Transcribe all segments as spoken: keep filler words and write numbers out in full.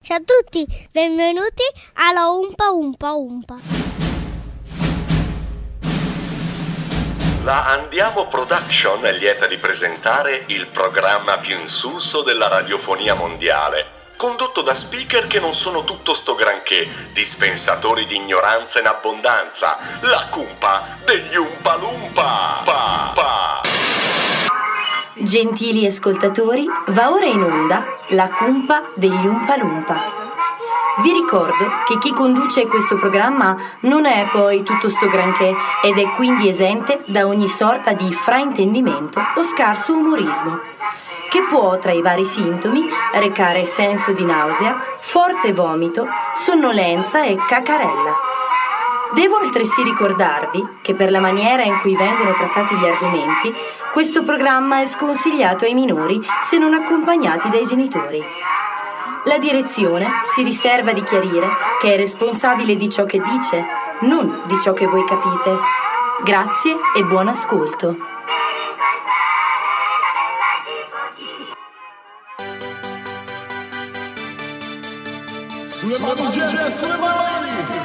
Ciao a tutti, benvenuti alla Umpa Umpa Umpa. La Andiamo Production è lieta di presentare il programma più insulso della radiofonia mondiale, condotto da speaker che non sono tutto sto granché, dispensatori di ignoranza in abbondanza, la cumpa degli Umpa Lumpa. Pa, pa. Gentili ascoltatori, va ora in onda la cumpa degli Umpa Lumpa. Vi ricordo che chi conduce questo programma non è poi tutto sto granché ed è quindi esente da ogni sorta di fraintendimento o scarso umorismo, che può, tra i vari sintomi, recare senso di nausea, forte vomito, sonnolenza e cacarella. Devo altresì ricordarvi che per la maniera in cui vengono trattati gli argomenti, questo programma è sconsigliato ai minori se non accompagnati dai genitori. La direzione si riserva di chiarire che è responsabile di ciò che dice, non di ciò che voi capite. Grazie e buon ascolto. Sulle mani, gente, sulle mani!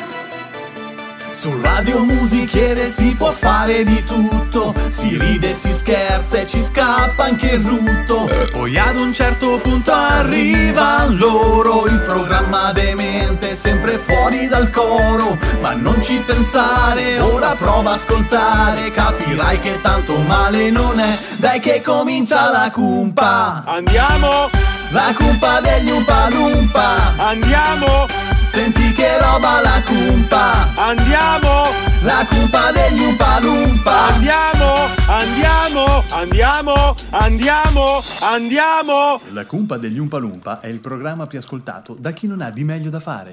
Su Radio Musichiere si può fare di tutto, si ride, si scherza e ci scappa anche il rutto. Poi ad un certo punto arriva loro, il programma demente sempre fuori dal coro. Ma non ci pensare, ora prova a ascoltare, capirai che tanto male non è. Dai che comincia la cumpa. Andiamo! La cumpa degli Umpa Lumpa. Andiamo! Senti che roba la cumpa. Andiamo! La cumpa degli Umpa Lumpa. Andiamo! Andiamo! Andiamo! Andiamo! Andiamo! La cumpa degli Umpa Lumpa è il programma più ascoltato da chi non ha di meglio da fare.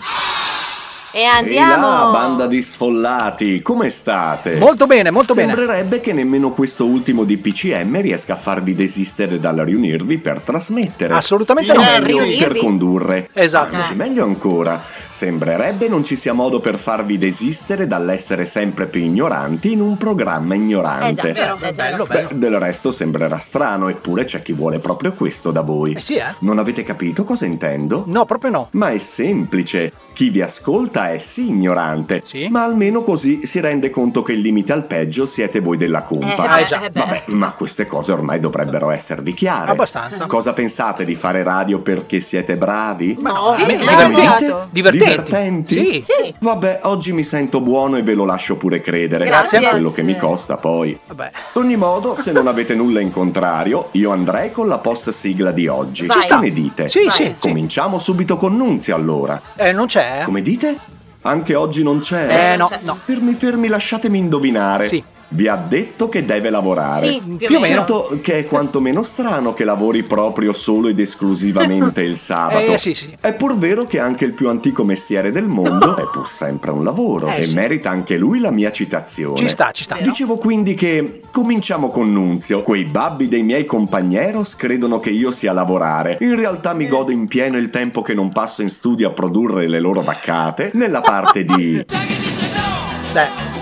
E andiamo! Ehi là, banda di sfollati, come state? Molto bene, molto bene. Sembrerebbe che nemmeno questo ultimo D P C M riesca a farvi desistere dal riunirvi per trasmettere. Assolutamente o no. meglio, per condurre. Esatto. Anzi, meglio ancora, sembrerebbe non ci sia modo per farvi desistere dall'essere sempre più ignoranti in un programma ignorante. Eh già, vero, è bello, Beh, bello. del resto sembrerà strano, eppure c'è chi vuole proprio questo da voi. Eh sì, eh? Non avete capito cosa intendo? No, proprio no. Ma è semplice. Chi vi ascolta è sì ignorante, Sì. ma almeno così si rende conto che il limite al peggio siete voi della cumpa. Eh, già. eh beh. Vabbè, ma queste cose ormai dovrebbero esservi chiare. Abbastanza. Cosa pensate di fare radio perché siete bravi? No, sì, me- l'ho divertenti? pensato. Divertenti? Divertenti? Sì. Sì. Vabbè, oggi mi sento buono e ve lo lascio pure credere. Grazie. Quello che mi costa poi. Vabbè. Ad ogni modo, se non avete nulla in contrario, io andrei con la post sigla di oggi. Vai. Che ne dite? Sì, Vai. sì, sì. Cominciamo subito con Nunzia allora. Eh, non c'è? Come dite? Anche oggi non c'è? Eh, no, c'è. no. Fermi fermi, lasciatemi indovinare. Sì. Vi ha detto che deve lavorare. Sì, più, Più o o meno. meno. Certo che è quantomeno strano che lavori proprio solo ed esclusivamente il sabato. Eh, sì, sì. È pur vero che anche il più antico mestiere del mondo è pur sempre un lavoro Eh, e sì. merita anche lui la mia citazione. Ci sta, ci sta. Dicevo quindi che cominciamo con Nunzio. Quei babbi dei miei compagneros credono che io sia a lavorare. In realtà mi godo in pieno il tempo che non passo in studio a produrre le loro vaccate. Nella parte di... Beh,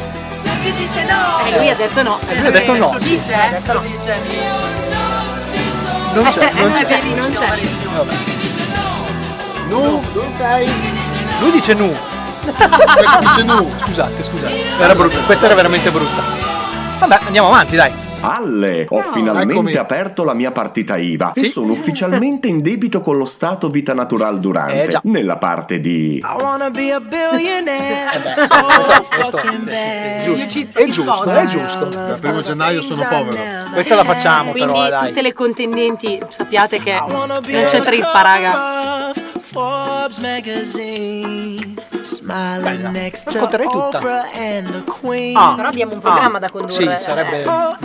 E lui ha detto no. lui ha detto no. Lo dice? Ha detto no. non c'è, non Eh, c'è. vedi, non c'è. Vabbè. Nu, dove sei? Lui dice nu. Dice nu. Scusate, scusate. Era brutta, questa era veramente brutta. Vabbè, andiamo avanti, dai. Alle, ho finalmente eccomi. aperto la mia partita I V A Sì. e sono ufficialmente in debito con lo Stato Vita Natural Durante. Eh, già. Nella parte di... Questo è giusto, è giusto, è giusto. Dal primo gennaio sono povero. Questa la facciamo Quindi però, eh, dai. tutte le contendenti sappiate che non c'è trippa, raga. Bella. Racconterei tutta. Ah, però abbiamo un programma ah, da condurre. Sì, sarebbe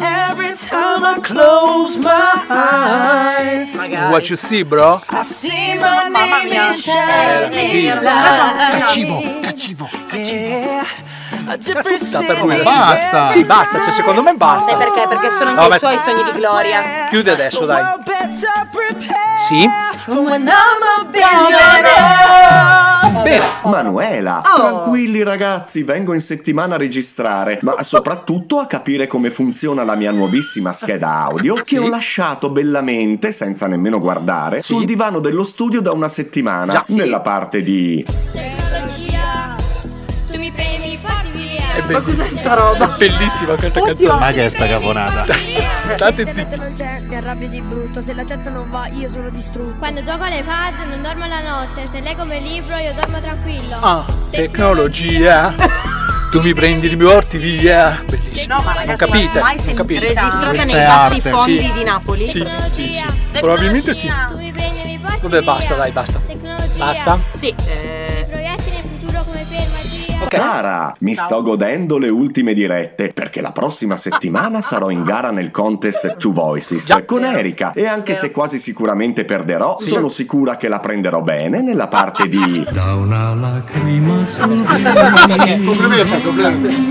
Magari. What you see, bro? Mamma mia. Eh, sì. Cattivo, cattivo, cattivo. Tutta per me. Basta. Sì, basta, cioè secondo me basta. Sai perché? Perché sono anche Vabbè. i suoi sogni di gloria. Chiude adesso, dai. Sì? bene. Manuela, Oh. tranquilli ragazzi, vengo in settimana a registrare, ma soprattutto a capire come funziona la mia nuovissima scheda audio che ho lasciato bellamente, senza nemmeno guardare, Sì. sul divano dello studio da una settimana, Già, sì. nella parte di... Tecnologia, tu mi premi, mi porti via. È Ma cos'è sta roba? È bellissima questa Oddio. canzone. Ma che è sta caponata? State zitti. non c'è, mi arrabbio di brutto. Se la gente non va, io sono distrutto. Quando gioco all'iPad non dormo la notte, se leggo il libro io dormo tranquillo. Ah, tecnologia. Tu mi prendi, mi porti via. Bellissimo. No, ma ragazzi, non capite? mai Non sentita. capite? Registrata Questa nei è bassi arte. fondi Sì. di Napoli. Sì, sì, Tecnologia. sì. Probabilmente sì. Tu mi prendi e mi porti Vabbè, via. basta, dai, basta. Tecnologia. Basta? Sì, eh, Proietti nel futuro come per magia. Sara, mi sto godendo le ultime dirette perché la prossima settimana sarò in gara nel contest Two Voices Già. con Erika e anche se quasi sicuramente perderò, sono sicura che la prenderò bene nella parte di... Da una lacrima sul Complimenti, complimenti.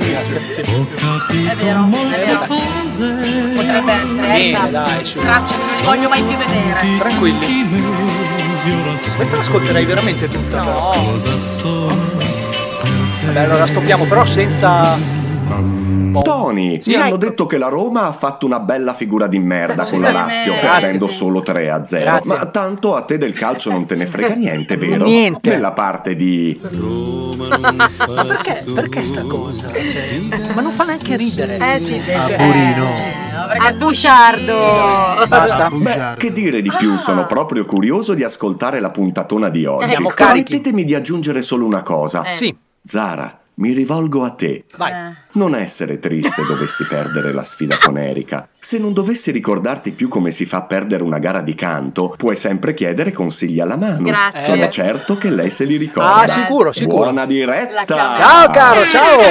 è vero, è vero. Potrebbe essere, Bene, Erika. dai, su. Stracci, non li voglio mai più vedere. Tranquilli. Questa l'ascolterei veramente tutta. No. Cosa sono? Vabbè, allora stoppiamo, però senza... Boh. Tony, Sì, mi hanno ecco. detto che la Roma ha fatto una bella figura di merda con la Lazio, Grazie. perdendo solo tre a zero. Grazie. Ma tanto a te del calcio non te ne frega niente, vero? Niente. Nella parte di... Perché, perché sta cosa? Cioè, ma non fa neanche ridere. Eh sì, invece. A Burino. A Busciardo. Basta. Beh, che dire di più, sono proprio curioso di ascoltare la puntatona di oggi. Siamo carichi. Permettetemi di aggiungere solo una cosa. Eh. Sì, Zara, mi rivolgo a te. vai. Non essere triste dovessi perdere la sfida con Erika. Se non dovessi ricordarti più come si fa a perdere una gara di canto, puoi sempre chiedere consigli alla Manu. Grazie. Sono certo che lei se li ricorda. Ah, sicuro, sicuro. Buona diretta. La chiamo. Ciao caro, ciao!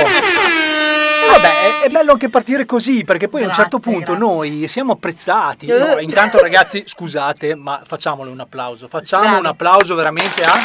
E vabbè, è, è bello anche partire così, perché poi a un certo Grazie, punto grazie. noi siamo apprezzati. Eh. No, intanto ragazzi, scusate, ma facciamole un applauso. Facciamo Bravi. un applauso veramente a...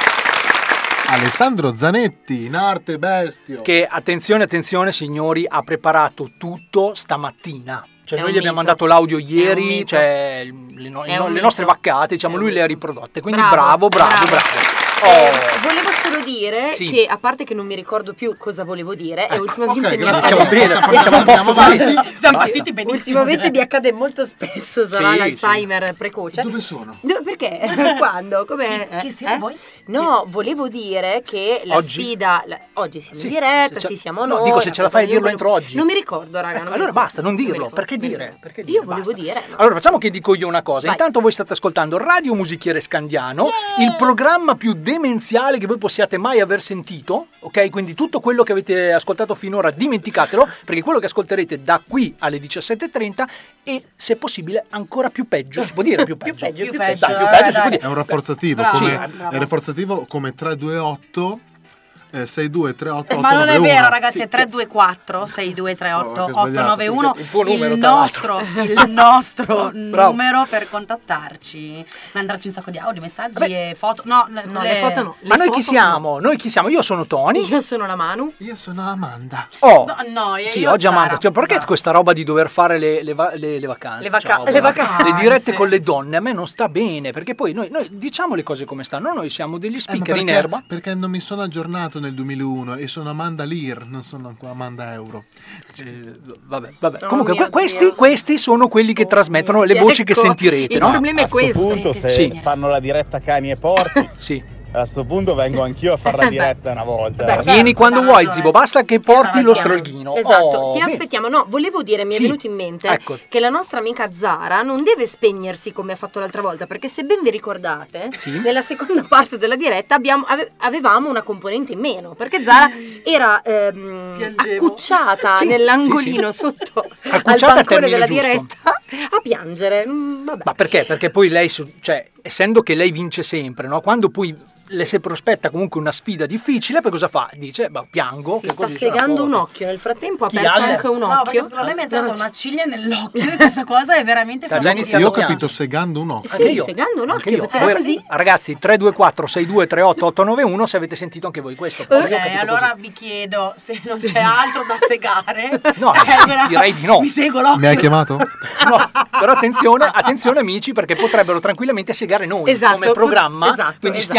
Alessandro Zanetti, in arte bestio. Che, attenzione, attenzione signori, ha preparato tutto stamattina. Cioè È noi un gli abbiamo mito. mandato l'audio È un ieri, mito. cioè le, no- È un le mito. nostre vaccate, diciamo, È un lui le ha mito. riprodotte. Quindi Bravo, bravo, bravo, bravo. bravo. Oh. Eh, volevo solo dire Sì. che, a parte che non mi ricordo più cosa volevo dire, e Ecco. ultimamente Ok, mi grazie. Siamo bene, Possiamo- siamo a posto andiamo così. avanti. Siamo Basta. partiti benissimo. Ultimamente mi accade molto spesso, sarà Sì, l'Alzheimer precoce. Dove sono? No, perché? Quando? Come? Chi- chi siete voi? No, volevo dire che la Oggi? sfida. la- oggi siamo Sì, in diretta, se- sì, siamo no, noi. dico, se ce la fai a io dirlo volevo- entro oggi. Non mi ricordo, raga. non mi Allora ricordo. basta, non Non mi dirlo, ricordo, perché non mi dire? ricordo. Perché dire? Io volevo Basta. dire. no. Allora facciamo che dico io una cosa. Vai. Intanto voi state ascoltando Radio Musichiere Scandiano, il programma più demenziale che voi possiate mai aver sentito, ok? Quindi tutto quello che avete ascoltato finora dimenticatelo, perché quello che ascolterete da qui alle diciassette e trenta è, se possibile, ancora più peggio. Si può dire più peggio? peggio, più Dai, peggio, più peggio, eh, si può dai. dire. È un rafforzativo, Bravo. come, Sì, bravo. è rafforzativo come tre due otto eh, sei due tre otto otto Ma non nove è uno. vero, ragazzi, Sì. è tre due quattro sei due tre otto Oh, che otto sbagliato. nove uno. Il tuo numero, il tra nostro, il nostro Bravo. numero per contattarci, mandarci un sacco di audio, messaggi Vabbè. e foto. No, No, le foto no. Ma Le noi chi foto siamo? Noi chi siamo? Io sono Tony. Io sono la Manu. Io sono Amanda. Oh, no. No, io sì, io oggi Zara. Amanda, cioè, perché No. questa roba di dover fare le, le va- le- le vacanze? Le vaca- Ciao, le guarda. vacanze. Le dirette con le donne a me non sta bene, perché poi noi, noi diciamo le cose come stanno, noi siamo degli Eh, ma speaker in perché, erba. perché non mi sono aggiornato nel duemilauno e sono Amanda Lear, non sono ancora Amanda Euro. Eh, vabbè, vabbè. Oh Comunque, mio que- questi, Dio. questi sono quelli che trasmettono le Ecco, voci che sentirete, il no? problema è A sto questo. punto, che se Sì. fanno la diretta cani e porci, Sì. a sto punto vengo anch'io a fare la Beh. diretta una volta. Beh, eh. certo. Vieni quando esatto, vuoi, eh. Zibo, basta che porti lo Aspettiamo. strolghino. Esatto, Oh, ti bene. aspettiamo. No, volevo dire, mi è Sì. venuto in mente Ecco. che la nostra amica Zara non deve spegnersi come ha fatto l'altra volta, perché se ben vi ricordate, Sì. nella seconda parte della diretta abbiamo- ave- avevamo una componente in meno, perché Zara era ehm, Piangevo. accucciata Sì, nell'angolino sotto al Accucciata è il bancone termine della giusto. diretta a piangere. Mm, vabbè. Ma perché? Perché poi lei, su- cioè, essendo che lei vince sempre, no? Quando poi le si prospetta comunque una sfida difficile, poi cosa fa? Dice, ma piango. Si che sta così sono a segando posto. un occhio, nel frattempo ha Chi perso ha le- anche un No, perché occhio. secondo me mi è entrata No, una ciglia nell'occhio e questa cosa è veramente Sta già fastidiosa. iniziando Io ho piano. capito segando un occhio. Sì, Anche io. segando un Anche occhio, io. faceva Voi- così. Ragazzi, tre due quattro sei due tre otto otto nove uno se avete sentito anche voi questo. Io ho Ok, capito allora così. vi chiedo se non c'è altro da segare. No, Eh, però direi di no. Mi seguo l'occhio. Mi hai chiamato? No, però attenzione, attenzione amici, perché potrebbero tranquillamente segare noi Esatto, come programma, esatto, quindi esatto. stiamo allerta.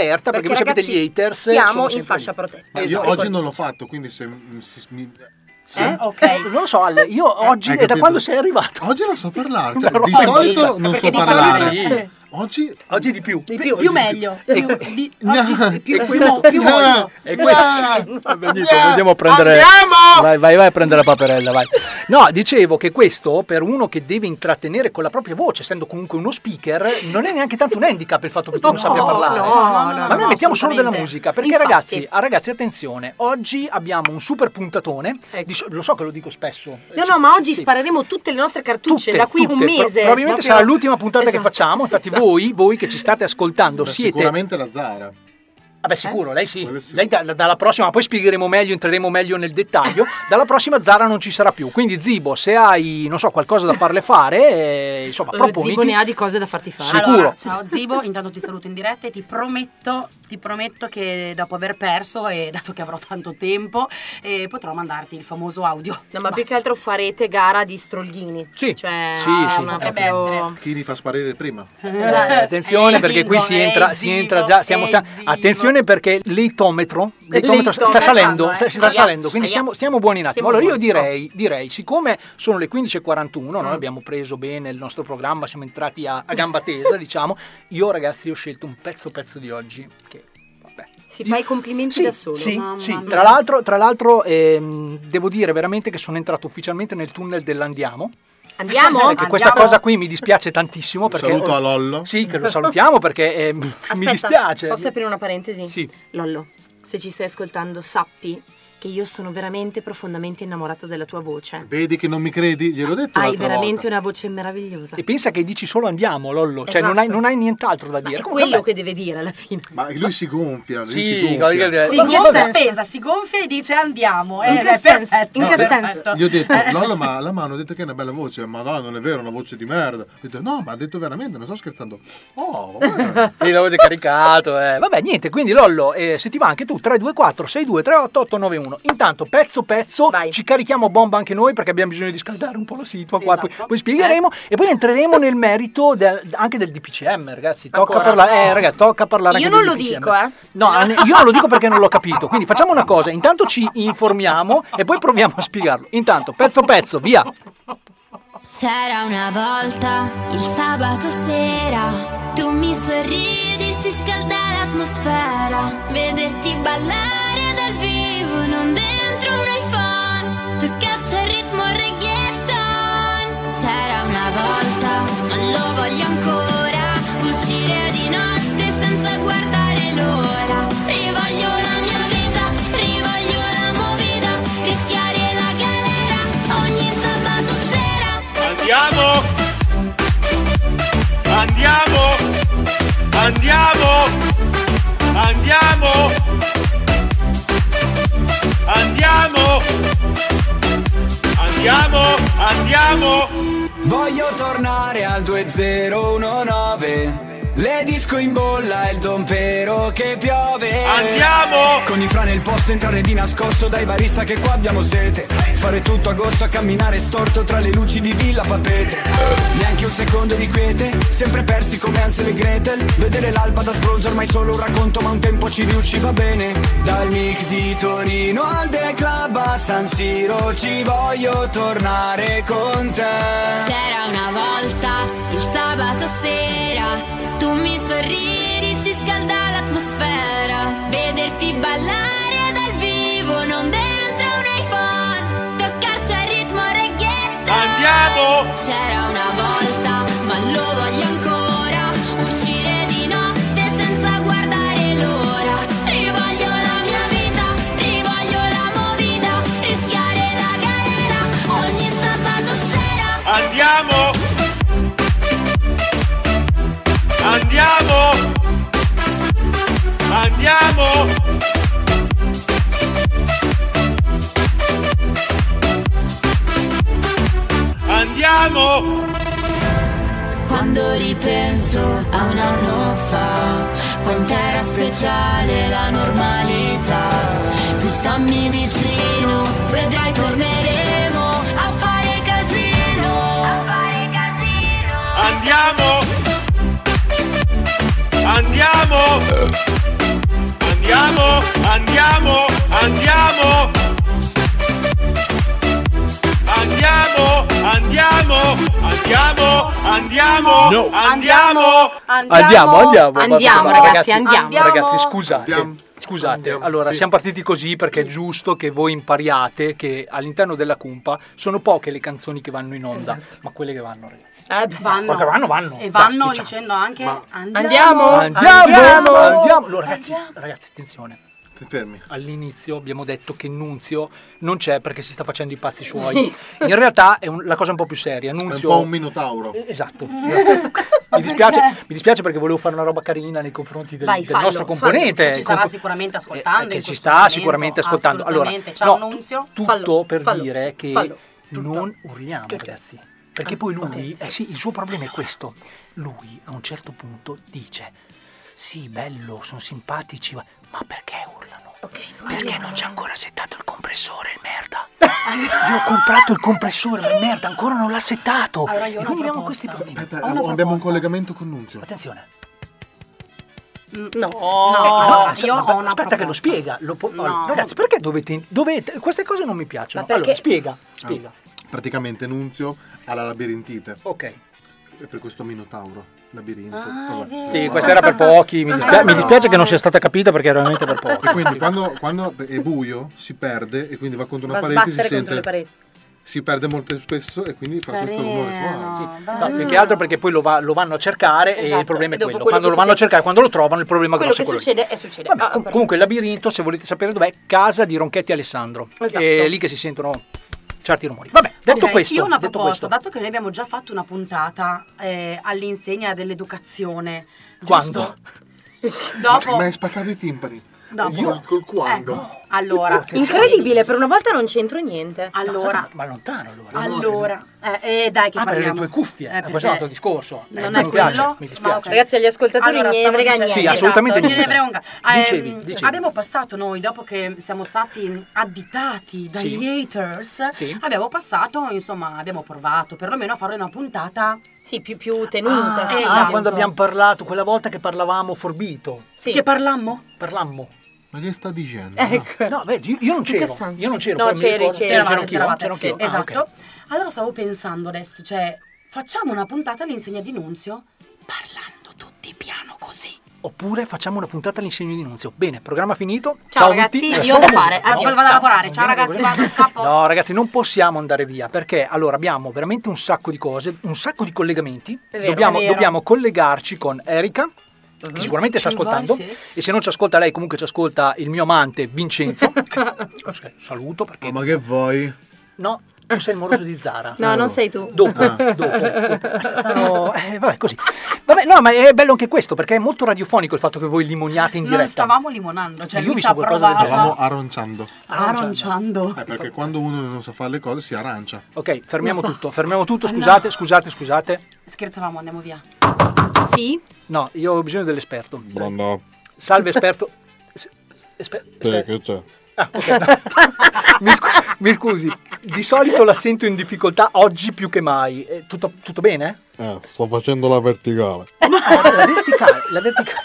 allerta perché, Perché, voi sapete ragazzi, gli haters siamo sono in sempre fascia lì. protetta. Ma io Esatto. oggi non l'ho fatto, quindi se mi- si- mi... Sì? Eh? Ok. Non lo so, Ale, io oggi Hai è da capito? quando sei arrivato. Oggi non so parlare, cioè, No, di no, solito no, non perché so di parlare. solito- Sì. Oggi Oggi di più. Di più, Oggi più di meglio. Di- No. di- No. oggi più, E più, questo- più No. voglio. E questo... Vabbè, niente, andiamo a prendere... Andiamo! Vai, vai, vai a prendere la paperella, vai. No, dicevo che questo, per uno che deve intrattenere con la propria voce, essendo comunque uno speaker, non è neanche tanto un handicap il fatto che tu non sappia parlare. no, no, no, Ma noi no, mettiamo solo della assolutamente. musica, perché Infatti. ragazzi, ah, ragazzi, attenzione, oggi abbiamo un super puntatone, Ecco. di- lo so che lo dico spesso. No, no, ma oggi Sì. spareremo tutte le nostre cartucce Tutte, da qui tutte. un mese. Pro- probabilmente proprio- sarà l'ultima puntata che Esatto. facciamo, infatti Esatto. voi, voi che ci state ascoltando Beh, siete... sicuramente la Zara. Vabbè, sicuro, lei sì. Quello sì. Lei da- dalla prossima, poi spiegheremo meglio, entreremo meglio nel dettaglio. Dalla prossima Zara non ci sarà più. Quindi, Zibo, se hai, non so, qualcosa da farle fare, eh, insomma, Eh, proponiti. Zibo ne ha di cose da farti fare. Sicuro. Allora, ciao Zibo, intanto ti saluto in diretta e ti prometto, ti prometto che dopo aver perso e dato che avrò tanto tempo, eh, potrò mandarti il famoso audio. No, ma più che altro farete gara di strolghini. Sì. Cioè, Sì, è sì, una potrebbe proprio- essere. Chi li fa sparire prima? Eh, attenzione Eh, perché Zibo, qui si eh, entra, si Zibo, entra già. Stiamo eh, sta- Zibo. attenzione perché l'eitometro, l'eitometro sta, sta L'eitometro. salendo, Eh. sta, si sta Aia, salendo, quindi aia. stiamo, stiamo buoni un attimo. Stiamo Allora io buoni. direi, direi, siccome sono le quindici e quarantuno, noi Mm. abbiamo preso bene il nostro programma, siamo entrati a, a gamba tesa, diciamo. Io ragazzi ho scelto un pezzo pezzo di oggi che vabbè. Si fa i complimenti Sì, da solo. sì, mamma sì. mia. Tra l'altro, tra l'altro ehm, devo dire veramente che sono entrato ufficialmente nel tunnel dell'Andiamo. Andiamo? Perché questa Andiamo. cosa qui mi dispiace tantissimo. Un Perché, saluto a Lollo. Sì, che lo salutiamo perché eh, mi Aspetta, dispiace. posso aprire una parentesi? Sì. Lollo, se ci stai ascoltando, sappi che io sono veramente profondamente innamorata della tua voce. Vedi che non mi credi? Gliel'ho detto Hai l'altra veramente volta. una voce meravigliosa. E pensa che dici solo andiamo, Lollo. Cioè non, hai, Esatto. non hai nient'altro da Ma dire. è Comunque, quello vabbè. che deve dire alla fine. Ma lui si gonfia, lui Sì, si gonfia. voglio- Sì, Si in che gonfia, senso? pesa, si gonfia e dice andiamo. In eh, che è senso? perfetto, In che perfetto. senso? Gli ho detto, Lollo, ma la mano ha detto che è una bella voce. Ma no, non è vero, una voce di merda. Ho detto, no, ma ha detto veramente, non sto scherzando. Oh, va bene. Sì, la voce caricato. Eh. Vabbè, niente, quindi Lollo, eh, se ti va anche tu, tre due quattro sei due tre otto otto nove uno. Intanto, pezzo pezzo, Vai. ci carichiamo bomba anche noi perché abbiamo bisogno di scaldare un po' la situa qua, Esatto. poi, poi spiegheremo e poi entreremo nel merito del- anche del D P C M, ragazzi. Tocca Ancora? parlare, eh, ragazzi, tocca parlare Io anche non del lo D P C M. dico, eh. No, an- io non lo dico perché non l'ho capito. Quindi facciamo una cosa, intanto ci informiamo e poi proviamo a spiegarlo. Intanto, pezzo pezzo, via. C'era una volta il sabato sera, tu mi sorridi, si scalda l'atmosfera, vederti ballare dal vivo, non dentro un iPhone, tu caccia il ritmo reggaeton. C'era una volta, ma lo voglio ancora, uscire di notte senza guardare l'ora, rivoglio la mia vita, rivoglio la movida, rischiare la galera ogni sabato sera. Andiamo! Andiamo! Andiamo! Andiamo! Andiamo! Andiamo! Andiamo! Voglio tornare al duemiladiciannove. Le disco in bolla e il dompero che piove. Andiamo! Con i fra nel posto, entrare di nascosto dai barista che qua abbiamo sete. Fare tutto agosto a camminare storto tra le luci di Villa Papete. Neanche un secondo di quiete, sempre persi come Hansel e Gretel. Vedere l'alba da sbronzo ormai solo un racconto, ma un tempo ci riusciva bene. Dal mic di Torino al The Club a San Siro ci voglio tornare con te. C'era una volta il sabato sera, tu mi sorridi, si scalda l'atmosfera, vederti ballare dal vivo, non dentro un iPhone, toccarci al ritmo reggaeton. Andiamo! C'era una volta, ma lo voglio ancora, uscire di notte senza guardare l'ora, rivoglio la mia vita, rivoglio la movida, rischiare la galera ogni sabato sera. Andiamo! Andiamo! Andiamo! Andiamo! Quando ripenso a un anno fa, quant'era speciale la normalità. Tu stammi vicino, vedrai torneremo a fare casino. A fare casino. Andiamo! Andiamo! Andiamo! Andiamo! No. Andiamo! Andiamo, andiamo. Andiamo, va- ragazzi, andiamo. Ragazzi, scusate. Andiamo. Scusate, Andiamo, allora sì. siamo partiti così perché è giusto che voi impariate che all'interno della cumpa sono poche le canzoni che vanno in onda, ma quelle che vanno, ragazzi. Eh, beh. Vanno. Perché vanno, vanno. E vanno Dai, diciamo. dicendo anche Ma- Andiamo. Andiamo, Andiamo. andiamo. Allora, ragazzi, ragazzi, attenzione. Ti fermi. All'inizio abbiamo detto che Nunzio non c'è perché si sta facendo i pazzi suoi. In realtà è un- la cosa un po' più seria. È un Nunzio... po' un minotauro. Eh, Esatto. mi, dispiace, mi dispiace perché volevo fare una roba carina nei confronti del, Vai, del fallo, nostro componente. fallo. Ci starà Compo- sicuramente eh, ascoltando che in ci questo sta momento, sicuramente ascoltando. Allora, assolutamente. Ciao, no, Nunzio. tutto Fallo, per fallo, dire che fallo. non urliamo, ragazzi. Perché Ah, poi lui, ok, eh sì, il suo problema è questo. Lui a un certo punto dice: sì, bello, sono simpatici, ma, ma perché urlano? Perché non c'è ancora settato il compressore, il merda. Io ho comprato il compressore, ma il merda ancora non l'ha settato. Allora, io ho E una quindi abbiamo proposta. questi problemi. Aspetta, Ho una abbiamo un proposta. collegamento con Nunzio. Attenzione. No. No, No, io ma- ho una aspetta che lo proposta. spiega. Lo po- No. Ragazzi, perché dovete, dovete... Queste cose non mi piacciono. Ma perché- Allora, spiega, spiega. Praticamente Nunzio ha la labirintite. Ok. E per questo minotauro. Labirinto. Ah, vabbè. è vero. Sì, questa era per pochi. Mi, dispia- mi dispiace che non sia stata capita perché era veramente per pochi. E quindi quando, quando è buio si perde e quindi va contro una Va a parete, si sbattere contro le sente, pareti. si perde molto spesso e quindi fa questo rumore qua. Carino, No, più che altro perché poi lo, va- lo vanno a cercare e Esatto, il problema e è dopo quello. quello Quando che lo vanno a succede- cercare, quando lo trovano, il problema Quello grosso che è quello lì. succede è succede. Vabbè, Ah, com- per- comunque il labirinto, se volete sapere dov'è, casa di Ronchetti Alessandro. Esatto. È lì che si sentono certi rumori. Vabbè, detto Ok, questo, io ho una detto proposta, questo. dato che noi abbiamo già fatto una puntata eh, all'insegna dell'educazione. Quando? giusto? Dopo. Ma hai spaccato i timpani. Dopo. Col, col quando? Ecco, allora. Incredibile, per una volta non c'entro niente. Allora. Ma lontano allora. Allora, eh, eh, dai che Ah, per le parliamo. tue cuffie. Eh, Eh, perché questo è un altro discorso. Non Eh, è mi dispiace, quello, mi ma dispiace. ok. Ragazzi, agli ascoltatori Allora, ne stavo frega dicendo- niente. Sì, assolutamente Non gliene niente. frega un cazzo. Dicevi, Ehm, dicevi. Abbiamo passato noi, dopo che siamo stati additati dagli Sì. haters, Sì. abbiamo passato, insomma, abbiamo provato perlomeno a fare una puntata. Sì, più, più tenuta. Ah, sì, esatto. ah, quando abbiamo parlato, quella volta che parlavamo forbito. Sì. Che parlammo? Parlammo. Ma che sta dicendo? Ecco. No, vedi, io, io non In che c'ero. senso? Io non c'ero. No, poi mi c'eri, ricordo- c'eri. c'ero C'eravate, anch'io, c'eravate. c'ero anch'io. Ah, Esatto. ok. Allora stavo pensando adesso, cioè, facciamo una puntata all'insegna di Nunzio parlando tutti piano così. Oppure facciamo una puntata all'insegno di Nunzio. Bene, programma finito. Ciao, a tutti. ragazzi, Eh, io ho da solo- fare. no, Addio. vado a lavorare. non Ciao, viene ragazzi, problema. vado, scappo. No, ragazzi, non possiamo andare via perché allora abbiamo veramente un sacco di cose, un sacco di collegamenti. È vero, dobbiamo, è vero. dobbiamo collegarci con Erika. Che sicuramente sta Two ascoltando voices. e se non ci ascolta lei comunque ci ascolta il mio amante Vincenzo. Saluto perché Oh, ma che vuoi? no, tu sei il moroso di Zara. No, non sei tu. Dopo, Ah. dopo, dopo. Stefano- eh, vabbè, così. Vabbè, no, ma è bello anche questo perché è molto radiofonico il fatto che voi limoniate in Non diretta. stavamo limonando, cioè Io ho lui ci ha visto qualcosa del provato. Stavamo aranciando. Aranciando. Eh, perché quando uno non sa fare le cose si arancia. Ok, fermiamo No, tutto, basta. fermiamo tutto, No. scusate, scusate, scusate. Scherzavamo, andiamo via. Sì? No, io ho bisogno dell'esperto. No, Salve esperto. Es- esper- esper- che c'è? Ah, ok, no. mi, scu- mi scusi, di solito la sento in difficoltà oggi più che mai. Eh, tutto, tutto bene? Eh, sto facendo la verticale. Ah, la verticale, la verticale.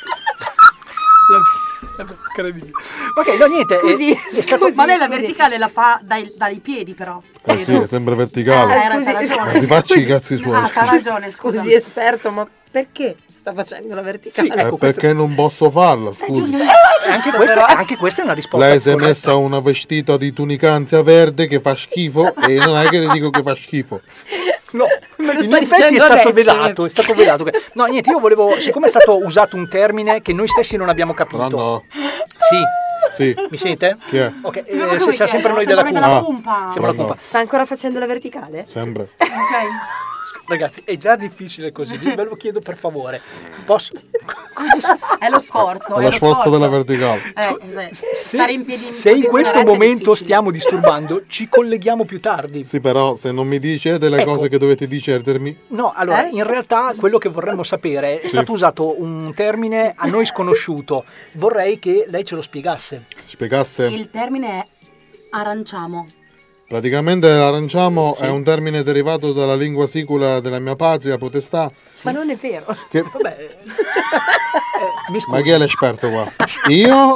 La, la, incredibile. Ok, no, niente. Scusi, è, è stato- scusi. Ma lei la scusi. verticale la fa dai, dai piedi però. Eh sì, è sempre Ah, verticale. hai scusi, ragione. Ma si faccia i cazzi suoi. Ah, c'ha ragione, scusa. Scusi, esperto, ma perché sta facendo la verticale? Sì, ecco, Eh, perché non posso farla, scusi. Eh, anche, questa, anche questa è una risposta. Lei si è corretta. messa una vestita di tunicanza verde che fa schifo e non è che le dico che fa schifo. No, Me lo in sta effetti è dicendo stato adesso. velato, è stato velato. No, niente, io volevo, siccome è stato usato un termine che noi stessi non abbiamo capito. Pronto? Sì, Sì. mi sente? Chi è? Ok, eh, No, ma se come sia che sempre è? noi Sempre della noi Cumpa. della Cumpa. Siamo la Pronto? Cumpa. Sta ancora facendo la verticale? Sempre. Ok. Ragazzi, è già difficile così, vi ve lo chiedo per favore. Posso? È lo sforzo. È è lo lo sforzo della verticale. Eh, esatto. Se, Stare in piedi in se in posizione questo retta è momento difficile. stiamo disturbando, ci colleghiamo più tardi. Sì, però se non mi dicete le Ecco. cose che dovete dicermi, No, allora, Eh? in realtà quello che vorremmo sapere è Sì. stato usato un termine a noi sconosciuto. Vorrei che lei ce lo spiegasse. spiegasse. Il termine è aranciamo. Praticamente aranciamo Sì. è un termine derivato dalla lingua sicula della mia patria, potestà. Ma non è vero. Che... Vabbè, eh, mi scusi. Ma chi è l'esperto qua? Io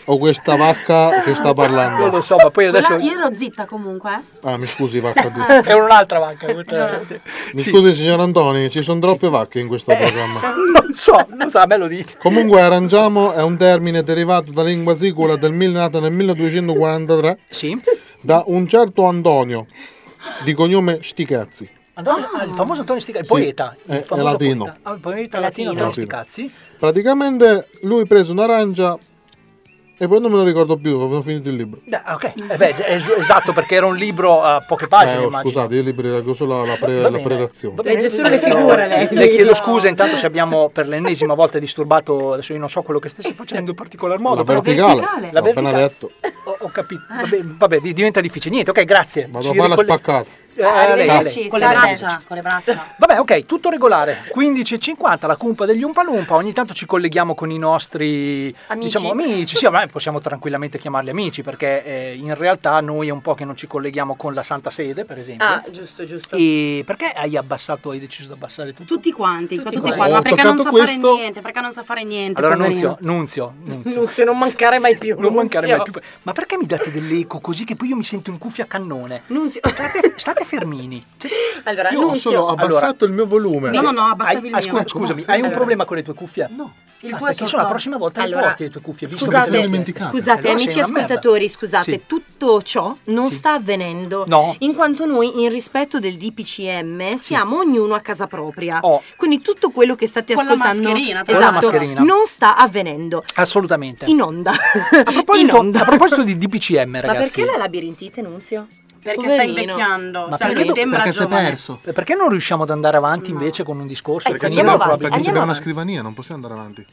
o questa vacca che sta parlando? Non lo so, ma poi adesso... Quella- io ero zitta comunque. eh. Ah, mi scusi, vacca. di- È un'altra vacca. Mi Sì. scusi, signor Antoni, ci sono troppe vacche in questo programma. Non so, non so, a me lo dici. Comunque, arrangiamo è un termine derivato da lingua sicula del mille- nato nel milleduecentoquarantatré Sì. da un certo Antonio, di cognome Sticazzi. Antonio, ah, il famoso Antonio Sticazzi, il Sì, poeta. il è- è famoso latino. Poeta, ah, il poeta È latino latino. Antonio Sticazzi. Praticamente lui prese un'arancia e poi non me lo ricordo più, avevo finito il libro. Eh, ok, eh beh, es- esatto, perché era un libro a poche pagine, Eh, oh, immagino. scusate, io libri leggo solo la, pre- Va la bene. prelazione. Va bene. Legge solo le figure, lei. Le chiedo scusa intanto se abbiamo per l'ennesima volta disturbato, adesso io non so quello che stessi facendo in particolar modo. La però- verticale, verticale. La l'ho appena verticale. detto. Ho, ho capito, vabbè, vabbè, di- diventa difficile. Niente, ok, grazie. Vado Ci a fare la ricolle- spaccata. Eh, lei, Arrivederci. lei. Con le Salve. braccia, con le braccia. Vabbè, ok, tutto regolare. quindici e cinquanta, la cumpa degli Umpalumpa. Ogni tanto ci colleghiamo con i nostri Amici. diciamo amici. Sì, ma possiamo tranquillamente chiamarli amici perché eh, in realtà noi è un po' che non ci colleghiamo con la Santa Sede, per esempio. Ah, giusto, giusto. E perché hai abbassato, hai deciso di abbassare tutto? Tutti quanti, tutti, quanti. quanti. Ma Ho perché non sa toccato fare questo. niente? Perché non sa fare niente? Allora, poverino. Nunzio, Nunzio, Nunzio. Nunzio, non mancare mai più. Non mancare mai Nunzio. più. Ma perché mi date dell'eco così che poi io mi sento in cuffia a cannone? Nunzio. State, state fermini. Cioè, Allora, Io ho Nunzio. solo abbassato Allora- il mio volume. No, no, no, hai- abbassavi il ah, mio. scusa- scusami, basta. hai un Allora. problema con le tue cuffie? No. Il Ah, tuo è perché sotto. sono la prossima volta Allora, riporti le tue cuffie. visto che me le Scusate, sono dimenticate. scusate Allora amici sei una merda. ascoltatori, scusate, Sì. tutto ciò non Sì. sta avvenendo No. in quanto noi in rispetto del D P C M siamo ognuno a casa propria. Oh. Quindi tutto quello che state Con la ascoltando mascherina, tra Con la esatto, mascherina. non sta avvenendo Assolutamente. in onda. A in proposito, onda. a proposito di D P C M, Ma ragazzi. perché la labirintite, Nunzio? Perché Poverino. sta invecchiando. Ma Cioè, perché lui no? sembra Perché si è giovane. perso. Perché non riusciamo ad andare avanti invece con un discorso? Ecco, Perché Finire andiamo c'abbiamo, qua? avanti. perché c'abbiamo una avanti. scrivania, non possiamo andare avanti.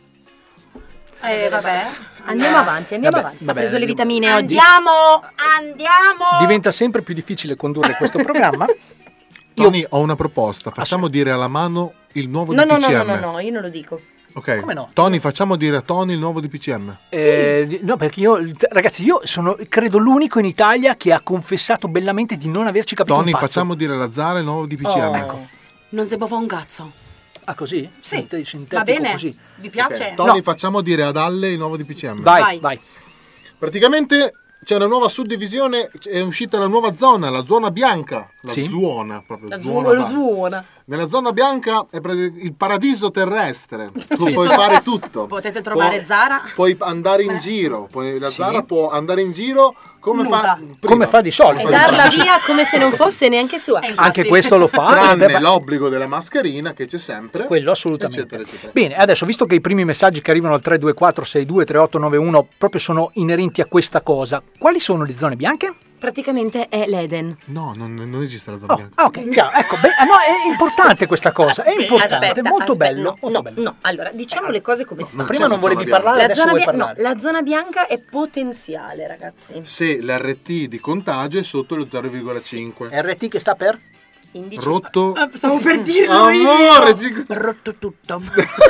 Eh, vabbè. Andiamo avanti, andiamo Vabbè, avanti. vabbè, ha preso le andiamo- vitamine oggi. Andiamo, andiamo. Diventa sempre più difficile condurre questo programma. Tony, ho una proposta. Facciamo dire alla mano il nuovo No, no, no, D P C M. no, no, no, io non lo dico. Ok. Come no? Tony, facciamo dire a Tony il nuovo D P C M. Eh, no, perché io, ragazzi, io sono credo l'unico in Italia che ha confessato bellamente di non averci capito Tony, un pazzo. facciamo dire alla Zara il nuovo D P C M. Oh, ecco. Non si può fare un cazzo. Ah, così? Sì. Sinte- Va sintetico bene? così. Vi piace? Ok, Tony, No. facciamo dire ad Alle il nuovo D P C M. Vai, Vai. vai. Praticamente c'è una nuova suddivisione, è uscita la nuova zona, la zona bianca. La Sì. zona, proprio. La zona zuona, la bianca. zuona. Nella zona bianca è pre- il paradiso terrestre. Tu Ci puoi sono- fare tutto. Potete trovare Può- Zara. Puoi andare in giro. Puoi- la Zara può andare in giro come Nuda. fa, Come prima. fa di solito. E darla via come se non fosse neanche sua. Eh, infatti. Anche questo lo fa. Tranne eh, beh, l'obbligo della mascherina che c'è sempre. Quello assolutamente. Eccetera, eccetera. Bene, adesso visto che i primi messaggi che arrivano al tre due quattro sei due tre otto nove uno proprio sono inerenti a questa cosa, quali sono le zone bianche? Praticamente è l'Eden. No, non, non esiste la zona Oh, bianca. ah, ok, chiaro. Ecco, beh, ah, no, è importante questa cosa, è importante, Aspetta, molto aspetta, bello. no, molto no, bello. no. Allora, diciamo le cose come stanno. Prima c'è non la volevi zona bianca. parlare, La adesso zona, vuoi bia- no, parlare. la zona bianca è potenziale, ragazzi. Se l'R T di contagio è sotto lo zero virgola cinque. R T che sta per? Indice. Rotto. Stavo per dirlo Amore, io. ci- Rotto tutto.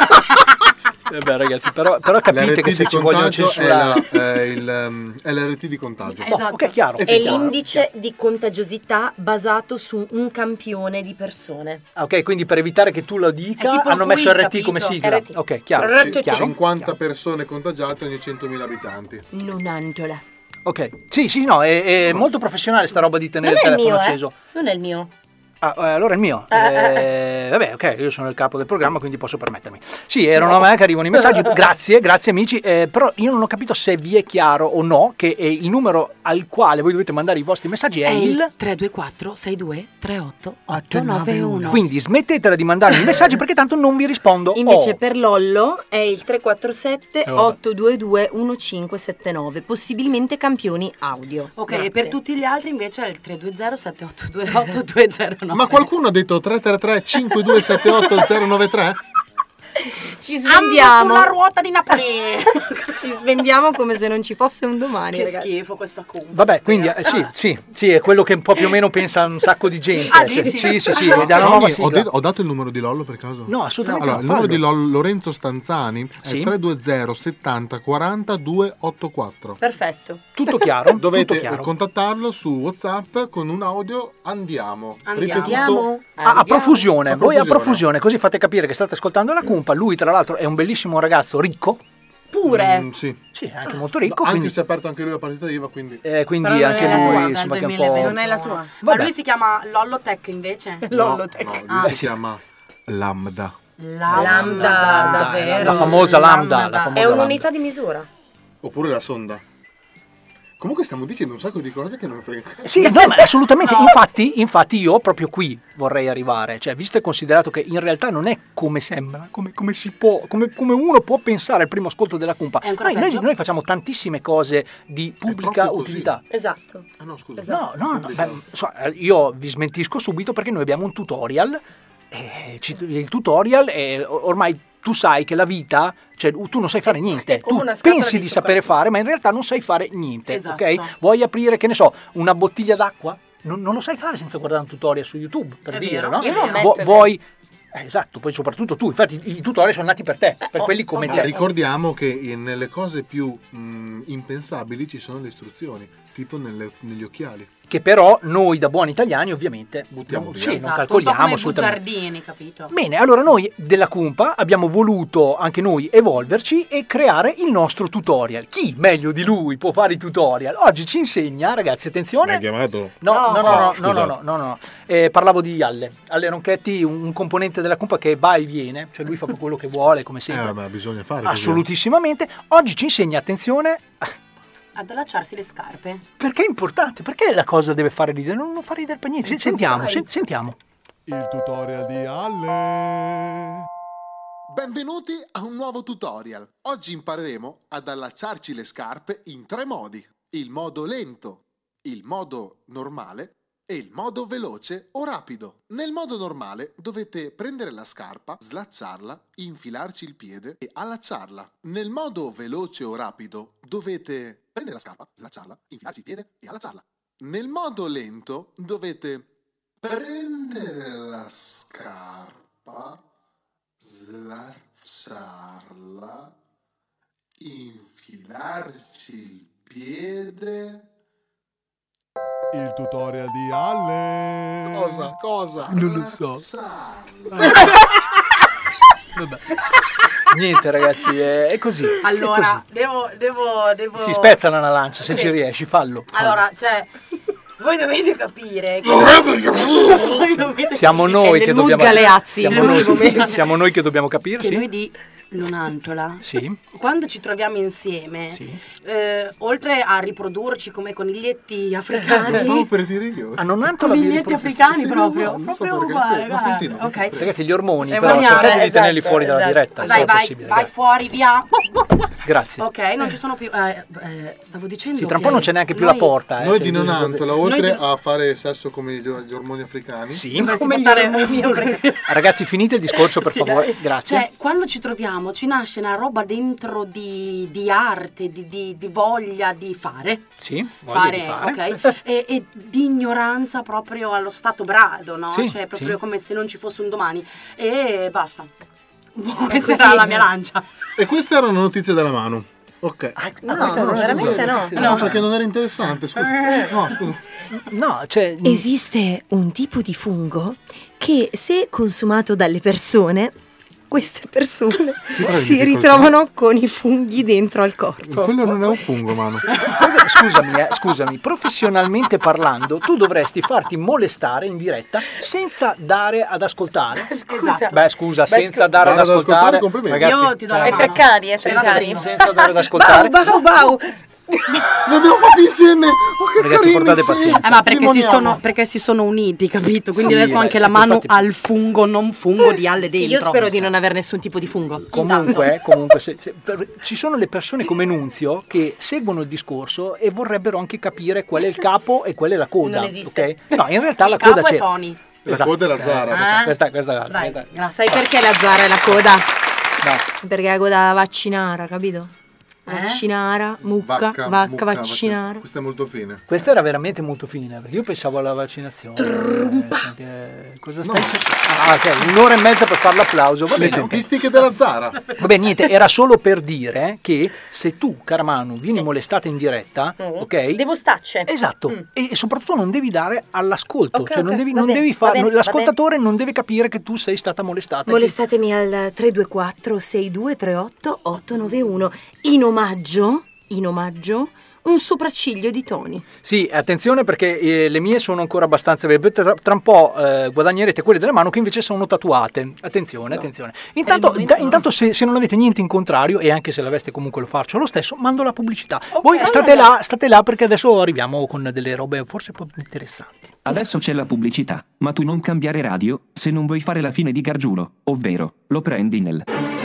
Eh beh, ragazzi, però, però capite L'R T che se di ci vogliono contagio è, censurare... la, è il, um, è l'R T di contagio. No, Esatto. ok, chiaro. È Efficace. l'indice di contagiosità basato su un campione di persone. Ah, ok, quindi per evitare che tu lo È dica tipo hanno qui, messo R T capito? come sigla. R T. Ok, chiaro. R T. chiaro. cinquanta persone contagiate ogni centomila abitanti. Non Angela. Ok, sì, sì, no, è, è molto professionale sta roba di tenere Non il è il telefono mio, eh. acceso. Non è il mio. Ah, eh, allora è il mio. Eh, Eh, vabbè, ok, io sono il capo del programma, quindi posso permettermi. Sì, erano a me che arrivano i messaggi. Grazie, grazie amici. Eh, però io non ho capito se vi è chiaro o no che eh, il numero al quale voi dovete mandare i vostri messaggi è, È il. il tre due quattro sei due tre otto otto nove uno. Quindi smettetela di mandarmi i messaggi perché tanto non vi rispondo. Invece Oh. per Lollo è il tre quattro sette Eh, vabbè. otto due due uno cinque sette nove, possibilmente campioni audio. Ok, Grazie. e per tutti gli altri invece è il tre due zero sette otto due otto due zero nove. Ma qualcuno ha detto tre tre tre cinque due sette otto zero nove tre? Ci svendiamo. sulla ruota di Napoli. Ci svendiamo come se non ci fosse un domani, Che ragazzi. schifo questa cumpa. Vabbè, quindi eh, sì, sì, sì, è quello che un po' più o meno pensa un sacco di gente. Ah, Sì, dici? sì, sì, sì, Ma è una Tony, nuova ho, sigla. detto- ho dato il numero di Lollo per caso? No, assolutamente Allora, no, il numero di fallo. Lollo, Lorenzo Stanzani è Sì. tre due zero settanta quaranta duecentoottantaquattro. Perfetto. Tutto chiaro? Dovete tutto chiaro. contattarlo su WhatsApp con un audio andiamo. Andiamo. Ripetuto, Ah, a profusione, A voi a profusione. profusione, così fate capire che state ascoltando la cumpa. Lui, tra l'altro, è un bellissimo ragazzo ricco. pure. Mm, sì. Sì, anche molto ricco. Anche quindi... se ha aperto anche lui la partita I V A, quindi... Eh, quindi Però anche non è la lui, tua, insomma, dal che è un po'... duemilaventi. Non è la tua. Ma Vabbè. lui si chiama Lollotech invece? No, Lollotech. no, lui Ah. si Eh, sì. chiama Lambda. Lambda, Lambda, davvero. La famosa lambda. La famosa È lambda. un'unità di misura. Oppure la sonda. Comunque stiamo dicendo un sacco di cose che non ne frega. Sì, no, ma assolutamente. Infatti, infatti io proprio qui vorrei arrivare. Cioè, visto e considerato che in realtà non è come sembra, come, come si può, come, come uno può pensare al primo ascolto della Cumpa. ancora Noi, noi, peggio? noi facciamo tantissime cose di pubblica proprio così. utilità. Esatto. Ah no, scusa. Esatto. No, no, no, beh, so, eh, io vi smentisco subito perché noi abbiamo un tutorial. Eh, ci- il tutorial è ormai tu sai che la vita, cioè tu non sai fare niente, è come tu una scatola pensi di di sapere cioccolato. fare, ma in realtà non sai fare niente, Esatto. ok? Vuoi aprire, che ne so, una bottiglia d'acqua? Non, non lo sai fare senza guardare un tutorial su YouTube, per È dire, vero. no? Io non Vu- metto- vuoi eh, esatto, poi soprattutto tu, infatti i, i tutorial sono nati per te, per oh, quelli come Ma te. ricordiamo che in- nelle cose più mh, impensabili ci sono le istruzioni, tipo nelle- negli occhiali. Che però noi da buoni italiani ovviamente buttiamo, Buttiamo sì, via. non Esatto, calcoliamo un po' come i assolutamente. bugiardini, capito? Bene, allora noi della Cumpa abbiamo voluto anche noi evolverci e creare il nostro tutorial. Chi meglio di lui può fare i tutorial? Oggi ci insegna, ragazzi, attenzione. chiamato? No, no, no, no, no, no, scusate. no, no, no. Eh, parlavo di Alle. Alle Ronchetti, un, un componente della Cumpa che va e viene, cioè lui fa quello che vuole, come Eh, sempre. ma bisogna fare così. Assolutissimamente. Oggi ci insegna, attenzione, Ad allacciarsi le scarpe. perché è importante, perché la cosa deve fare ridere, non, non fa ridere per niente. Sentiamo, sen- sentiamo. Il tutorial di Alle. Benvenuti a un nuovo tutorial. Oggi impareremo ad allacciarci le scarpe in tre modi. Il modo lento, il modo normale e il modo veloce o rapido. Nel modo normale dovete prendere la scarpa, slacciarla, infilarci il piede e allacciarla. Nel modo veloce o rapido dovete prendere la scarpa, slacciarla, infilarci il piede e allacciarla. Nel modo lento dovete prendere la scarpa, slacciarla, infilarci il piede. Il tutorial di Alle. Cosa? Cosa? Non lo so. Vabbè. Niente ragazzi, è, è così. è Allora, così. devo, devo, devo... Si spezzano una lancia, se Sì. ci riesci, fallo. fallo. Allora, cioè, voi dovete capire che... Voi dovete- Siamo noi nel che mood dobbiamo Galeazzi, siamo, in noi, questo momento. siamo noi che dobbiamo capire, che sì? noi di Nonantola, Sì. quando ci troviamo insieme, Sì. eh, oltre a riprodurci come coniglietti Lo africani, stavo per dire io. Ah, non Antola coniglietti africani sì, proprio, no, non so proprio perché, uguale, ma guarda. continua, Ok. Ragazzi, gli ormoni, Se però vogliamo, cercate di esatto, tenerli fuori dalla esatto. diretta, se Vai, è vai, possibile. vai dai. fuori, via. Grazie. Ok, non ci sono più... eh, eh, stavo dicendo Sì, tra un che po' non c'è neanche più noi- la porta. Eh, Noi cioè, di Nonantola, oltre Noi di- a fare sesso come gli, gli ormoni africani, Sì. Dovresti Come gli portare ormoni un mio- Ragazzi, finite il discorso per Sì, favore. dai. Grazie. Cioè, quando ci troviamo ci nasce una roba dentro di, di arte, di, di- di voglia di fare. Sì, voglia Fare, di fare. ok? E, e di ignoranza proprio allo stato brado, no? Sì, cioè, proprio sì. come se non ci fosse un domani. E basta. Questa così. era la mia lancia. e queste erano notizie della mano. Ok. Ah, No, questa no, non- veramente no. No, perché non era interessante, scusa. No, scusa. No, cioè... Esiste un tipo di fungo che, se consumato dalle persone, queste persone prendi si che ritrovano con i funghi dentro al corpo. Quello non è un fungo, mano. Scusami, eh, scusami, professionalmente parlando, tu dovresti farti molestare in diretta senza dare ad ascoltare. Esatto. Beh, scusa, Beh, senza scu- dare ad Dare ad ascoltare, ascoltare. complimenti. Ragazzi, Io ti do la È mano. tre cani, è tre Senza- cani. senza dare ad ascoltare. Bau, bau, bau. Li abbiamo fatti insieme. Oh, che Ragazzi, carini, portate sì. pazienza. Eh, ma perché si, Limoniamo. sono, perché si sono uniti, capito? Quindi Sì, adesso beh, anche la infatti- mano al fungo, non fungo di alle dentro. Io spero di non avere nessun tipo di fungo. Comunque, comunque se- se- per- ci sono le persone come Nunzio che seguono il discorso e vorrebbero anche capire qual è il capo e qual è la coda. Non esiste. Ok? No, in realtà Il la capo coda è c'è. Tony. La Esatto. coda è la Zara. Ah. Questa, questa, Dai, questa. grazie. Sai perché la Zara è la coda? No. Perché è la coda vaccinara, capito? Vaccinara, mucca, vacca, vacca mucca, vaccinara. Questa è molto fine. Questa era veramente molto fine, perché io pensavo alla vaccinazione. Eh, cosa stai cercando? Ah, ok, un'ora e mezza per fare l'applauso. Va Le bene, tempistiche okay. della Zara. Vabbè, niente, era solo per dire che se tu, cara Manu, vieni molestata in diretta, mm. ok? Devo stacce. Esatto, mm. e, e soprattudito non devi dare all'ascolto, Okay, cioè okay, non devi, va non bene, devi va fare, bene, l'ascoltatore non deve capire che tu sei stata molestata. Molestatemi al tre due quattro sei due tre otto otto nove uno in omaggio, in omaggio, un sopracciglio di Tony. Sì, attenzione perché eh, le mie sono ancora abbastanza tra, tra un po' eh, guadagnerete quelle della mano che invece sono tatuate. Attenzione, no. attenzione. Intanto, da, no. intanto se, se non avete niente in contrario, e anche se l'aveste comunque lo faccio lo stesso, mando la pubblicità. Okay. Voi state là, state là perché adesso arriviamo con delle robe forse più interessanti. Adesso c'è la pubblicità, ma tu non cambiare radio, se non vuoi fare la fine di Gargiulo, ovvero, lo prendi nel...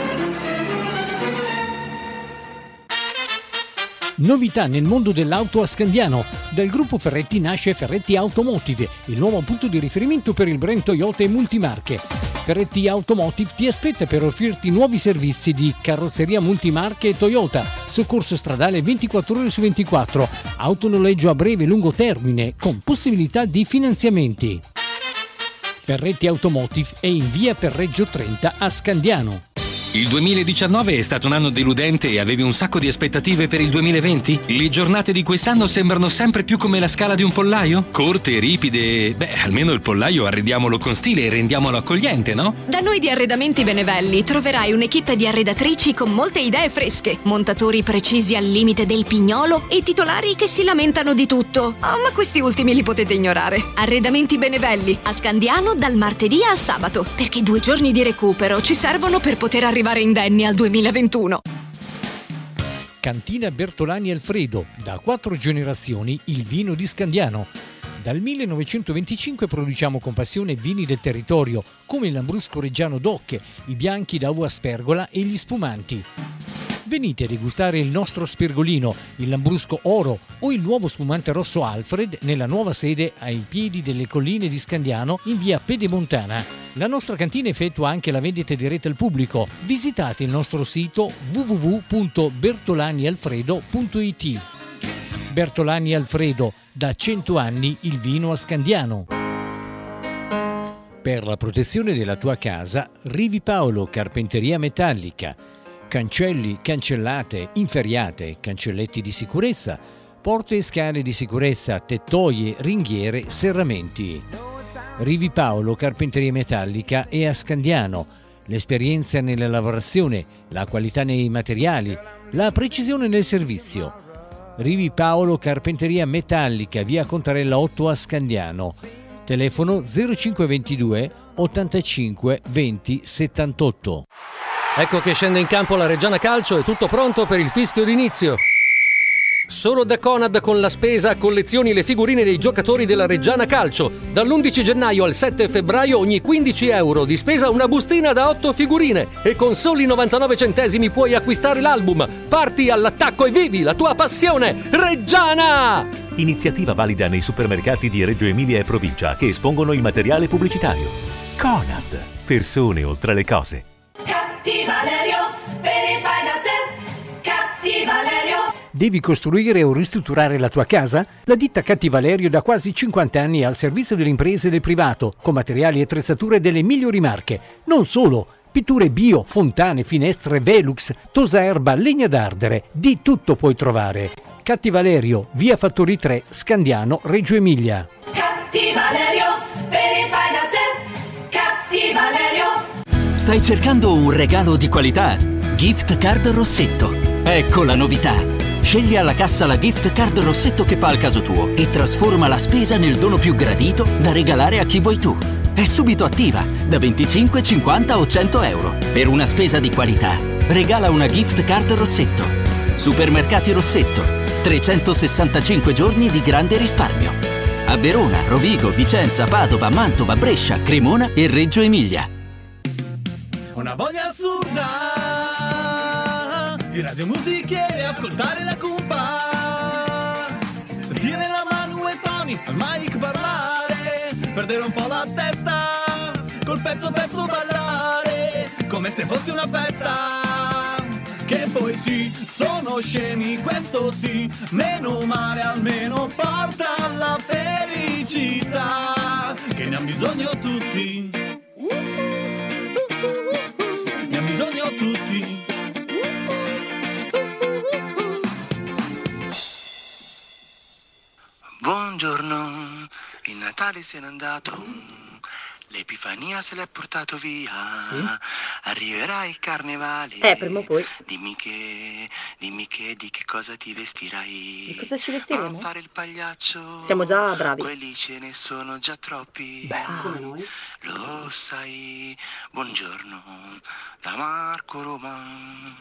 Novità nel mondo dell'auto a Scandiano. Dal gruppo Ferretti nasce Ferretti Automotive, il nuovo punto di riferimento per il brand Toyota e multimarche. Ferretti Automotive ti aspetta per offrirti nuovi servizi di carrozzeria multimarche e Toyota, soccorso stradale ventiquattro ore su ventiquattro, autonoleggio a breve e lungo termine con possibilità di finanziamenti. Ferretti Automotive è in via per Reggio trenta a Scandiano. Il duemiladiciannove è stato un anno deludente e avevi un sacco di aspettative per il duemilaventi? Le giornate di quest'anno sembrano sempre più come la scala di un pollaio? Corte, ripide... Beh, almeno il pollaio arrediamolo con stile e rendiamolo accogliente, no? Da noi di Arredamenti Benevelli troverai un'equipe di arredatrici con molte idee fresche, montatori precisi al limite del pignolo e titolari che si lamentano di tutto. Oh, ma questi ultimi li potete ignorare. Arredamenti Benevelli, a Scandiano dal martedì al sabato, perché due giorni di recupero ci servono per poter arrivare indenni al duemilaventuno. Cantina Bertolani Alfredo, da quattro generazioni il vino di Scandiano. Dal millenovecentoventicinque produciamo con passione vini del territorio, come il Lambrusco Reggiano d'Ocche, i bianchi da uva spergola e gli spumanti. Venite a degustare il nostro spergolino, il Lambrusco Oro o il nuovo spumante rosso Alfred nella nuova sede ai piedi delle colline di Scandiano in via Pedemontana. La nostra cantina effettua anche la vendita diretta al pubblico. Visitate il nostro sito w w w punto bertolani alfredo punto i t. Bertolani Alfredo, da cento anni il vino a Scandiano. Per la protezione della tua casa, Rivi Paolo Carpenteria Metallica. Cancelli, cancellate, inferriate, cancelletti di sicurezza, porte e scale di sicurezza, tettoie, ringhiere, serramenti. Rivi Paolo Carpenteria Metallica è a Scandiano. L'esperienza nella lavorazione, la qualità nei materiali, la precisione nel servizio. Rivi Paolo Carpenteria Metallica, via Contarella otto a Scandiano. Telefono zero cinque ventidue ottantacinque venti settantotto. Ecco che scende in campo la Reggiana Calcio e tutto pronto per il fischio d'inizio. Solo da Conad con la spesa collezioni le figurine dei giocatori della Reggiana Calcio. Dall'undici gennaio al sette febbraio ogni quindici euro di spesa una bustina da otto figurine e con soli novantanove centesimi puoi acquistare l'album. Parti all'attacco e vivi la tua passione Reggiana! Iniziativa valida nei supermercati di Reggio Emilia e provincia che espongono il materiale pubblicitario. Conad. Persone oltre le cose. Cattiverio, verifai da te. Cattiverio. Devi costruire o ristrutturare la tua casa? La ditta Cattivalerio da quasi cinquanta anni è al servizio delle imprese e del privato, con materiali e attrezzature delle migliori marche. Non solo, pitture bio, fontane, finestre, Velux, tosaerba, legna d'ardere, di tutto puoi trovare. Cattivalerio, via Fattori tre, Scandiano, Reggio Emilia. Cattiverio, verifai da te. Cattiverio. Stai cercando un regalo di qualità? Gift Card Rossetto. Ecco la novità. Scegli alla cassa la gift card Rossetto che fa al caso tuo e trasforma la spesa nel dono più gradito da regalare a chi vuoi tu. È subito attiva, da venticinque, cinquanta o cento euro. Per una spesa di qualità, regala una gift card Rossetto. Supermercati Rossetto, trecentosessantacinque giorni di grande risparmio. A Verona, Rovigo, Vicenza, Padova, Mantova, Brescia, Cremona e Reggio Emilia. Una voglia assurda di Radio Musichiere, ascoltare la cumpa, sentire la Manu e Tony al mic parlare, perdere un po' la testa, col pezzo pezzo ballare, come se fosse una festa, che poi sì, sono scemi, questo sì, meno male almeno porta alla felicità, che ne han bisogno tutti, ne han bisogno tutti. Buongiorno, il Natale se n'è andato, l'Epifania se l'è portato via, sì? Arriverà il Carnevale. Eh, prima o poi. Dimmi che, dimmi che, di che cosa ti vestirai. Di cosa ci vestiremo? A fare il pagliaccio. Siamo già bravi. Quelli ce ne sono già troppi. Beh, come noi. Lo sai. Buongiorno, da Marco Roma.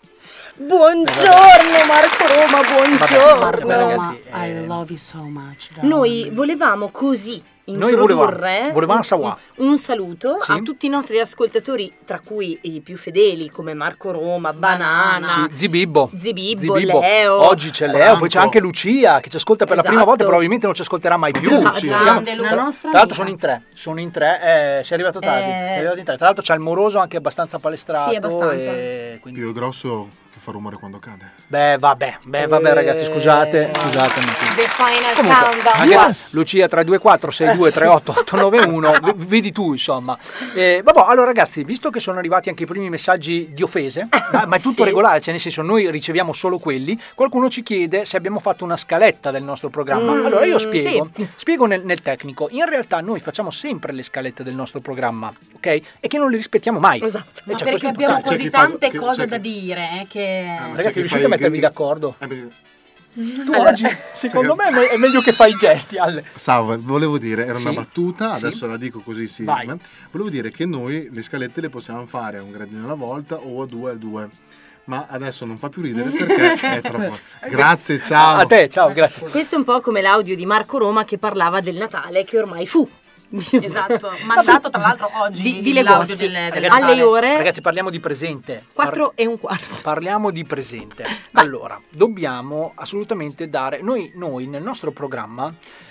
Buongiorno Marco Roma, buongiorno. Marco Roma, I love you so much. Noi volevamo così Noi introdurre volevamo, volevamo un, un saluto Sì. a tutti i nostri ascoltatori, tra cui i più fedeli come Marco Roma, Banana, Sì, Zibibbo. Zibibbo, Leo. Oggi c'è Leo, poi c'è anche Lucia che ci ascolta per la prima Esatto. volta, probabilmente non ci ascolterà mai più. Esatto. Sì, Grande tra, Luca. La nostra tra l'altro amica. sono in tre, sono in tre, eh, sei arrivato tardi, Eh. sei arrivato in tre. Tra l'altro c'è il Moroso anche abbastanza palestrato. Sì, abbastanza. E quindi... Più grosso che fa rumore quando cade. Beh, vabbè, beh, vabbè ragazzi, scusate, scusatemi. The final Comunque, countdown. anche la- Lucia tre due quattro sei due tre otto otto nove uno, v- vedi tu insomma. Eh, vabbè, allora ragazzi, visto che sono arrivati anche i primi messaggi di offese, ma, ma è tutto Sì. regolare, cioè nel senso noi riceviamo solo quelli, qualcuno ci chiede se abbiamo fatto una scaletta del nostro programma. Mm, allora io spiego, sì. spiego nel, nel tecnico, in realtà noi facciamo sempre le scalette del nostro programma, ok? E che non le rispettiamo mai. Esatto. E Ma c'è perché questo abbiamo importante. così C'è chi fa- tante che- cose c'è da chi- dire eh, che... Ragazzi, chi riuscite fa a i- mettervi i- d'accordo? Eh, beh, Tu oggi, secondo me, è me- è meglio che fai i gesti, Alle. Salve, volevo dire, era Sì? una battuta, Sì? adesso la dico così sì. Vai. ma Volevo dire che noi le scalette le possiamo fare a un gradino alla volta o a due a due. Ma adesso non fa più ridere perché è troppo. Grazie, ciao. A te, ciao, grazie. Questo è un po' come l'audio di Marco Roma che parlava del Natale che ormai fu. Esatto, mandato tra l'altro oggi Di- di l'audio Legossi. del, del Ragazzi, alle ore Ragazzi, parliamo di presente. quattro e un quarto. Parliamo di presente. Allora, dobbiamo assolutamente dare. Noi, noi nel nostro programma,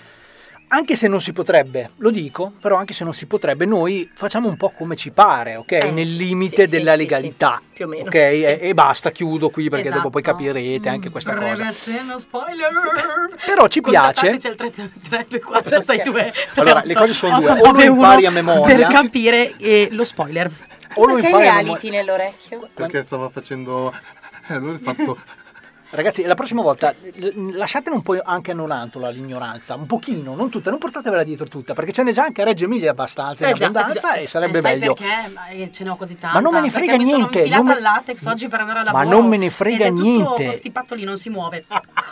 anche se non si potrebbe, lo dico, però anche se non si potrebbe, noi facciamo un po' come ci pare, ok? Eh, Nel sì, limite sì, della sì, sì, legalità. sì, più o meno, Ok? sì. E, e basta, chiudo qui perché Esatto. dopo poi capirete anche questa cosa. Breve accenno, spoiler. Però ci piace. Contattateci al tre due quattro sei due. Allora, le cose sono due. O lo impari a memoria. Per capire eh, lo spoiler. O lo Perché impari a reality memoria. nell'orecchio? Perché stava facendo. Eh, lui ha fatto. Ragazzi, la prossima volta l- lasciatene un po' anche a Nonantola l'ignoranza, un pochino, non tutta, non portatevela dietro tutta, perché ce n'è già anche a Reggio Emilia abbastanza in Eh già, abbondanza eh già. e sarebbe Eh, sai meglio. perché? Ma, eh, ce ne ho così tanta. Ma non me ne frega perché niente, Mi sono infilata non me- al latex oggi per andare a Ma lavoro. non me ne frega ed è tutto niente. costipato lì, non si muove.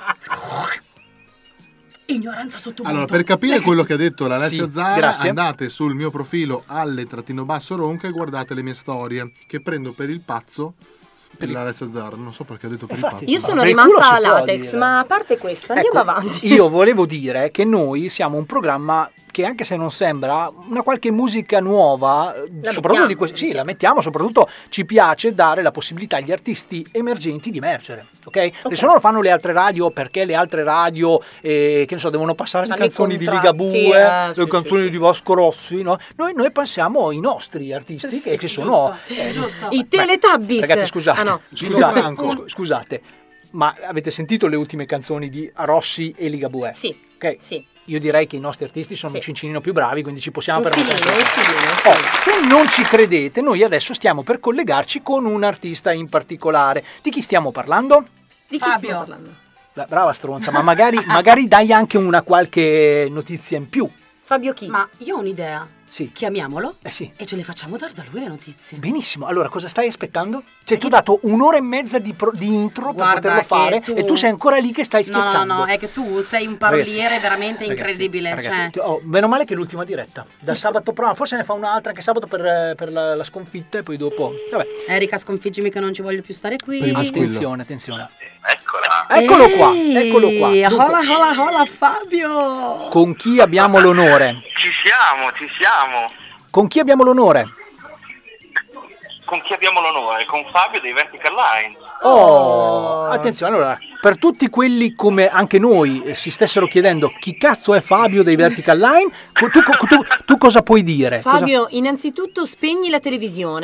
Ignoranza sottovuto. Allora, per capire quello che ha detto l'Alessia Sì, Zara, grazie. andate sul mio profilo alle-ronca e guardate le mie storie, che prendo per il pazzo per l'Alessia Zara. Non so perché ha detto per il Infatti, pazzo. Io sono Per il culo rimasta si a può latex, dire. ma a parte questo, andiamo Ecco, avanti. Io volevo dire che noi siamo un programma che anche se non sembra una qualche musica nuova, La soprattutto mettiamo, di questo, sì, la mettiamo, soprattutto ci piace dare la possibilità agli artisti emergenti di emergere, ok? Perché se no lo fanno le altre radio perché le altre radio, eh, che ne so, devono passare le C'hanno i canzoni di contratti, Ligabue, eh, le sì, canzoni sì, di Vasco Rossi, no? Noi, noi passiamo i nostri artisti che, che sono... eh, I Teletubbies. Ragazzi, scusate, Ah, no. scusate, Franco. scu- scusate, ma avete sentito le ultime canzoni di Rossi e Ligabue? Sì, Ok. sì. Io direi che i nostri artisti sono Sì. un cincinino più bravi, quindi ci possiamo Un permettere. filino, un filino, un Oh, filino. se non ci credete, noi adesso stiamo per collegarci con un artista in particolare. Di chi stiamo parlando? Di chi Fabio. stiamo parlando? Beh, brava stronza, ma magari, magari dai anche una qualche notizia in più. Fabio chi? Ma io ho un'idea. Sì. Chiamiamolo Eh sì. e ce le facciamo dare da lui le notizie. Benissimo, allora cosa stai aspettando? Cioè tu hai dato un'ora e mezza di, pro- di intro Guarda per poterlo che fare tu- e tu sei ancora lì che stai No, no, scherzando. no, è che tu sei un paroliere Ragazzi, veramente ragazzi, incredibile. ragazzi, cioè. oh, meno male che è l'ultima diretta. Dal sabato prossimo, forse ne fa un'altra anche sabato per, per la, la sconfitta e poi dopo. Vabbè, Erika, sconfiggimi che non ci voglio più stare qui. Prima squillo. attenzione, attenzione. Eccola. Eccolo qua, Ehi, eccolo qua. Dunque, Hola, hola, hola Fabio. con chi abbiamo l'onore? Ci siamo, ci siamo. Con chi abbiamo l'onore? Con chi abbiamo l'onore? Con Fabio dei Vertical Line. Oh, attenzione, allora, per tutti quelli come anche noi eh, si stessero chiedendo chi cazzo è Fabio dei Vertical Line, tu, tu- tu- tu cosa puoi dire? Cosa- Fabio, innanzitutto spegni la televisione.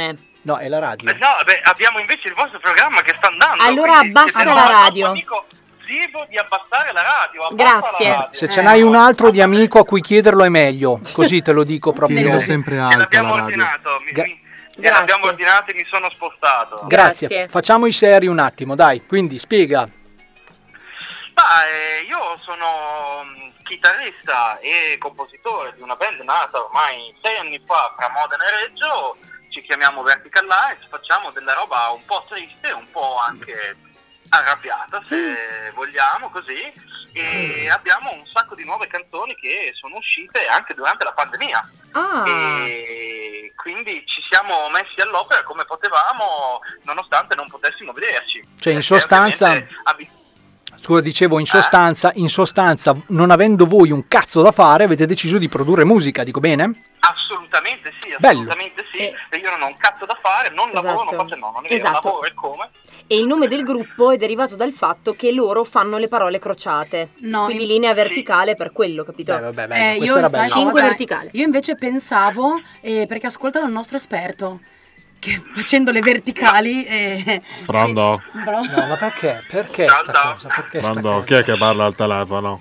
No, è la radio. Eh, no, beh, abbiamo invece il vostro programma che sta andando. Allora quindi abbassa chiediamo la al nostro radio. amico Zivo di abbassare la radio. abbassa Grazie. la radio. Se ce n'hai un altro di amico a cui chiederlo è meglio, così te lo dico proprio. Tienilo sempre alta L'abbiamo la radio. ordinato, mi, Gra- mi, gliel'abbiamo ordinato e mi sono spostato. Grazie. Grazie. Facciamo i seri un attimo, dai. Quindi spiega. Ma eh, io sono mm, chitarrista e compositore di una band nata ormai sei anni fa fra Modena e Reggio. Ci chiamiamo Vertical Lights, facciamo della roba un po' triste, un po' anche arrabbiata se vogliamo così, e abbiamo un sacco di nuove canzoni che sono uscite anche durante la pandemia. Ah. E quindi ci siamo messi all'opera come potevamo, nonostante non potessimo vederci. Cioè, in Perché sostanza, ovviamente abi- scusa, dicevo, in sostanza, in sostanza, non avendo voi un cazzo da fare, avete deciso di produrre musica, dico bene? assolutamente sì, Bello. assolutamente sì, e io non ho un cazzo da fare, non lavoro, Esatto. non faccio, no, non è vero, Esatto. lavoro e come. E il nome del gruppo è derivato dal fatto che loro fanno le parole crociate. No, quindi in- linea verticale per quello, capito? Beh, vabbè, Eh, io, sai Cinque cosa? verticali. Io invece pensavo, eh, perché ascoltano il nostro esperto, che facendo le verticali... Eh, Pronto? sì, bro- No, ma perché? Perché sta cosa? Perché sta Pronto? cosa? Chi è che parla al telefono?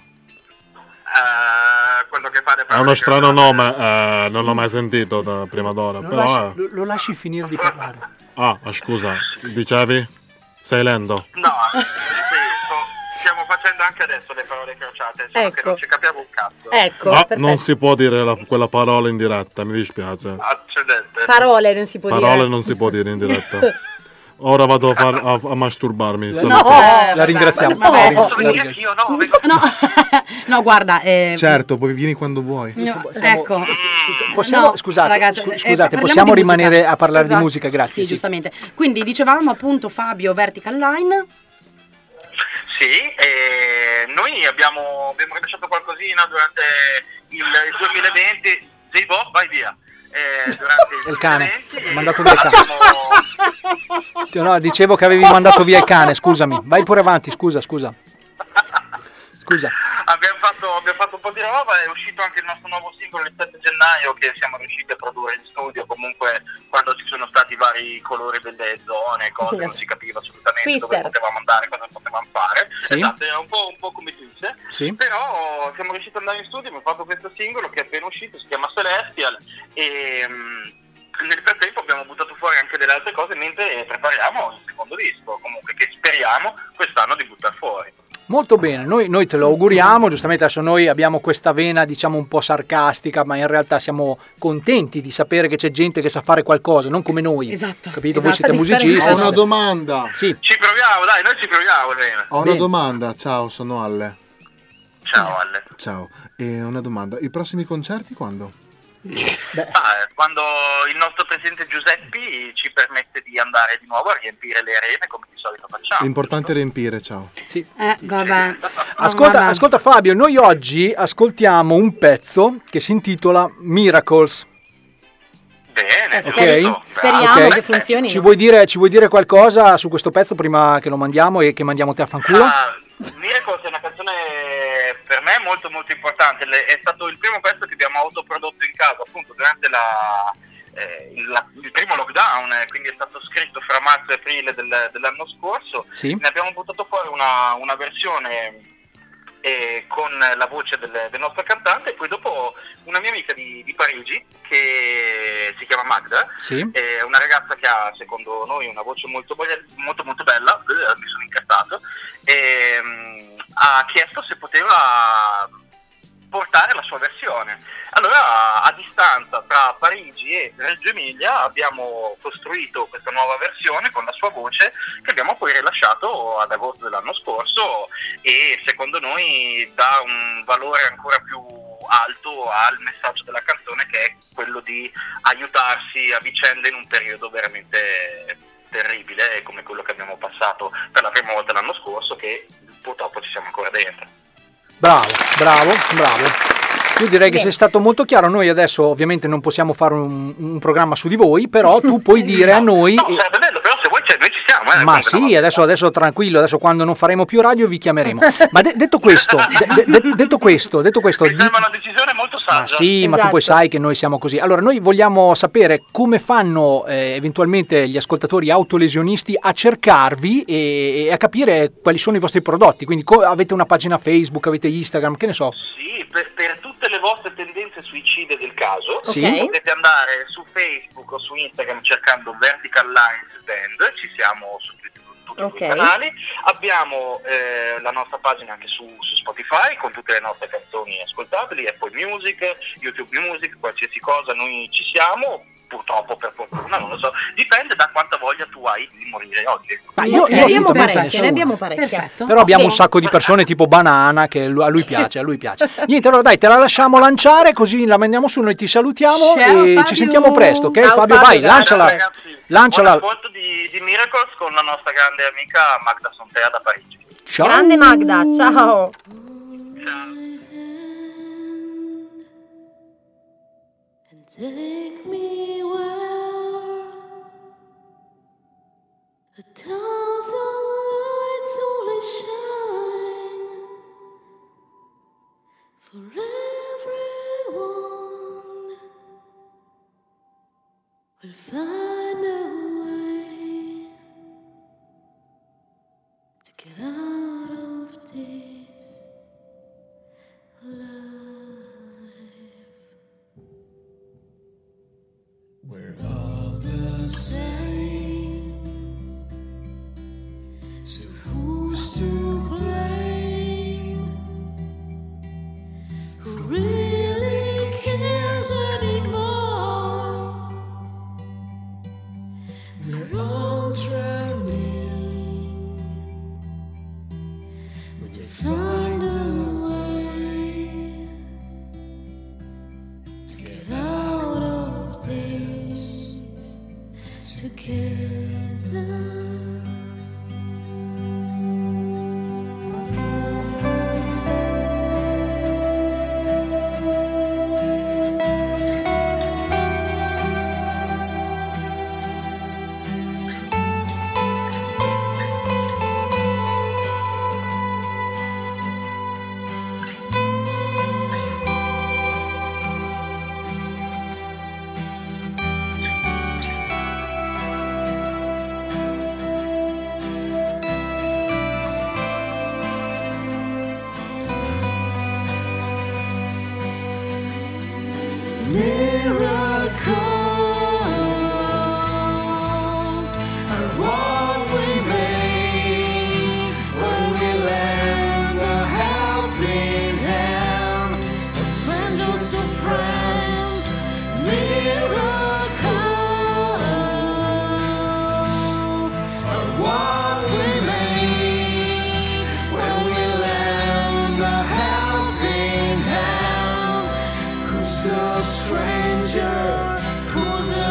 Eh, quello che fa le È uno strano nome, eh, non l'ho mai sentito da prima d'ora, Lo però lasci, eh. lo- lo lasci finire di parlare. Ah, scusa, dicevi? Sei lento? No, sì, sto- stiamo facendo anche adesso le parole crociate, solo che Ecco. non ci capiamo un cazzo. Ecco, Ah, perfetto. non si può dire la- quella parola in diretta, mi dispiace. Accedente. Parole non si può Parole dire. non si può dire in diretta. Ora vado a, far, a, a masturbarmi. No, saluto. la ringraziamo. Vabbè, La ring- posso la venire ringraziamo. anch'io? No, vengo- no, no, guarda... eh, Certo, poi vieni quando vuoi. no, Siamo- ecco. Possiamo, No, scusate, ragazzi, scu- eh, scusate, parliamo possiamo di musica. rimanere a parlare Esatto. di musica, grazie. Sì, giustamente. Quindi dicevamo appunto Fabio Vertical Line. Sì, e noi abbiamo, abbiamo rilasciato qualcosina durante il, il duemilaventi. Zibo, vai via. Eh, durante il Il cane, duemilaventi ho mandato via il cane. abbiamo- Ti- No, dicevo che avevi mandato via il cane, scusami. Vai pure avanti, scusa, scusa. Scusa. Abbiamo fatto, abbiamo fatto un po' di roba, è uscito anche il nostro nuovo singolo il sette gennaio che siamo riusciti a produrre in studio, comunque quando ci sono stati i vari colori delle zone, cose, non si capiva assolutamente dove Twister. potevamo andare, cosa potevamo fare. Sì. Esatto, è un po', un po' come dice. Sì. Però siamo riusciti ad andare in studio, abbiamo fatto questo singolo che è appena uscito, si chiama Celestial e mm, nel frattempo abbiamo buttato fuori anche delle altre cose mentre prepariamo il secondo disco, comunque che speriamo quest'anno di buttare fuori. Molto bene, noi, noi te lo auguriamo, giustamente adesso noi abbiamo questa vena diciamo un po' sarcastica, ma in realtà siamo contenti di sapere che c'è gente che sa fare qualcosa, non come noi. Esatto. Capito? esatto. Voi siete musicisti. Ho una domanda. Sì. Ci proviamo, dai, noi ci proviamo, bene. Ho una Bene. domanda. Ciao, sono Alle. Ciao Ale. Ciao. E una domanda. I prossimi concerti quando? Ah, eh, quando il nostro presidente Giuseppi ci permette di andare di nuovo a riempire le arene come di solito facciamo. L'importante è riempire, ciao. Sì. Eh, vabbè. Ascolta, Vabbè. ascolta Fabio, noi oggi ascoltiamo un pezzo che si intitola Miracles. Bene, Ok? giusto. Speriamo Ok. che funzioni. Ci vuoi, dire, ci vuoi dire qualcosa su questo pezzo prima che lo mandiamo e che mandiamo te a fanculo? Ah, Miracles è una canzone per me molto molto importante, Le- è stato il primo pezzo che abbiamo autoprodotto in casa appunto durante la, eh, il, la- il primo lockdown, eh, quindi è stato scritto fra marzo e aprile del- dell'anno scorso. Sì. Ne abbiamo buttato fuori una, una versione eh, con la voce del, del nostro cantante e poi dopo una mia amica di, di Parigi che si chiama Magda, Sì. è una ragazza che ha secondo noi una voce molto, be- molto, molto bella, eh, mi sono incartato, e mm, ha chiesto se poteva portare la sua versione. Allora a distanza tra Parigi e Reggio Emilia abbiamo costruito questa nuova versione con la sua voce che abbiamo poi rilasciato ad agosto dell'anno scorso e secondo noi dà un valore ancora più alto al messaggio della canzone che è quello di aiutarsi a vicenda in un periodo veramente terribile come quello che abbiamo passato per la prima volta l'anno scorso che purtroppo ci siamo ancora dentro. Bravo, bravo, bravo. Io direi che Bene. sei stato molto chiaro. Noi adesso ovviamente non possiamo fare un, un programma su di voi, però tu puoi dire a noi... No, sarebbe bello, però se vuoi c'è, noi ci siamo. Eh, Ma comunque, sì, no. adesso, adesso tranquillo, adesso quando non faremo più radio vi chiameremo. Ma de- detto questo, de- de- detto questo, detto questo, Mi di- sembra una decisione molto messaggio. Ma sì, Esatto. ma tu poi sai che noi siamo così. Allora, noi vogliamo sapere come fanno eh, eventualmente gli ascoltatori autolesionisti a cercarvi e, e a capire quali sono i vostri prodotti. Quindi co- avete una pagina Facebook, avete Instagram, che ne so. Sì, per, per tutte le vostre tendenze suicide del caso, Sì. potete andare su Facebook o su Instagram cercando Vertical Lines Band, ci siamo su tutti, tutti Ok. i canali. Abbiamo eh, la nostra pagina anche su, su Spotify con tutte le nostre canzoni ascoltabili, Apple Music, YouTube Music, qualsiasi cosa, noi ci siamo. Purtroppo, per fortuna, non lo so, dipende da quanta voglia tu hai di morire oggi. Ma io, Ok, io ne abbiamo assolutamente parecchie, nessuno. ne abbiamo parecchie. Perfetto. Però abbiamo Ok. un sacco di persone tipo Banana che lu- a lui piace, a lui piace. Niente, allora dai, te la lasciamo lanciare così la mandiamo su, noi ti salutiamo Ciao, e Fabio. ci sentiamo presto, ok? Ciao, Fabio, Fabio, vai, grazie. lanciala. Ragazzi, Lanciala. buon ascolto di, di Miracles con la nostra grande amica Magda Sontea da Parigi. Ciao. Grande Magda, ciao. Take me where a thousand lights only shine for everyone will find a way to get out of this life. We're all the same, so who's to blame? Who really cares anymore? We're all drowning, But to find a way to get out of this together. miracles are what we make when we lend a helping hand from strangers to friends. Miracles are what we make when we lend a helping hand. Who's the stranger? Who's the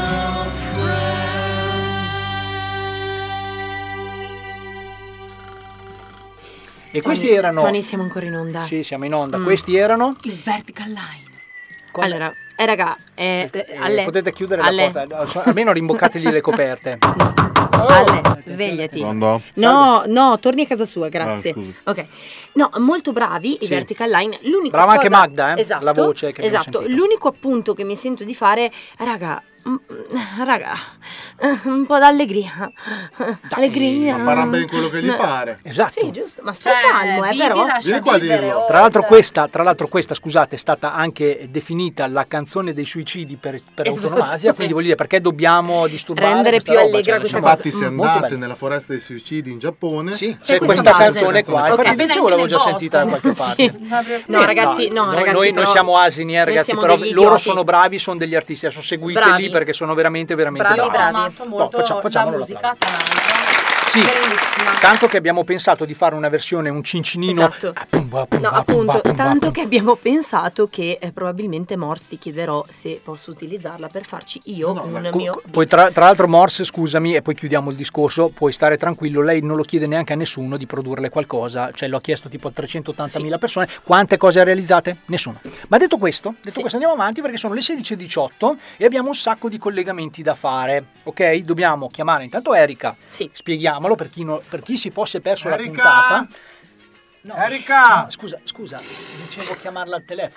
E questi Tony, erano... Tony, siamo ancora in onda. Sì, siamo in onda. Mm. Questi erano... Il vertical line. Allora, eh, raga, eh, eh, Eh, alle, potete chiudere alle, la porta, cioè, almeno rimboccategli le coperte. alle, svegliati. Pronto? No, no, torni a casa sua, grazie. Ah, scusi. ok. No, molto bravi i Sì. Vertical Line. L'unica Brava anche cosa- Magda, eh? Esatto, La voce che abbiamo esatto. sentito. L'unico appunto che mi sento di fare, raga, mm, raga, eh, un po' d'allegria. Allegria. Ma farà ben quello che gli No. pare. Esatto. Sì, giusto, ma stai Cioè, calmo, eh, vivi, però. lascia Vieni qua a vivere, dirlo. oh, Tra l'altro, cioè. questa, tra l'altro questa, scusate, è stata anche definita la canzone dei suicidi per, per Esatto, autonomasia, sì. quindi voglio dire, perché dobbiamo disturbare Rendere questa più roba? allegra Cioè, questa lasciamo- Infatti si è Molto andati bello. nella foresta dei suicidi in Giappone. Sì, C'è c'è questa questa base. canzone qua. Ok. Infatti invece volevo già Nel sentita da qualche bosco. parte. Sì. No, ragazzi, no, noi, ragazzi, noi, noi però- siamo asini, eh, noi ragazzi, siamo però degli loro idioti. sono bravi, sono degli artisti. Adesso seguiteli Bravi. perché sono veramente, veramente Bravi, bravi. Ho bravi. amato molto faccia- la facciamolo musica, l'applauso. tra l'altro. Sì, Bellissima. tanto che abbiamo pensato di fare una versione, un cincinino. Esatto. Ah, pumba, pumba, No, appunto, pumba, pumba, tanto pumba. che abbiamo pensato che eh, probabilmente Morse ti chiederò se posso utilizzarla per farci io No, un ma Cu- mio... Poi tra, tra l'altro Morse, scusami, e poi chiudiamo il discorso, puoi stare tranquillo, lei non lo chiede neanche a nessuno di produrle qualcosa, cioè l'ho chiesto tipo a trecentottantamila persone, quante cose ha realizzate? Nessuno. Ma detto questo, detto Sì. questo andiamo avanti perché sono le sedici e diciotto e abbiamo un sacco di collegamenti da fare, ok? Dobbiamo chiamare intanto Erika, Sì. spieghiamolo per chi, no- per chi si fosse perso Erika! la puntata. No, Erika! no, scusa, scusa, dicevo chiamarla al telefono.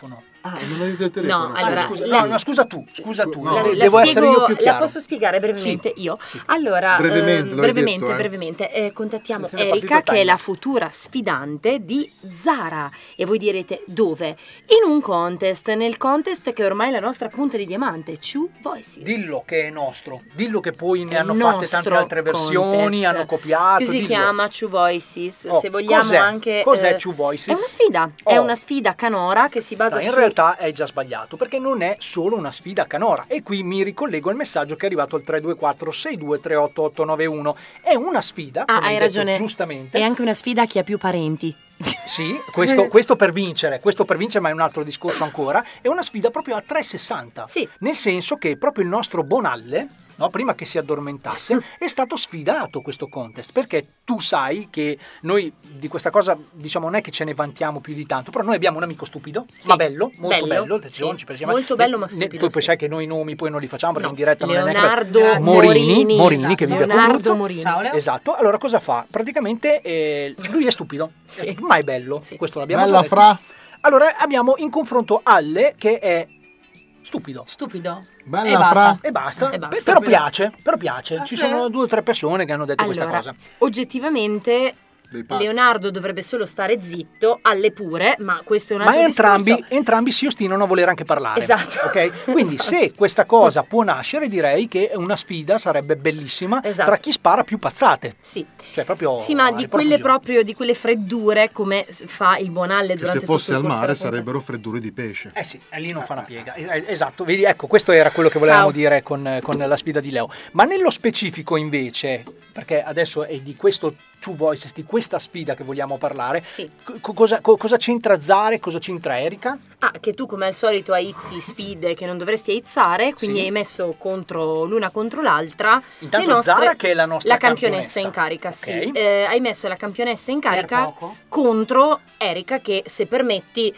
Ah, non hai detto il telefono. No, allora, scusa, la- no, no, scusa tu, scusa tu. La, de- la devo spiego- essere io più la chiaro. posso spiegare brevemente Sì, io? sì. Allora, Brevemente, ehm, lo hai brevemente, detto, eh. brevemente, eh, contattiamo Attenzione, Erika, partito che è timer. la futura sfidante di Zara. E voi direte dove? In un contest, nel contest che è ormai la nostra punta di diamante, Two Voices. Dillo che è nostro, dillo che poi ne È hanno il fatte tante nostro altre versioni, contest, hanno copiato. che si dillo. chiama Two Voices. Oh, Se vogliamo cos'è? anche. Cos'è eh, Two Voices? È una sfida, è Oh. una sfida canora che si basa No, in su. realtà è già sbagliato, perché non è solo una sfida canora. E qui mi ricollego al messaggio che è arrivato al tre due quattro sei due tre otto otto nove uno. È una sfida, Ah, come hai detto ragione. giustamente. È anche una sfida a chi ha più parenti. Sì, questo, questo per vincere, questo per vincere, ma è un altro discorso ancora. È una sfida proprio a trecentosessanta. Sì. Nel senso che proprio il nostro Bonalle, no, prima che si addormentasse, è stato sfidato questo contest. Perché tu sai che noi di questa cosa, diciamo, non è che ce ne vantiamo più di tanto, però noi abbiamo un amico stupido, Sì. ma bello, molto Bello, bello. attenzione, sì. ci pensiamo. Molto bello, ma Ne- stupido, Poi, poi sì. sai che noi i nomi poi non li facciamo perché No. in diretta non è neanche Leonardo Morini, Morini, Morini che esatto. vive a Leonardo Costruzzo. Morini. Ciao, Leo. Esatto, allora cosa fa? Praticamente eh, lui è stupido, Sì. ma è bello, questo l'abbiamo Bella già detto. fra. Allora abbiamo in confronto Alle che è stupido. Stupido. Bella E basta. fra. E basta, E basta. Pe- però piace, però piace. Ah, Ci sì? sono due o tre persone che hanno detto questa Allora, cosa. oggettivamente Dei pazzi. Leonardo dovrebbe solo stare zitto, alle pure, ma questo è un Ma altro entrambi, discorso. entrambi si ostinano a voler anche parlare. Esatto. Ok? Quindi Esatto. se questa cosa può nascere, direi che una sfida sarebbe bellissima Esatto. tra chi spara più pazzate. Sì. Cioè proprio Sì, ma a di riprofusione. quelle proprio, di quelle freddure come fa il Bonalle Che durante se fosse tutto al il corso mare della puntata. sarebbero freddure di pesce. Eh sì, e lì non fa una piega. Eh, Esatto, vedi, ecco, questo era quello che volevamo Ciao. dire con, con la sfida di Leo. Ma nello specifico invece, perché adesso è di questo Two Voices, di questa sfida che vogliamo parlare, Sì. co- cosa, co- cosa c'entra Zara, cosa c'entra Erika? Ah, che tu come al solito aizzi sfide che non dovresti aizzare, quindi Sì. hai messo contro l'una contro l'altra. Intanto le nostre- Zara che è la nostra campionessa campionessa. in carica, Ok. sì. Eh, hai messo la campionessa in Per carica poco. contro Erika che, se permetti,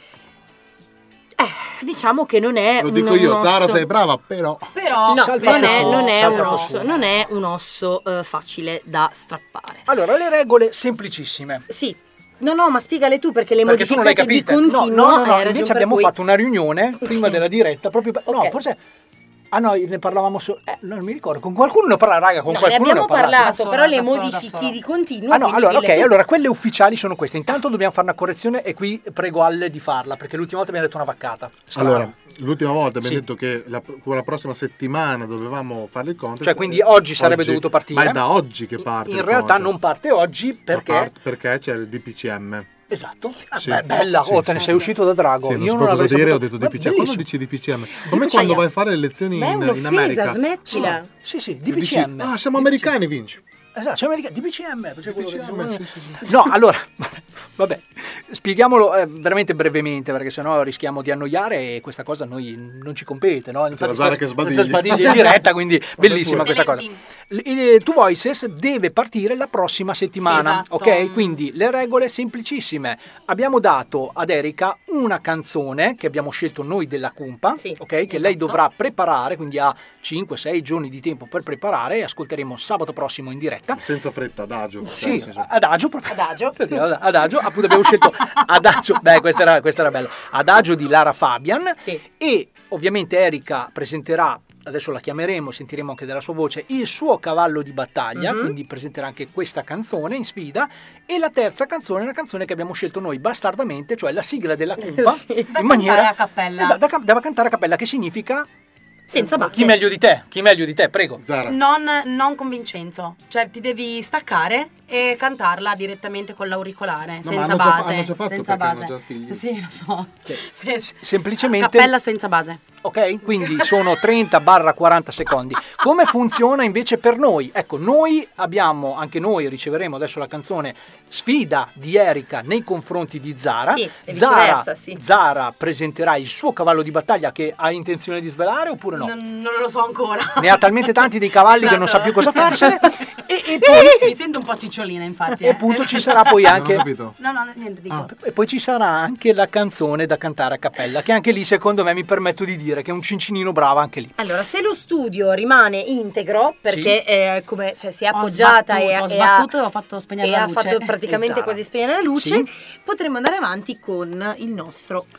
eh, diciamo che non è Lo un, dico un io, osso. Zara sei brava, però. Però No, Salva non è, tu, non è salva un tu. osso, non è un osso eh, facile da strappare. Allora, le regole semplicissime. Sì. No, no, ma spiegale tu perché le Perché tu non l'hai modificate di capita. continuo. No, no, no, hai no, ragione invece per abbiamo cui- fatto una riunione prima della diretta, proprio per- no, Ok. forse ah no, ne parlavamo solo eh, non mi ricordo, con qualcuno ne parlava, raga, con No, ne qualcuno abbiamo ho parlato. parlato, Da sola, però le da sola, da modifichi sola. di continuo. Ah no, quindi allora ok, dille tu. allora quelle ufficiali sono queste. Intanto dobbiamo fare una correzione e qui prego Alle di farla, perché l'ultima volta abbiamo detto una vaccata. Strano. Allora, l'ultima volta abbiamo Sì. detto che la, con la prossima settimana dovevamo fare il contest. Cioè, quindi oggi sarebbe dovuto partire. Ma è da oggi che parte. In il realtà contest. non parte oggi perché Ma parte perché c'è il D P C M. esatto. Ah, Sì. beh, bella, Sì, oh, sì, te ne sì. sei uscito da drago. Sì, non Io so non cosa l'avrei dire, ho saputo. detto D P C M. Ma Quando bellissimo. dici D P C M? Come quando vai a fare le lezioni Ma è in, in un'offesa, America. smettila. Sì, sì, Dici, D P C M. ah, siamo americani, vinci. Esatto, c'è America, D P C M. cioè quello che- D P C M, sì, sì, sì. No, allora, vabbè, spieghiamolo eh, veramente brevemente perché sennò rischiamo di annoiare e questa cosa a noi non ci compete, no? C'è la Zara che sbadiglia. sbadiglia in diretta, quindi bellissima pure. questa cosa. Il- il Two Voices deve partire la prossima settimana, Sì, esatto. ok? Quindi le regole semplicissime. Abbiamo dato ad Erika una canzone che abbiamo scelto noi della Cumpa, Sì, ok? Che lei dovrà preparare, quindi ha cinque sei giorni di tempo per preparare e ascolteremo sabato prossimo in diretta. Senza fretta, adagio. cioè, Sì, nel senso- adagio proprio. Adagio. Adagio, appunto abbiamo scelto Adagio, beh questa era, questa era bella, Adagio di Lara Fabian Sì. e ovviamente Erika presenterà, adesso la chiameremo, sentiremo anche della sua voce, il suo cavallo di battaglia, Mhm. quindi presenterà anche questa canzone in sfida e la terza canzone è una canzone che abbiamo scelto noi bastardamente, cioè la sigla della Cumpa, Sì. Da in maniera cantare a cappella. Esatto, da, da cantare a cappella, che significa Senza base. chi meglio di te, chi meglio di te, prego. Zara. Non, non con Vincenzo, cioè ti devi staccare e cantarla direttamente con l'auricolare, ma senza hanno già- base. hanno già fatto senza perché hanno base. già figli. Sì, lo so. Sì. Semplicemente Cappella senza base. Ok, quindi sono trenta quaranta secondi. Come funziona invece per noi? Ecco, noi abbiamo, anche noi riceveremo adesso la canzone Sfida di Erika nei confronti di Zara. Sì, e Zara, viceversa, sì. Zara presenterà il suo cavallo di battaglia che ha intenzione di svelare oppure no? Non, non lo so ancora. Ne ha talmente tanti dei cavalli che non sa più cosa farsene. E, e poi, Mi sento un po' cicciolina, infatti. e eh. appunto ci sarà poi Non ho anche... capito. No, no, niente, dico. E poi ci sarà anche la canzone da cantare a cappella, che anche lì secondo me mi permetto di dire che è un cincinino brava anche lì. Allora, se lo studio rimane integro, perché eh, come, cioè, si è appoggiata sbattuto, e, ho e sbattuto ha, e ho fatto spegnere e la ha luce. fatto praticamente Zara. quasi spegnere la luce, Sì. potremo andare avanti con il nostro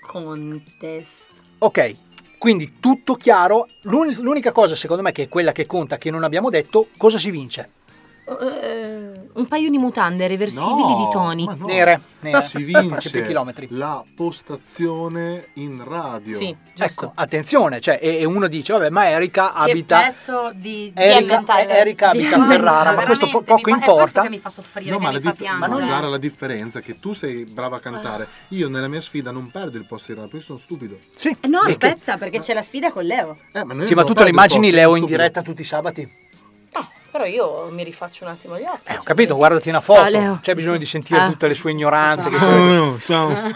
contest. Ok, quindi tutto chiaro. L'uni- L'unica cosa secondo me che è quella che conta, che non abbiamo detto, cosa si vince? Eh, un paio di mutande reversibili di Tony. ma no. Nere, nere. Si Faccio più vince chilometri. la postazione in radio. Sì, Ecco, attenzione, cioè, e, e uno dice, vabbè, ma Erika Che abita... pezzo di, di Erika, Emmental. Erika Di abita a Ferrara, ma questo po- veramente, poco mi fa- È questo importa. che mi fa soffrire, No, che ma, mi la fa dif- piangere. ma Zara, la differenza è che tu sei brava a cantare. Io nella mia sfida non perdo il posto in radio, perché sono stupido. Sì. Eh, No, aspetta, perché c'è la sfida con Leo. Eh, ma noi Sì, ma non tu te lo perdo il immagini posto, Leo sono in stupido. diretta tutti i sabati? Però io mi rifaccio un attimo gli occhi. Eh, ho capito, guardati una foto. Ciao, Leo. C'è bisogno di sentire Ah. tutte le sue ignoranze. che Ciao, tu- Leo, ciao.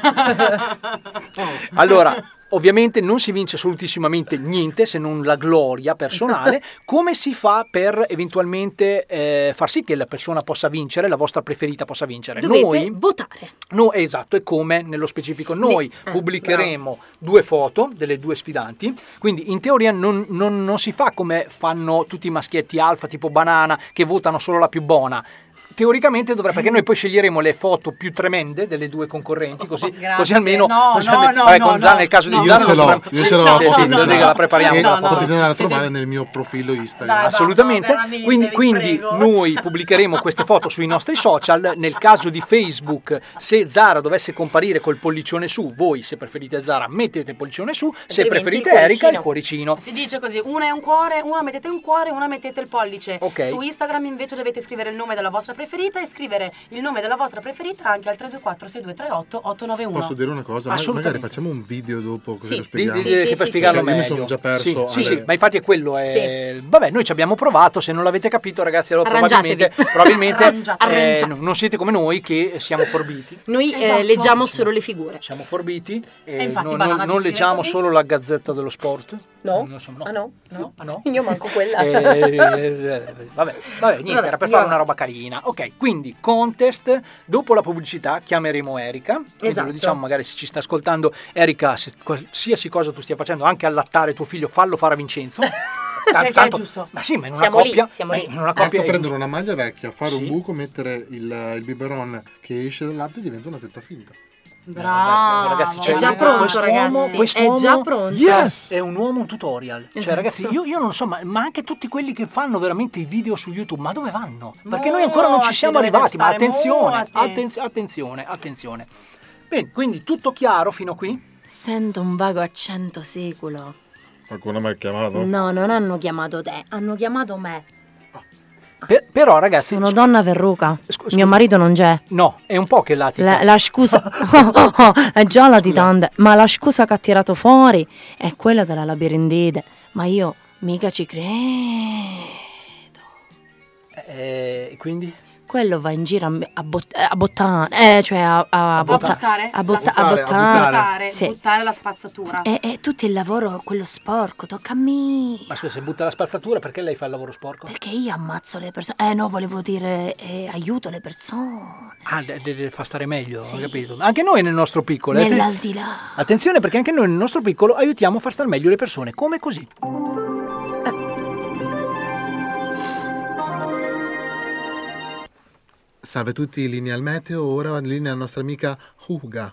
Allora, ovviamente non si vince assolutissimamente niente se non la gloria personale. Come si fa per eventualmente eh, far sì che la persona possa vincere, la vostra preferita possa vincere? Dovete Noi, votare. no, esatto, e come nello specifico noi eh, pubblicheremo due foto delle due sfidanti, quindi in teoria non, non- non si fa come fanno tutti i maschietti alfa tipo banana che votano solo la più buona. Teoricamente dovrebbe, perché noi poi sceglieremo le foto più tremende delle due concorrenti, così, Grazie. così almeno, No, così no, almeno- no, vabbè, no, con Zara no, nel caso no. di Io Zara ce l'ho, non- io ce l'ho la sì, foto sì, di non è Zara. che la prepariamo E la foto. potete andare a trovare nel mio profilo Instagram. Dai, Assolutamente, no, veramente, quindi, vi quindi prego. noi pubblicheremo queste foto sui nostri social. Nel caso di Facebook, se Zara dovesse comparire col pollicione su, voi se preferite Zara mettete il pollicione su, se Altrimenti preferite il Erika il cuoricino. cuoricino. Si dice così, una è un cuore, una mettete un cuore, una mettete il pollice. Ok. Su Instagram invece dovete scrivere il nome della vostra preferita e scrivere il nome della vostra preferita anche al tre due quattro sei due tre otto otto nove uno. Posso dire una cosa? Ma- Assolutamente. Magari facciamo un video dopo così Sì, lo di- spieghiamo. di- di- che per spiegarlo Perché io meglio. mi sono già perso. Sì, sì, alle- sì, ma infatti è quello. È... Vabbè, noi ci abbiamo provato. Se non l'avete capito, ragazzi, allora Arrangiatevi. probabilmente, probabilmente Arrangiatevi. eh, Arrangiatevi. non siete come noi che siamo forbiti. Noi eh, Esatto. leggiamo solo le figure. Siamo forbiti e, E infatti non, Banana non- ci non scrive leggiamo così? solo la Gazzetta dello Sport. No? Non so, no. Ah no? No? Ah, no? Io manco quella. Eh, eh, vabbè, vabbè, niente, Vabbè, era per io- fare una roba carina. Ok, quindi contest, dopo la pubblicità chiameremo Erika. Quindi Esatto. lo diciamo magari se ci sta ascoltando Erika, se qualsiasi cosa tu stia facendo, anche allattare tuo figlio, fallo fare a Vincenzo. Perché è Tanto- giusto. Ma sì, ma in una Siamo lì, coppia, siamo ma lì. in una coppia Basta è prendere una maglia vecchia, fare Sì. un buco, mettere il, il biberon che esce dal latte e diventa una tetta finta. Bravo. Ragazzi, cioè, È già pronto, quest'uomo- ragazzi. quest'uomo È già pronto. Yes! è un uomo tutorial. Cioè, Esatto. ragazzi, io, io non lo so, ma, ma anche tutti quelli che fanno veramente i video su YouTube, ma dove vanno? Perché noi ancora non ci Muoti, siamo dovete arrivati, ma stare attenzione, muoti. attenz- attenzione, attenzione. Bene, quindi tutto chiaro fino a qui? Sento un vago accento siculo. Qualcuno mi ha chiamato? No, non hanno chiamato te, hanno chiamato me. Per- però, ragazzi, Sono donna verruca. scu- Mio marito non c'è. no, è un po' che latita. La, la scusa è già latitante, ma la scusa che ha tirato fuori è quella della labirintite. Ma io mica ci credo. Eh, quindi? Quello va in giro a, a, bot- a bottare, eh, cioè a, a, A botta- buttare? a, botta- A a buttare, a bottare. Buttare, Sì. buttare la spazzatura. E, e tutto il lavoro, quello sporco, tocca a me. Ma scusa, se butta la spazzatura, perché lei fa il lavoro sporco? Perché io ammazzo le persone. Eh no, volevo dire eh, aiuto le persone. Ah, de- de- deve far stare meglio, Sì. ho capito. Anche noi nel nostro piccolo. eh, Nell'aldilà. Attenzione, perché anche noi nel nostro piccolo aiutiamo a far star meglio le persone, come così. Salve a tutti, linea al meteo, ora linea alla nostra amica Huga.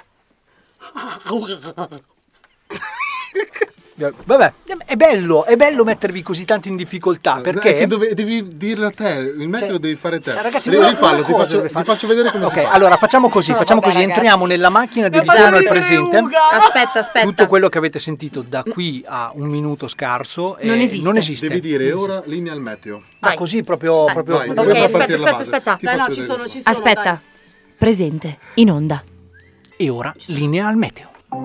Vabbè, è bello, è bello mettervi così tanto in difficoltà, Dai, perché... che dove- devi dirla a te, il meteo Cioè, lo devi fare te. eh, ragazzi, Devi una- farlo, una ti cosa faccio, deve ti fare. faccio vedere come Ok, si fa. allora facciamo così, No, facciamo vabbè, così, ragazzi. entriamo nella macchina, Mi fa dedichiamo al ridere presente. Uga. Aspetta, aspetta. Tutto quello che avete sentito da qui a un minuto scarso eh, Non esiste. non esiste. Devi dire ora linea al meteo. Ah, Vai. così proprio... Vai. proprio Vai, Ok, dobbiamo aspetta, partire la aspetta, base. aspetta. Ti Dai, no, faccio ci vedere sono, cosa. ci sono. Aspetta. dai. Presente, in onda. E ora linea al meteo.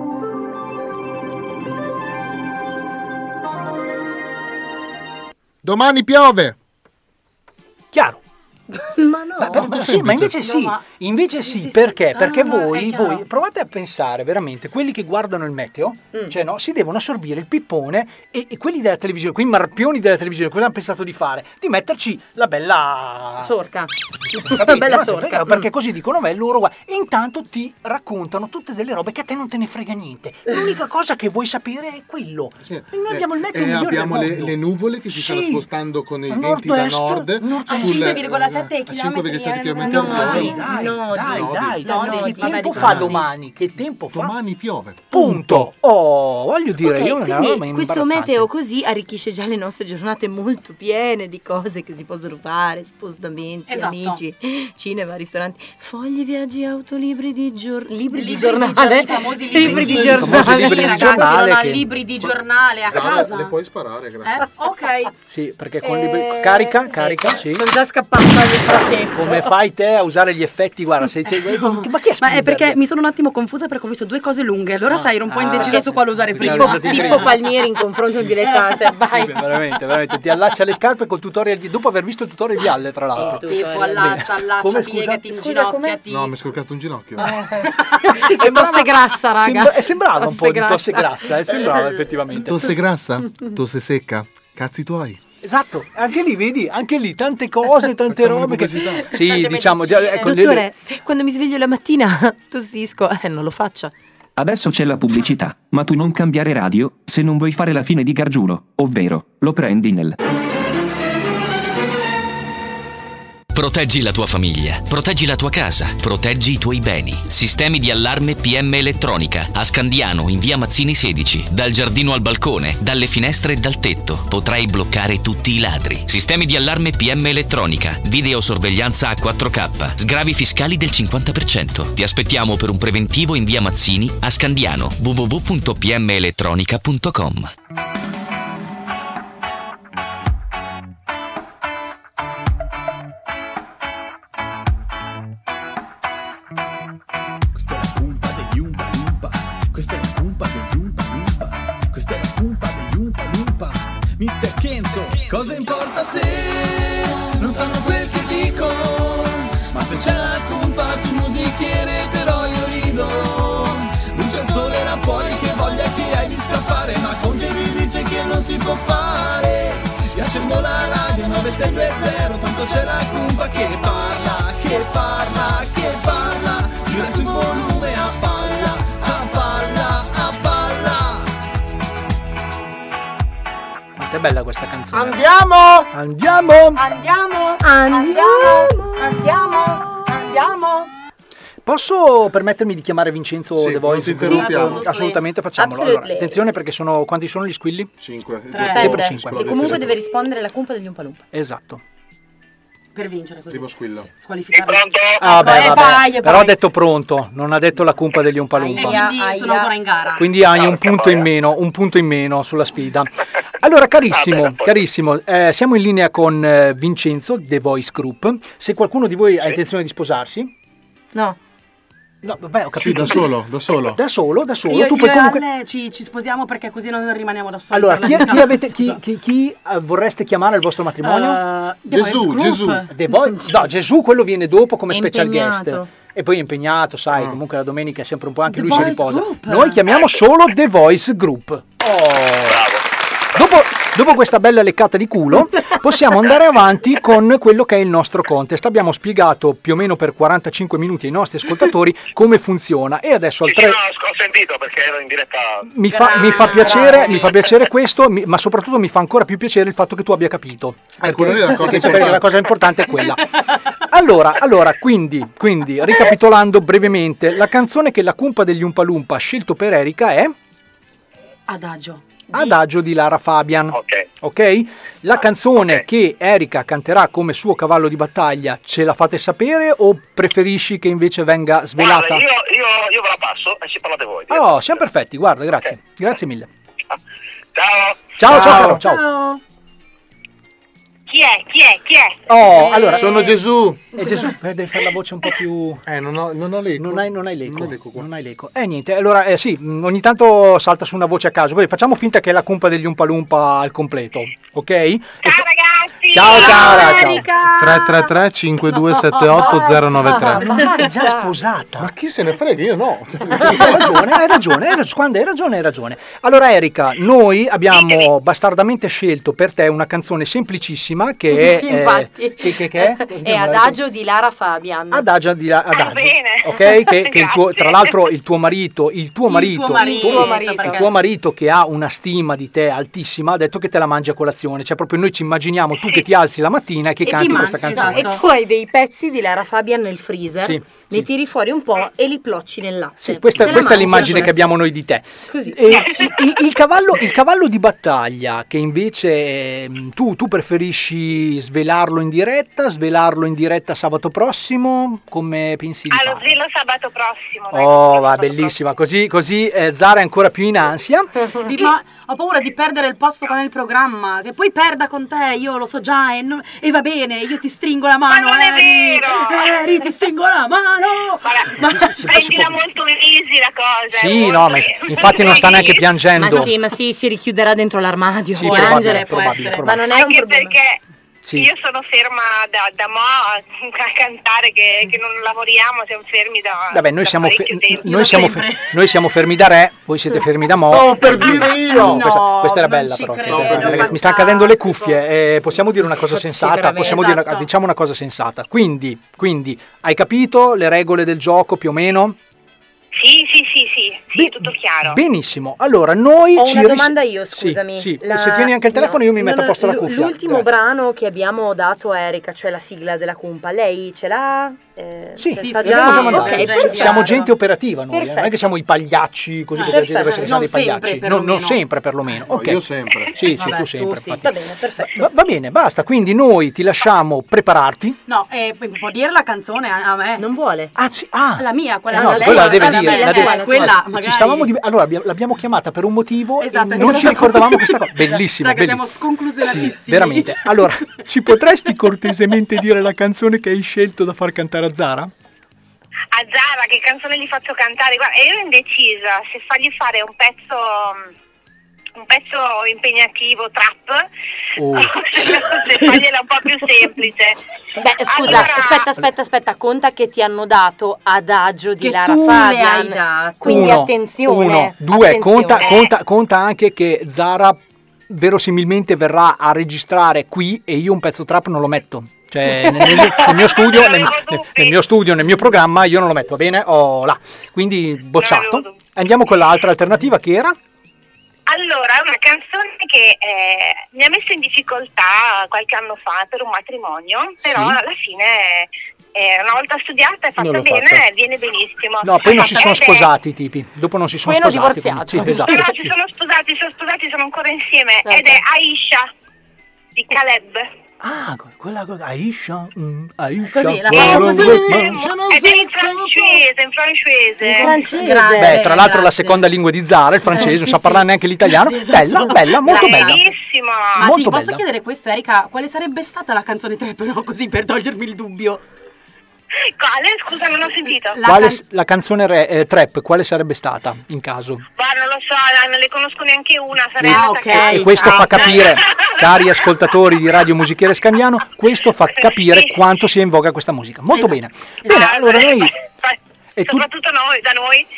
Domani piove. Chiaro. Ma no. Ma, per- sì, ma invece sì, No, ma- invece sì, sì, sì, sì. perché? Ah, Perché no, è voi, chiaro. voi provate a pensare veramente, quelli che guardano il meteo, Mm. cioè no, si devono assorbire il pippone e, e quelli della televisione, quei marpioni della televisione, cosa hanno pensato di fare? Di metterci la bella... Sorca. Capito? Bella No, sorca. perché- Perché così dicono me loro guarda, e intanto ti raccontano tutte delle robe che a te non te ne frega niente. L'unica cosa che vuoi sapere è quello. E noi abbiamo il meteo E migliore abbiamo del le, mondo. le nuvole che si stanno Sì. spostando con i venti da Nord-est, nord nord-est. A sul- cinque virgola sette a cinque virgola sette chilometri No, all'ora. Dai, no, dai, no, dai, no, dai, no, dai, no, che vabbè, tempo dico fa no. domani? Che tempo fa? Domani piove. Punto. Oh, voglio dire, Ok, io una quindi roba questo imbarazzante. meteo così arricchisce già le nostre giornate molto piene di cose che si possono fare, spostamenti, Esatto. amici, cinema, ristoranti, fogli, viaggi, auto, libri di, gior- libri di Libri di giornale, giornale, i famosi libri di di giornale. famosi libri di ragazzi, giornale non ha che- libri di giornale a Zara, casa. le puoi sparare, grazie. Eh? Ok. Sì, perché con Eh, libri... Carica, sì. carica, sì. Sono già scappata nel frattempo. Come fai te a usare gli effetti? Guarda, se, se- ma chi è Ma è perché Spielberg? mi sono un attimo confusa perché ho visto due cose lunghe, allora sai, ero un po' ah, indecisa perché- su quale usare perché prima. avevo detto Pippo Palmieri in confronto un dilettante, vai. Sì, veramente, veramente. Ti allaccia le scarpe col tutorial di... dopo aver visto il tutorial di Alle, tra l'altro. Tipo allaccia, allaccia, Come, scusa? piegati, Scusa, inginocchiati. No, mi è scoccato un ginocchio. È tosse grassa, raga. Sembra- eh, sembrava un po' Tosse di tosse grassa. grassa, eh, sembrava effettivamente. Tosse grassa, tosse secca, cazzi tuoi. Esatto, anche lì vedi, anche lì tante cose, tante Facciamo robe che... pubblicità. Sì, Tante diciamo... medicine. ecco, le- Dottore, quando mi sveglio la mattina tossisco, eh, non lo faccia. Adesso c'è la pubblicità, ma tu non cambiare radio, se non vuoi fare la fine di Gargiulo, ovvero, lo prendi nel... Proteggi la tua famiglia, proteggi la tua casa, proteggi i tuoi beni. Sistemi di allarme P M Elettronica. A Scandiano, in via Mazzini sedici. Dal giardino al balcone, dalle finestre e dal tetto. Potrai bloccare tutti i ladri. Sistemi di allarme P M Elettronica. Videosorveglianza a quattro K. Sgravi fiscali del cinquanta per cento. Ti aspettiamo per un preventivo in via Mazzini a Scandiano. w w w punto p m elettronica punto com. Questa è la cumpa degli Umpa Lumpa. Questa è la cumpa degli Umpa Lumpa. Questa è la cumpa degli Umpa Lumpa. mister Kenzo, cosa importa se non sanno quel che dico? Ma se c'è la cumpa sul musichiere però io rido. Luce il sole là fuori, che voglia che hai di scappare, ma con che mi dice che non si può fare? Io accendo la radio nove sei due zero, tanto c'è la cumpa che parla, che parla, che parla. Gira sul volume a palla, a palla, a palla. È bella questa canzone. Andiamo! Andiamo! Andiamo, Andiamo! andiamo, andiamo. Posso permettermi di chiamare Vincenzo Sì, The Voice? non ti interrompiamo. Sì, assolutamente, facciamolo. Absolutely. Allora, attenzione perché sono quanti sono gli squilli? cinque. Sempre Dipende. cinque. E comunque deve rispondere la cumpa degli Umpa Lumpa. Esatto. Per vincere così. Primo squillo. Squalificare. Ah, beh, e vabbè. vai, e Però vai. ha detto pronto, non ha detto la cumpa degli Umpa E Lumpa. quindi Aia, sono aia. ancora in gara. Quindi hai un punto in meno, un punto in meno sulla sfida. Allora, carissimo, carissimo, eh, siamo in linea con eh, Vincenzo, The Voice Group. Se qualcuno di voi ha intenzione di sposarsi, No. no, vabbè, ho Sì, capito. da solo, da solo. Da solo, da solo. Io, tu io puoi e comunque... Ale ci, ci sposiamo perché così non rimaniamo da soli. Allora, per chi, la chi vita. avete, chi, chi, chi, eh, vorreste chiamare al vostro matrimonio? Uh, The Gesù, Voice Group. Gesù. The Voice- no, Gesù quello viene dopo come È special impegnato. guest. E poi è impegnato, sai, Ah. comunque la domenica è sempre un po' anche The lui si Voice riposa. Group. Noi chiamiamo solo The Voice Group. Oh. Dopo, dopo questa bella leccata di culo, possiamo andare avanti con quello che è il nostro contest. Abbiamo spiegato più o meno per quarantacinque minuti ai nostri ascoltatori come funziona. E adesso al tre... Sì, no, ho sentito perché ero in diretta. Mi fa, mi fa piacere, mi fa piacere questo, mi- ma soprattutto mi fa ancora più piacere il fatto che tu abbia capito. Eh, quella lì è la cosa Perché- perché importante. la cosa importante è quella. Allora, allora quindi, quindi, ricapitolando brevemente, la canzone che la cumpa degli Umpa Lumpa ha scelto per Erika è Adagio. Adagio di Lara Fabian. Ok. Ok? La canzone che Erika canterà come suo cavallo di battaglia, ce la fate sapere o preferisci che invece venga svelata? Guarda, io, io, io ve la passo e ci parlate voi. Oh, siamo perfetti, guarda, grazie. Grazie mille. Ciao. Ciao, ciao, ciao. ciao. Ciao. Chi è? Chi è? Chi è? Oh, allora, Sono Gesù. eh, Gesù, eh, devi fare la voce un po' più... Eh, non ho, non ho l'eco. Non hai, non hai l'eco, Non ho l'eco qua. non hai l'eco. Eh niente, allora eh, sì, mh, ogni tanto salta su una voce a caso, quindi facciamo finta che è la cumpa degli Umpa Lumpa al completo, ok? E Ciao fa- ragazzi! Ciao Zara, ciao. tre tre tre cinque due sette otto zero nove tre. Ma è già sposata. Ma chi se ne frega? Io no. Hai ragione, hai ragione, hai ragione, quando hai ragione, hai ragione. Allora Erika, noi abbiamo bastardamente scelto per te una canzone semplicissima che è... Sì, infatti. eh, che, che, che è? È Adagio di Lara Fabian. Adagio di la, Adagio. bene. Ok? Che, che il tuo, tra l'altro il tuo marito, il tuo marito, tuo marito, il tuo, marito, il perché- tuo marito che ha una stima di te altissima ha detto che te la mangi a colazione. Cioè proprio noi ci immaginiamo tu che ti alzi la mattina e che E ti canti mangi, questa canzone. esatto. E tu hai dei pezzi di Lara Fabian nel freezer, Sì, ne tiri fuori un po' e li plocci nel latte. Sì, questa, Te la questa è mangi l'immagine a che abbiamo noi di te. Così. E il, il- il cavallo, il cavallo di battaglia, che invece ehm, tu, tu preferisci svelarlo in diretta, svelarlo in diretta sabato prossimo? Come pensi di Allo fare? svelo sabato prossimo. dai. Oh, va bellissima, così, così eh, Zara è ancora più in ansia. Di- ma ho paura di perdere il posto con il programma, che poi perda con te, io lo so già e, no- e va bene, io ti stringo la mano, non è Eri, vero! Eri, ti stringo la mano. Ma prendila molto easy la cosa. Sì, molto no, ma easy. infatti non sta neanche piangendo. Ma sì, ma sì, si richiuderà dentro l'armadio. Sì, può probabile, essere, può probabile, essere. probabile. Ma non è un Anche problema. perché Sì. io sono ferma da, da mo' a cantare, che, che non lavoriamo, siamo fermi da, Vabbè, noi da siamo, fe- parecchio tempo. noi, siamo fe- noi siamo fermi da re, voi siete fermi da mo. Stavo per dire io. questa, No, questa era non bella ci però. credo, Ragazzi, mi stanno fantastico. cadendo le cuffie. eh, possiamo dire una cosa Sì, sensata? veramente. Possiamo dire una- Esatto. diciamo una cosa sensata. Quindi, quindi, hai capito le regole del gioco più o meno? Sì, sì, sì, sì, sì, Be- tutto chiaro. Benissimo. Allora, noi Ho ci una ris- domanda io, Sì, scusami. sì. La- Se tieni anche il telefono io mi no, metto a no, posto la l- cuffia. L'ultimo Grazie. brano che abbiamo dato a Erika, cioè la sigla della Cumpa, lei ce l'ha? Eh, Sì, ce sì, sa sì, già? l'abbiamo già Ok, mandato. perfetto. Siamo gente operativa noi, eh, non è Perfetto. che siamo i pagliacci così Ah, che deve perfetto. essere siamo dei Non sempre, pagliacci. Non, perlomeno. non sempre perlomeno. No, Ok. io sempre. Sì, sì, Vabbè, tu tu sempre. sì. infatti. Va bene, perfetto. Va, va bene, basta. Quindi noi ti lasciamo prepararti. No, eh, poi può dire la canzone a, a me? Non vuole. Ah, sì, ah. La mia, quella Eh no, lei- quella la deve ah, la dire, mia, la eh, deve- quella Ci magari. stavamo di- Allora abbiamo- l'abbiamo chiamata per un motivo Esatto, e non esatto. ci ricordavamo questa cosa. Bellissimo, Raga, bellissimo. siamo sconclusionatissimi. Sì, veramente. Allora, ci potresti cortesemente dire la canzone che hai scelto da far cantare a Zara? A Zara, che canzone gli faccio cantare? Guarda, io ero indecisa se fargli fare un pezzo un pezzo impegnativo, trap, Oh. o se fargliela un po' più semplice. Beh, scusa, Allora- aspetta, aspetta, aspetta, conta che ti hanno dato Adagio di Che Lara tu le Fabian. hai dato. Quindi Uno, attenzione. Uno, due, attenzione. conta, conta, conta anche che Zara verosimilmente verrà a registrare qui e io un pezzo trap non lo metto. Cioè nel, nel- nel mio studio, nel, nel- nel mio studio, nel mio programma io non lo metto, va bene? Oh, là. Quindi bocciato. Andiamo con l'altra alternativa che era? Allora, è una canzone che eh, mi ha messo in difficoltà qualche anno fa per un matrimonio, però Sì. alla fine eh, una volta studiata e Non fatta l'ho bene, fatta. viene benissimo. No, poi non si sono Ed è- sposati i tipi. Dopo non si sono Poi hanno sposati. divorziato. quindi- sì, esatto. No, si sono sposati, si sono sposati, sono ancora insieme. Ecco. Ed è Aisha di Caleb. Ah, quella cosa, Aisha, mm, Aisha. Così, la quello- famosa- quello- Ed è in francese, in francese. In francese. Grazie. Beh, tra l'altro la grazie. seconda lingua di Zara, il francese, Eh, non sì, sa sì. parlare neanche l'italiano. Sì, esatto. Bella, bella, molto bella. Bellissima. Ma Molto ti posso bella. chiedere questo, Erika? Quale sarebbe stata la canzone trap, no? Così per togliermi il dubbio. Quale? Scusa, non ho sentito. La Quale, can- la canzone re- eh, trap, quale sarebbe stata in caso? Ma non lo so, dai, non le conosco neanche una. Sarei Ah, andata ok. a casa. E questo ciao. fa capire, cari ascoltatori di Radio Musichiere Scandiano, questo fa capire Sì. quanto sia in voga questa musica. Molto Esatto. bene. Bene, Ah, allora beh, noi è, tu- soprattutto noi, da noi.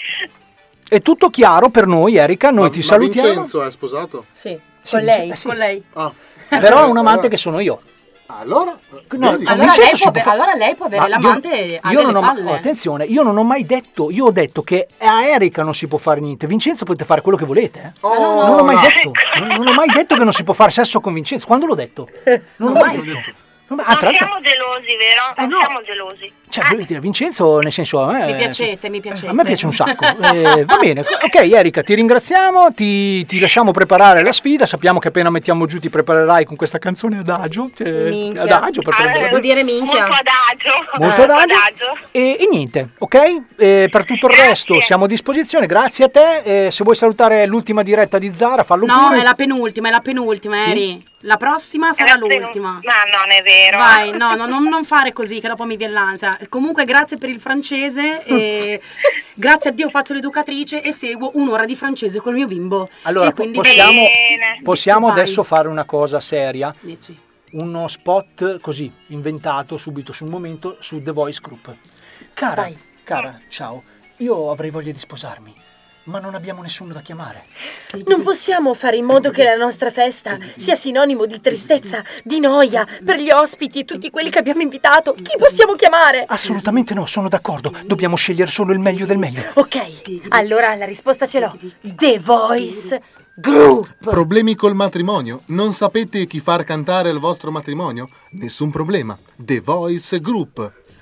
è tutto chiaro per noi, Erika, noi Ma- ti ma salutiamo. Vincenzo è sposato? Sì, Sì, con lei. eh sì. Con lei. Ah. Però è un amante che sono io. Allora? No, vedi? a Allora Vincenzo lei, si può, può fa- allora lei può avere Ma l'amante io, ha io delle non ho ma- palle. oh, attenzione, io non ho mai detto, io ho detto che a Erika non si può fare niente, Vincenzo potete fare quello che volete. eh. Oh, non ho mai no. detto, non, non ho mai detto che non si può fare sesso con Vincenzo. Quando l'ho detto? Non l'ho mai detto. Non- ah, Non tra l'altro- siamo gelosi, vero? Eh, Non no. siamo gelosi. cioè, voglio dire, Vincenzo, nel senso, a me, Mi piacete, mi piacete. a me piace un sacco. Eh, va bene, ok Erika, ti ringraziamo, ti, ti lasciamo preparare la sfida, sappiamo che appena mettiamo giù ti preparerai con questa canzone adagio, cioè, Minchia. adagio per Ah, prendere- Devo dire minchia. Molto adagio. Molto adagio. E, e niente, ok? Eh, per tutto il Grazie. resto siamo a disposizione, grazie a te. Eh, se vuoi salutare l'ultima diretta di Zara, fallo No, pure. è la penultima, è la penultima, Sì? Eri. La prossima sarà Era appena- l'ultima. Ma non è vero. Vai, no, no, non, non fare così che dopo mi viene l'ansia. Comunque grazie per il francese e grazie a Dio faccio l'educatrice e seguo un'ora di francese col mio bimbo. Allora, e quindi possiamo, Bene. possiamo Vai. adesso fare una cosa seria. Dici. uno spot così, inventato subito sul momento su The Voice Group. Cara, Vai. cara, ciao, io avrei voglia di sposarmi, ma non abbiamo nessuno da chiamare. Non possiamo fare in modo che la nostra festa sia sinonimo di tristezza, di noia per gli ospiti e tutti quelli che abbiamo invitato. Chi possiamo chiamare? Assolutamente no, sono d'accordo. Dobbiamo scegliere solo il meglio del meglio. Ok, allora la risposta ce l'ho. The Voice Group. Problemi col matrimonio? Non sapete chi far cantare al vostro matrimonio? Nessun problema. The Voice Group.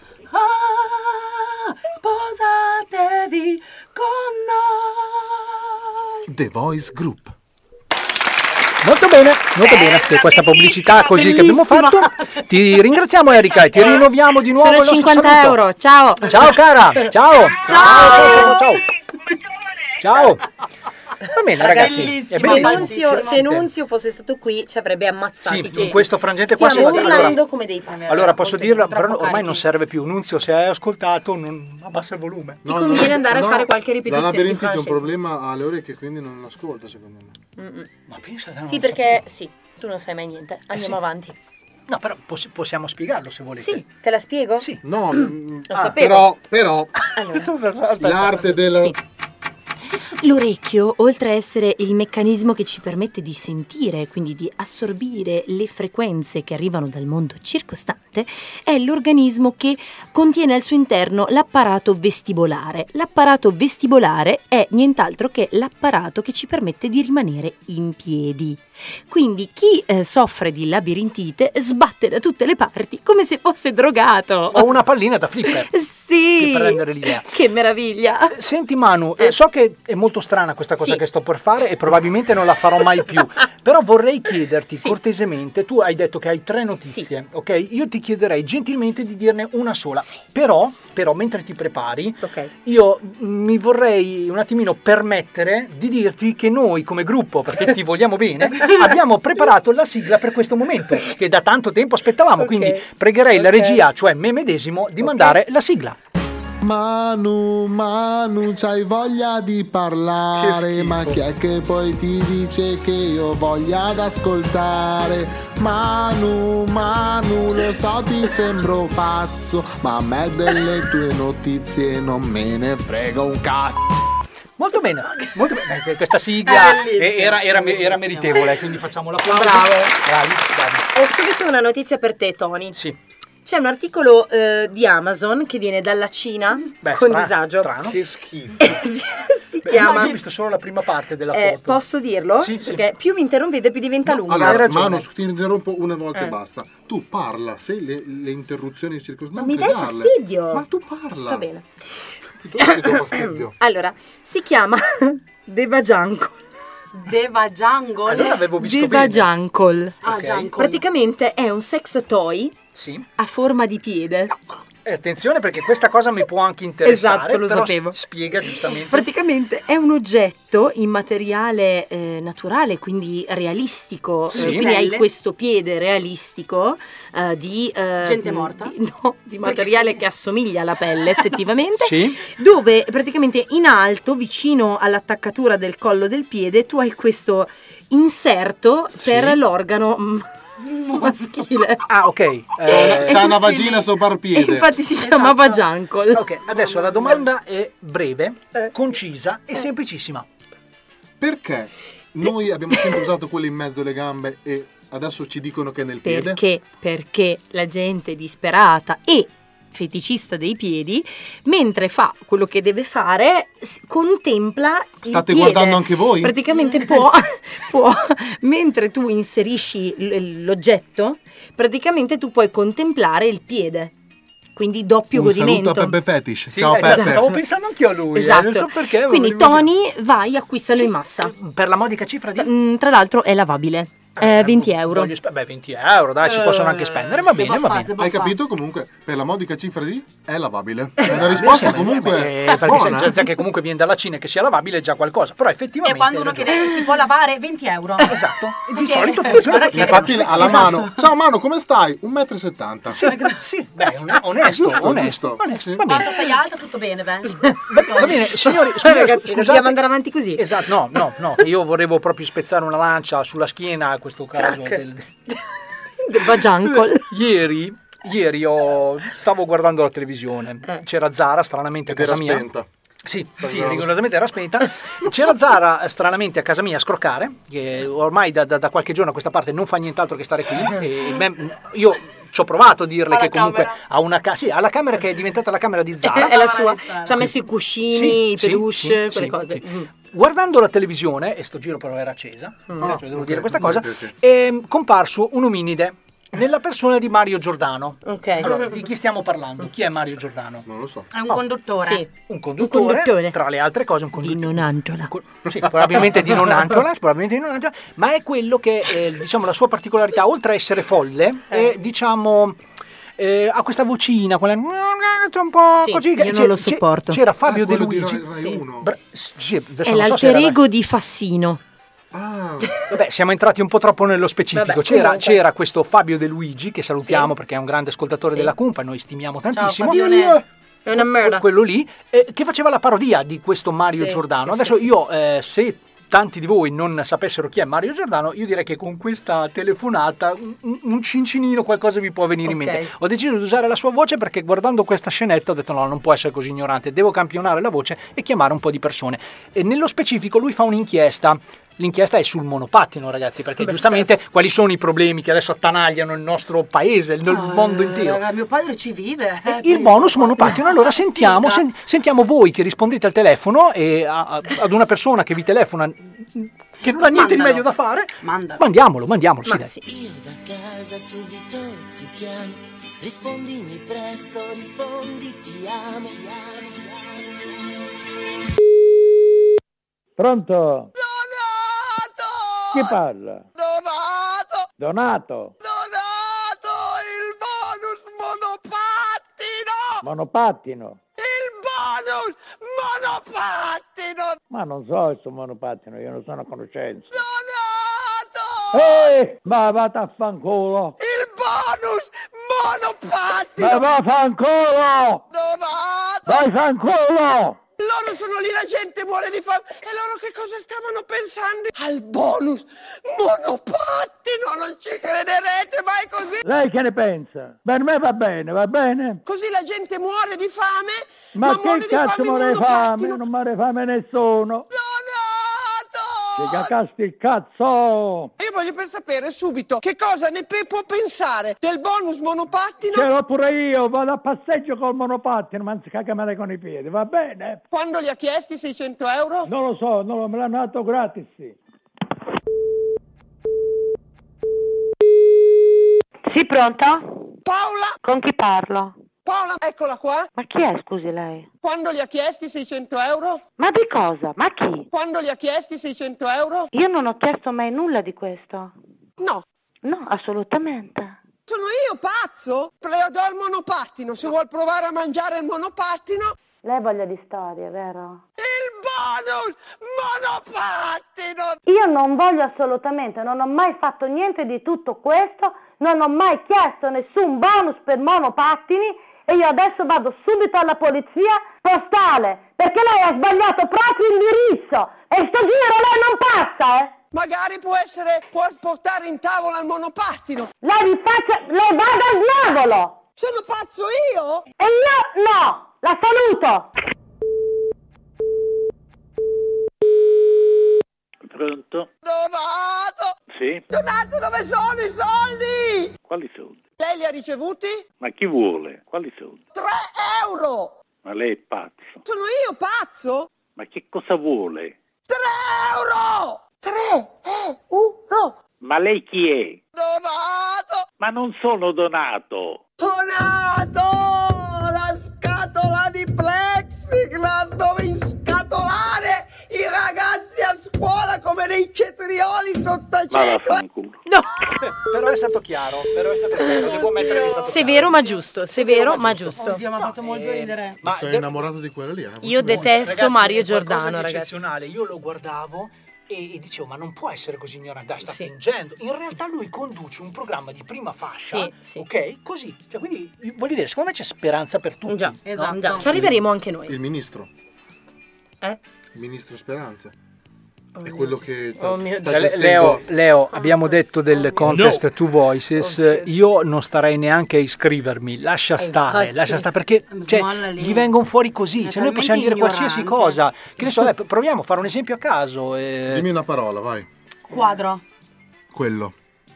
Ah, sposatevi con noi. The Voice Group. Molto bene, molto bene. Per questa pubblicità così che abbiamo fatto. Ti ringraziamo Erika e ti rinnoviamo di nuovo Sono il nostro cinquanta saluto. euro, ciao. Ciao cara, ciao. Ciao. Ciao. Ciao. Ciao. Va bene ragazzi. Se Nunzio, se Nunzio fosse stato qui ci avrebbe ammazzati. Sì, in questo frangente qua stiamo si va- urlando allora- come dei pazzi. Allora posso dirlo, però ormai non serve più. Nunzio, se hai ascoltato, non abbassa il volume. Ti conviene andare a fare qualche ripetizione La di labirintite è un conoscenza. problema alle orecchie, quindi non l'ascolta secondo me. Mm-mm. Ma pensa, Sì, perché sì, tu non sai mai niente. Andiamo sì. avanti. No, però poss- possiamo spiegarlo se volete. Sì, te la spiego? Sì. No, Lo ah, sapevo. però, però l'arte del... Sì. L'orecchio, oltre a essere il meccanismo che ci permette di sentire, quindi di assorbire le frequenze che arrivano dal mondo circostante, è l'organismo che contiene al suo interno l'apparato vestibolare. L'apparato vestibolare è nient'altro che l'apparato che ci permette di rimanere in piedi. Quindi chi eh, soffre di labirintite sbatte da tutte le parti come se fosse drogato. Ho una pallina da flipper. Sì, Per prendere l'idea. che meraviglia. Senti Manu, eh, so che è molto strana questa cosa Sì. che sto per fare e probabilmente non la farò mai più, però vorrei chiederti cortesemente, tu hai detto che hai tre notizie, ok? Io ti chiederei gentilmente di dirne una sola, però, però mentre ti prepari, io mi vorrei un attimino permettere di dirti che noi come gruppo, perché ti vogliamo bene, abbiamo preparato la sigla per questo momento, che da tanto tempo aspettavamo, quindi pregherei la Ok. regia, cioè me medesimo, di mandare la sigla. Manu, Manu, c'hai voglia di parlare, ma chi è che poi ti dice che io voglia ad ascoltare? Manu, Manu, lo so ti sembro pazzo, ma a me delle tue notizie non me ne frega un cazzo. Molto bene, molto bene. Eh, Questa sigla Bellissimo. eh, era, era, era meritevole, quindi facciamo l'applauso. Bravo. Bravi, bravi. Ho subito una notizia per te, Tony. Sì. C'è un articolo eh, di Amazon che viene dalla Cina Beh, con stra- disagio. strano. Che schifo. si si Beh, chiama. Io ho visto solo la prima parte della eh, foto. posso dirlo? Sì, sì. Perché più mi interrompete più diventa lunga. Allora, Manu, ti interrompo una volta Eh. e basta. Tu parla, se le, le interruzioni circostanti. Ma mi dai darle. fastidio. Ma tu parla. Va bene. Tu ti do fastidio. Allora, si chiama Deva Jungle. Deva Jungle. Allora avevo visto Deva bene. Jungle. Ah, Ok. Jungle. Praticamente è un sex toy Sì. a forma di piede. E attenzione perché questa cosa mi può anche interessare. Esatto, lo però sapevo. s- Spiega giustamente. Praticamente è un oggetto in materiale eh, naturale, quindi realistico. Sì. Eh, quindi hai Pelle. questo piede realistico eh, di eh, Gente morta? di- no, di materiale che assomiglia alla pelle, effettivamente. Sì. Dove praticamente in alto, vicino all'attaccatura del collo del piede, tu hai questo inserto per Sì. l'organo mm, maschile. Ah, ok. Eh, C'ha una vagina sopra il piede. Infatti si chiama Vagiancol. ok, adesso la domanda è breve, concisa e semplicissima. Perché noi abbiamo sempre usato quello in mezzo alle gambe e adesso ci dicono che è nel piede? Perché? Perché la gente disperata e feticista dei piedi, mentre fa quello che deve fare, s- contempla il State piede. guardando anche voi? Praticamente può, può, mentre tu inserisci l- l'oggetto, praticamente tu puoi contemplare il piede. Quindi doppio Un godimento. saluto a Peppe Fetish. Sì, Ciao esatto, Peppe. Stavo pensando anch'io a lui, eh, Esatto. non so perché. avevo Quindi l'immagine- Tony, vai, acquistalo in massa. Per la modica cifra di... Mm, Tra l'altro è lavabile. Eh, venti euro. Voglio spe- beh, venti euro, dai, si possono anche spendere, va bene, va bene. Hai capito comunque? Per la modica cifra di è lavabile. È una risposta comunque Eh, perché se- buona. già, già che comunque viene dalla Cina e che sia lavabile è già qualcosa, però E effettivamente... quando uno hai ragione. chiede si può lavare venti euro. Esatto, e di Ok. solito funziona Guarda che- Infatti alla Esatto. mano. Ciao mano, come stai? un metro e settanta. Sì, sì, beh, on- onesto, Giusto, onesto, giusto. onesto, Sì. va bene. Quando sei alta tutto bene, beh. Va, va bene, signori, Eh, signori, ragazzi, scusate. dobbiamo andare avanti così. Esatto, no, no, no, io volevo proprio spezzare una lancia sulla schiena a questo caso Crack. del... Vagiancol. Ieri, ieri ho, stavo guardando la televisione, c'era Zara stranamente a Ed era casa mia. spenta. Sì, sì, rigorosamente era spenta. C'era Zara stranamente a casa mia a scroccare, che ormai da, da, da qualche giorno a questa parte non fa nient'altro che stare qui. E me- io ci ho provato a dirle Alla che comunque camera. ha una casa, sì, ha la camera che è diventata la camera di Zara. È la sua. Ci ha messo i cuscini, Sì, i sì, peluche, sì, quelle sì, cose. sì. Mm. Guardando la televisione, e sto giro però era accesa, Mm. adesso devo ok, dire questa ok, cosa, ok, ok. è comparso un ominide nella persona di Mario Giordano. Ok. Allora, di chi stiamo parlando? Chi è Mario Giordano? Non lo so. È un No. conduttore. Sì. Un conduttore, Un conduttore. tra le altre cose un conduttore. Di Nonantola. Sì, probabilmente di Nonantola, probabilmente di Nonantola, ma è quello che, eh, diciamo, la sua particolarità, oltre a essere folle, è, diciamo, eh, ha questa vocina, quella un po' Sì, così. io non c'è- lo c'è- sopporto. C'era Fabio Ah, De quello di Luigi. Rai- Rai Sì. uno. Bra- sì, adesso È non so se l'alter era- ego di Fassino. Ah, Vabbè, siamo entrati un po' troppo nello specifico. Vabbè, c'era, comunque. c'era questo Fabio De Luigi, che salutiamo Sì. perché è un grande ascoltatore Sì. della Cumpa, noi stimiamo Ciao tantissimo. Fabione. È una merda. Quello lì, eh, che faceva la parodia di questo Mario Sì, Giordano. sì, Adesso sì, io, eh, se tanti di voi non sapessero chi è Mario Giordano, io direi che con questa telefonata un, un cincinino, qualcosa vi può venire in Ok. mente. Ho deciso di usare la sua voce perché guardando questa scenetta ho detto no, non può essere così ignorante, devo campionare la voce e chiamare un po' di persone. E nello specifico lui fa un'inchiesta. L'inchiesta è sul monopattino, ragazzi, perché Beh, giustamente quali sono i problemi che adesso attanagliano il nostro paese, il, il mondo Eh, intero? raga, mio padre ci vive. eh, Il bonus monopattino. Allora sentiamo, sen- sentiamo voi che rispondete al telefono e a- a- ad una persona che vi telefona che non ha niente di Mandalo. meglio da fare. Manda. Mandiamolo, mandiamolo, sì, Ma dai. sì. Io da casa subito ti chiamo, rispondimi presto, rispondi ti amo. Pronto? Donato! Chi parla? Donato! Donato? Donato! Il bonus monopattino! Monopattino? Il bonus monopattino! Ma non so il suo monopattino, io non sono a conoscenza. Donato! Ehi, ma vada a fanculo! Il bonus monopattino! Ma va a fanculo! Donato! Vai fanculo! Loro sono lì, la gente muore di fame. E loro che cosa stavano pensando? Al bonus monopattino, non ci crederete mai così. Lei che ne pensa? Per me va bene, va bene? Così la gente muore di fame, Ma, ma, muore che di cazzo fame in muore fame? monopattino. Non muore fame nessuno! Ti cacasti il cazzo! Io voglio per sapere subito che cosa ne pe- può pensare del bonus monopattino. Ce l'ho pure io, vado a passeggio col monopattino, ma anzi cagamare con i piedi, va bene? Quando li ha chiesti seicento euro? Non lo so, non lo- me l'hanno dato gratis. Sì, pronta? Paola? Con chi parlo? Paola, eccola qua. Ma chi è, scusi lei? Quando li ha chiesti seicento euro? Ma di cosa? Ma chi? Quando li ha chiesti seicento euro? Io non ho chiesto mai nulla di questo. No. No, assolutamente. Sono io pazzo? Le do il monopattino, se vuol provare a mangiare il monopattino. Lei ha voglia di storie, vero? Il bonus monopattino! Io non voglio assolutamente, non ho mai fatto niente di tutto questo, non ho mai chiesto nessun bonus per monopattini e io adesso vado subito alla polizia postale perché lei ha sbagliato proprio indirizzo e sto giro lei non passa, eh? Magari può essere, può portare in tavola il monopattino. Lei vi faccia, lei vada al diavolo! Sono pazzo io? E io no, la saluto! Pronto? Donato! Sì? Donato, dove sono i soldi? Quali soldi? Lei li ha ricevuti? Ma chi vuole? Quali soldi? tre euro! Ma lei è pazzo. Sono io pazzo? Ma che cosa vuole? tre euro! tre euro! Ma lei chi è? Donato! Ma non sono Donato. Donato! La scatola di plexiglass dove inscatolare i ragazzi a scuola come dei cetrioli Ma sottaceto. vaffanculo. No. Però è stato chiaro, però è stato chiaro, devo ammettere che è stato Severo ma giusto, severo ma giusto. Oddio, mi ha fatto molto ridere. Ma Sei de- innamorato di quella lì? eh? Io detesto Ragazzi, Mario è qualcosa Giordano, di ragazzi. eccezionale. Io lo guardavo e, e dicevo, ma non può essere così ignorante, dai, sta Sì. fingendo. In realtà lui conduce un programma di prima fascia, Sì, sì. ok? Così. Cioè, quindi, voglio dire, secondo me c'è speranza per tutti. Già, no? esatto. Già, ci arriveremo anche noi. Il ministro. Eh? Il ministro Speranza. è quello che sta, Oh mio sta Cioè, gestendo. Leo, Leo, abbiamo detto del contest No. Two Voices, io non starei neanche a iscrivermi, lascia stare, infatti. lascia stare perché cioè, Smolla lì. gli vengono fuori così, È se noi possiamo dire talmente qualsiasi ignorante. cosa, che ne so, dai, proviamo a fare un esempio a caso. eh. Dimmi una parola, vai. Quadro. Quello.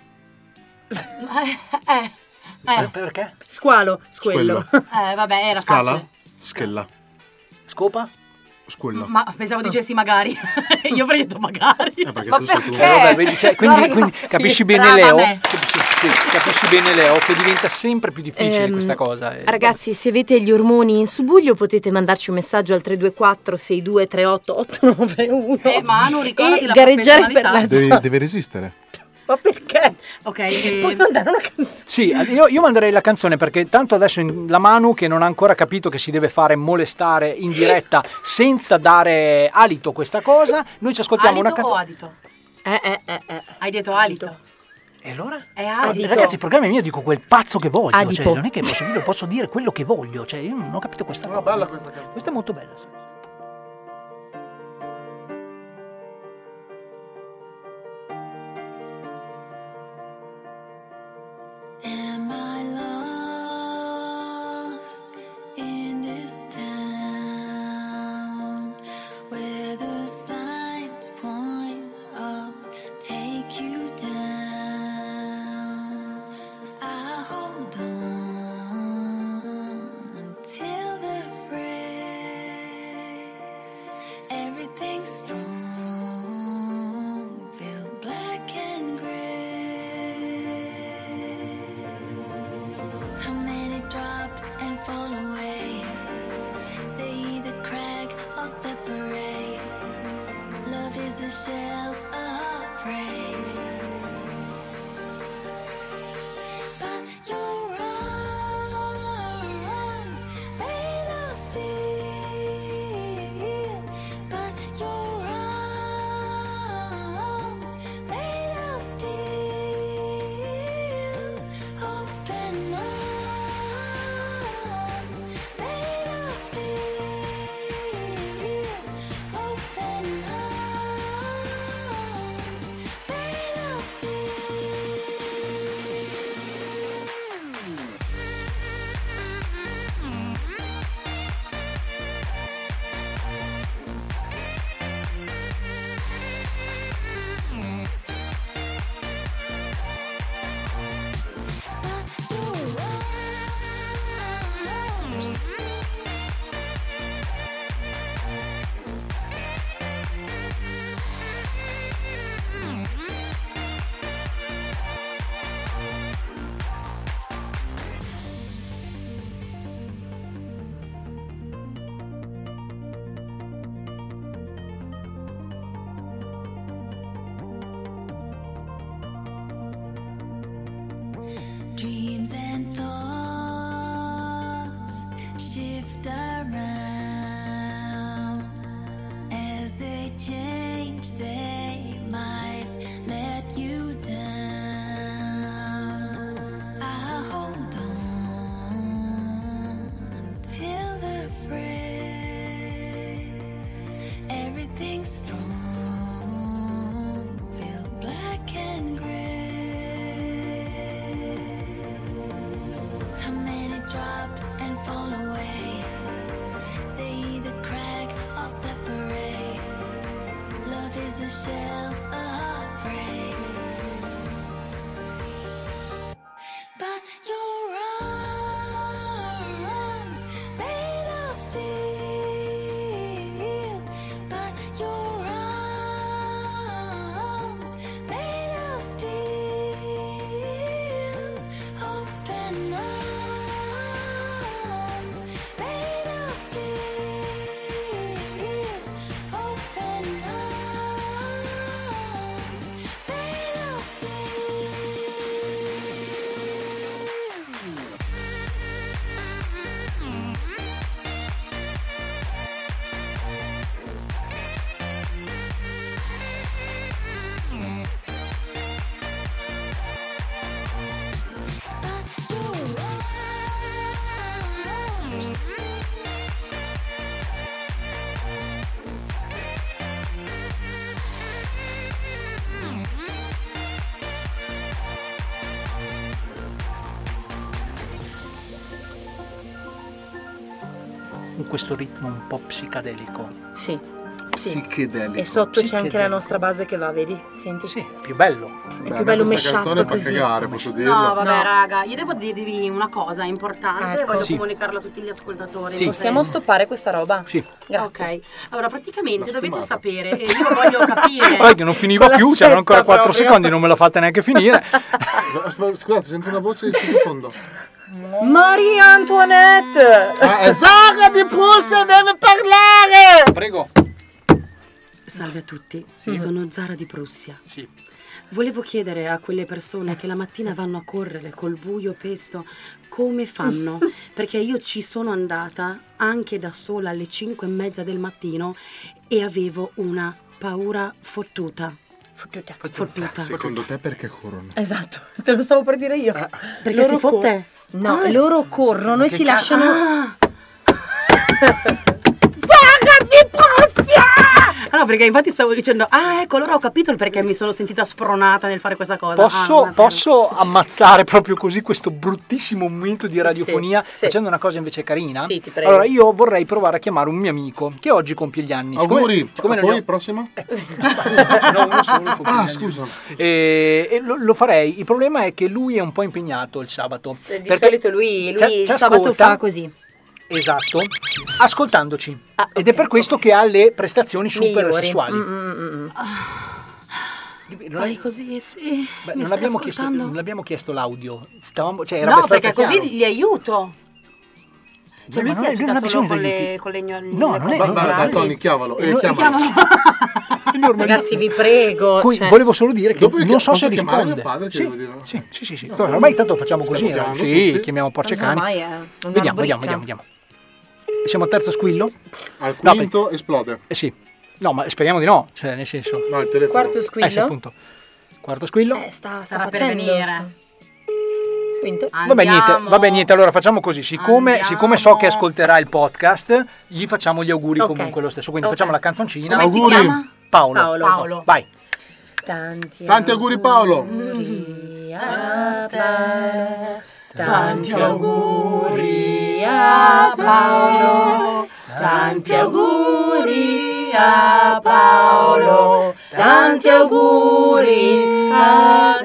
Eh, eh. Perché? Squalo, squello. Eh, vabbè, era Scala? facile. Schella. Scopa? Squella. Ma pensavo dicessi magari. Io avrei detto magari. Eh, perché Ma tu sei tu. Eh, vabbè, vedi, cioè, quindi, quindi Ragazzi, capisci bene brava Leo? me. Capisci, sì, capisci bene Leo che diventa sempre più difficile Ehm, questa cosa. eh. Ragazzi, se avete gli ormoni in subuglio potete mandarci un messaggio al tre due quattro sei due tre otto otto nove uno Eh, Manu, ricordati e la gareggiare per la Devi, zona. devi resistere. Ma perché? Ok, Puoi mandare una canzone. Sì, io, io manderei la canzone perché tanto adesso in- la Manu che non ha ancora capito che si deve fare molestare in diretta senza dare alito a questa cosa, noi ci ascoltiamo Alito una o canzone. adito? Eh, eh, eh, eh. Hai detto alito. E allora? È Ah, adito. ragazzi, il programma è mio, dico quel pazzo che voglio, Adipo. cioè, non è che posso, io posso dire quello che voglio, cioè, io non ho capito questa No, cosa. bella questa canzone. Questa è molto bella, sì. Am I lost in this town where the signs point up, take you down? I hold on until they're free. Everything's strong, feel black and gray. How many drop and fall away? They either crack or separate. Love is a shell, a heartbreak. But your arms made of steel. But your arms made of steel. Open arms made of steel. Open arms made of Dreams and thoughts shift around. As they change, they might let you down. I hold on until they're free. Everything's strong, feel black and gray. How many drop and fall away? They either crack or separate. Love is a shell, a heartbreak. But your arms made of steel. But your arms made of steel. Open arms made of steel. Open arms questo ritmo un po' psicadelico. Sì. Sì. Psichedelico. E sotto c'è anche la nostra base che va, vedi? Senti? Sì, più bello. È più bello un questa mashup canzone fa così. cagare, posso dirlo? No, vabbè, No. raga, io devo dirvi una cosa importante, Ecco. voglio Sì. comunicarlo a tutti gli ascoltatori. Sì. Possiamo stoppare questa roba? Sì. Grazie. Ok, allora praticamente L'ha dovete sfumata. sapere, e io voglio capire. Guarda che non finiva Con più, la c'erano ancora setta quattro proprio. secondi, non me la fate neanche finire. Scusate, sento una voce in sottofondo. Maria Antoinette! Ah, Zaga di Prusse deve parlare! Prego. Salve a tutti, Sì. sono Zara di Prussia. Sì. Volevo chiedere a quelle persone che la mattina vanno a correre col buio pesto come fanno, perché io ci sono andata anche da sola alle cinque e mezza del mattino e avevo una paura fottuta. Fottuta. Fottuta. Secondo te perché corrono? Esatto, te lo stavo per dire io. Perché Loro si fotte? cor- No, Ah. loro corrono e Che si cazzo? lasciano... Ah! Zaga di Prussia! Ah no, perché infatti stavo dicendo, ah ecco, allora ho capito il perché mi sono sentita spronata nel fare questa cosa. Posso, Ah, posso ammazzare proprio così questo bruttissimo momento di radiofonia Sì, sì. facendo una cosa invece carina? Sì, ti prego. Allora io vorrei provare a chiamare un mio amico che oggi compie gli anni. Siccome- Auguri, siccome non poi ne ho- prossimo? no, uno solo compie Ah, gli anni. scusa. E, e lo, lo farei. Il problema è che lui è un po' impegnato il sabato. Di perché solito lui, ci- lui ci il sabato ascolta. fa così. Esatto, ascoltandoci. Ah, Ed è per questo che ha le prestazioni super Migliori. sessuali. Mm, mm, mm, mm. Non, Vai così, sì. beh, mi non, stai abbiamo chiesto, ascoltando? non abbiamo chiesto l'audio. Stavamo, cioè, era No, abbastanza perché così chiaro. li aiuto. Cioè No, lui ma si non è- agita non ha solo bisogno con di le, aiuti. con le gnolli. No, non è- Va- va- dai, Tony, chiamalo. Eh, No, chiamalo. Ragazzi, vi prego. Cui- cioè- Volevo solo dire che Dopo io non so posso se chiamare risponde. mio padre, che sì, devo dire? sì, sì, sì, sì. No, ormai tanto facciamo così. Stiamo eh. chiamando Sì, tutti? chiamiamo porci Tanto cani. ormai è una Vediamo, vediamo, rubrica. vediamo, vediamo. Siamo al terzo squillo? Al No, quinto esplode. Eh sì. No, ma speriamo di no. Cioè, nel senso. No, il telefono. Quarto squillo? Eh sì, appunto. Quarto squillo. Eh, sta, sta Sarà per facendo. venire. sta- Quinto. Vabbè niente, vabbè niente, allora facciamo così, siccome, Andiamo. siccome so che ascolterà il podcast, gli facciamo gli auguri Ok. comunque lo stesso, quindi Ok. facciamo la canzoncina. Come si Auguri. chiama? Paolo. Paolo. Paolo. Vai. Tanti, Tanti auguri Paolo. auguri a Paolo. Tanti auguri a Paolo. Tanti auguri a Paolo. Tanti auguri a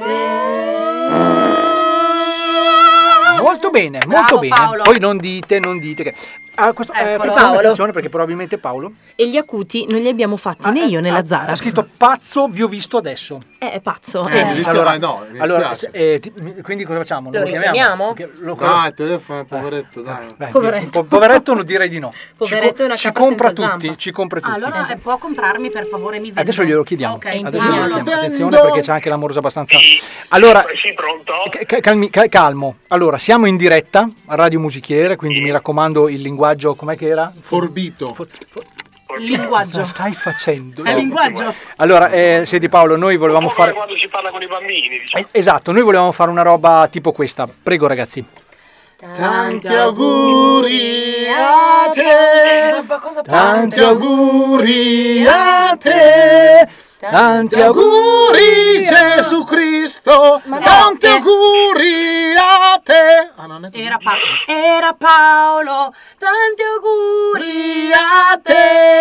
te. Molto bene, molto Bravo, bene. Paolo. Poi non dite, non dite che... Ah, questo, eh, Eccolo. attenzione, Paolo. attenzione, perché probabilmente Paolo... E gli acuti non li abbiamo fatti né io né la Zara. Ha scritto pazzo, vi ho visto adesso. Eh, è pazzo. Eh, mi Eh. dispiace, allora, no, mi allora, dispiace. eh, ti- quindi cosa facciamo? Lo richiamiamo? Che- lo- Dai, il telefono, poveretto, dai. Beh, Poveretto. po- poveretto non direi di no. Poveretto ci, co- è una ci capra compra senza tutti, zampa. ci compra tutti. Allora se può comprarmi per favore mi vende. Adesso glielo chiediamo. Ok. Adesso impegnato. glielo chiediamo. Attenzione Vendo. perché c'è anche l'amorosa abbastanza. Allora, Sì, pronto? ca- calmi- ca- calmo. Allora, siamo in diretta a Radio Musichiere, quindi mi raccomando il linguaggio, com'è che era? Forbito. Il linguaggio. Cosa stai facendo? È il linguaggio. Allora, eh, senti Paolo, noi volevamo Come fare... quando si parla con i bambini, diciamo. Eh, Esatto, noi volevamo fare una roba tipo questa. Prego ragazzi. Tanti auguri a te. Ma cosa Tanti auguri a te. Tanti auguri Gesù Cristo. Tanti auguri a te. Ah, non è così. Era, Pa- era Paolo, tanti auguri a te.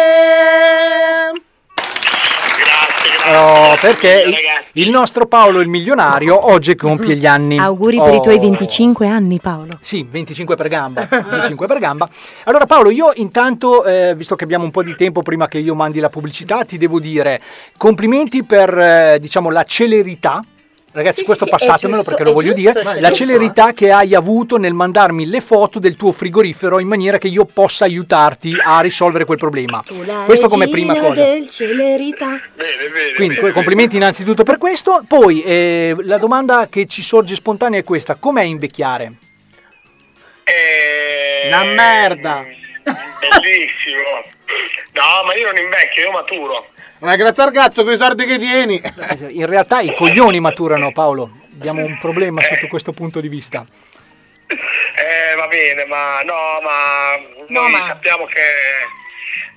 Oh, perché il nostro Paolo il milionario oggi compie gli anni. Auguri per i tuoi Oh. venticinque anni, Paolo. Sì, venticinque per gamba, venticinque per gamba. Allora Paolo, io intanto, eh, visto che abbiamo un po' di tempo prima che io mandi la pubblicità, ti devo dire complimenti per, eh, diciamo, la celerità. Ragazzi, Sì, questo sì, è passatemelo giusto, perché lo è voglio giusto, dire, è la giusto, celerità che hai avuto nel mandarmi le foto del tuo frigorifero in maniera che io possa aiutarti a risolvere quel problema. Tu la Questo come prima regina cosa. del celerità. Bene, bene. Quindi bene. complimenti innanzitutto per questo. Poi eh, la domanda che ci sorge spontanea è questa: com'è invecchiare? Eh, Una merda. Bellissimo. No, ma io non invecchio, io maturo. Ma grazie al cazzo con i soldi che tieni. In realtà i coglioni maturano, Paolo. Abbiamo un problema sotto questo punto di vista. Eh, va bene, ma no, ma No, noi ma- sappiamo che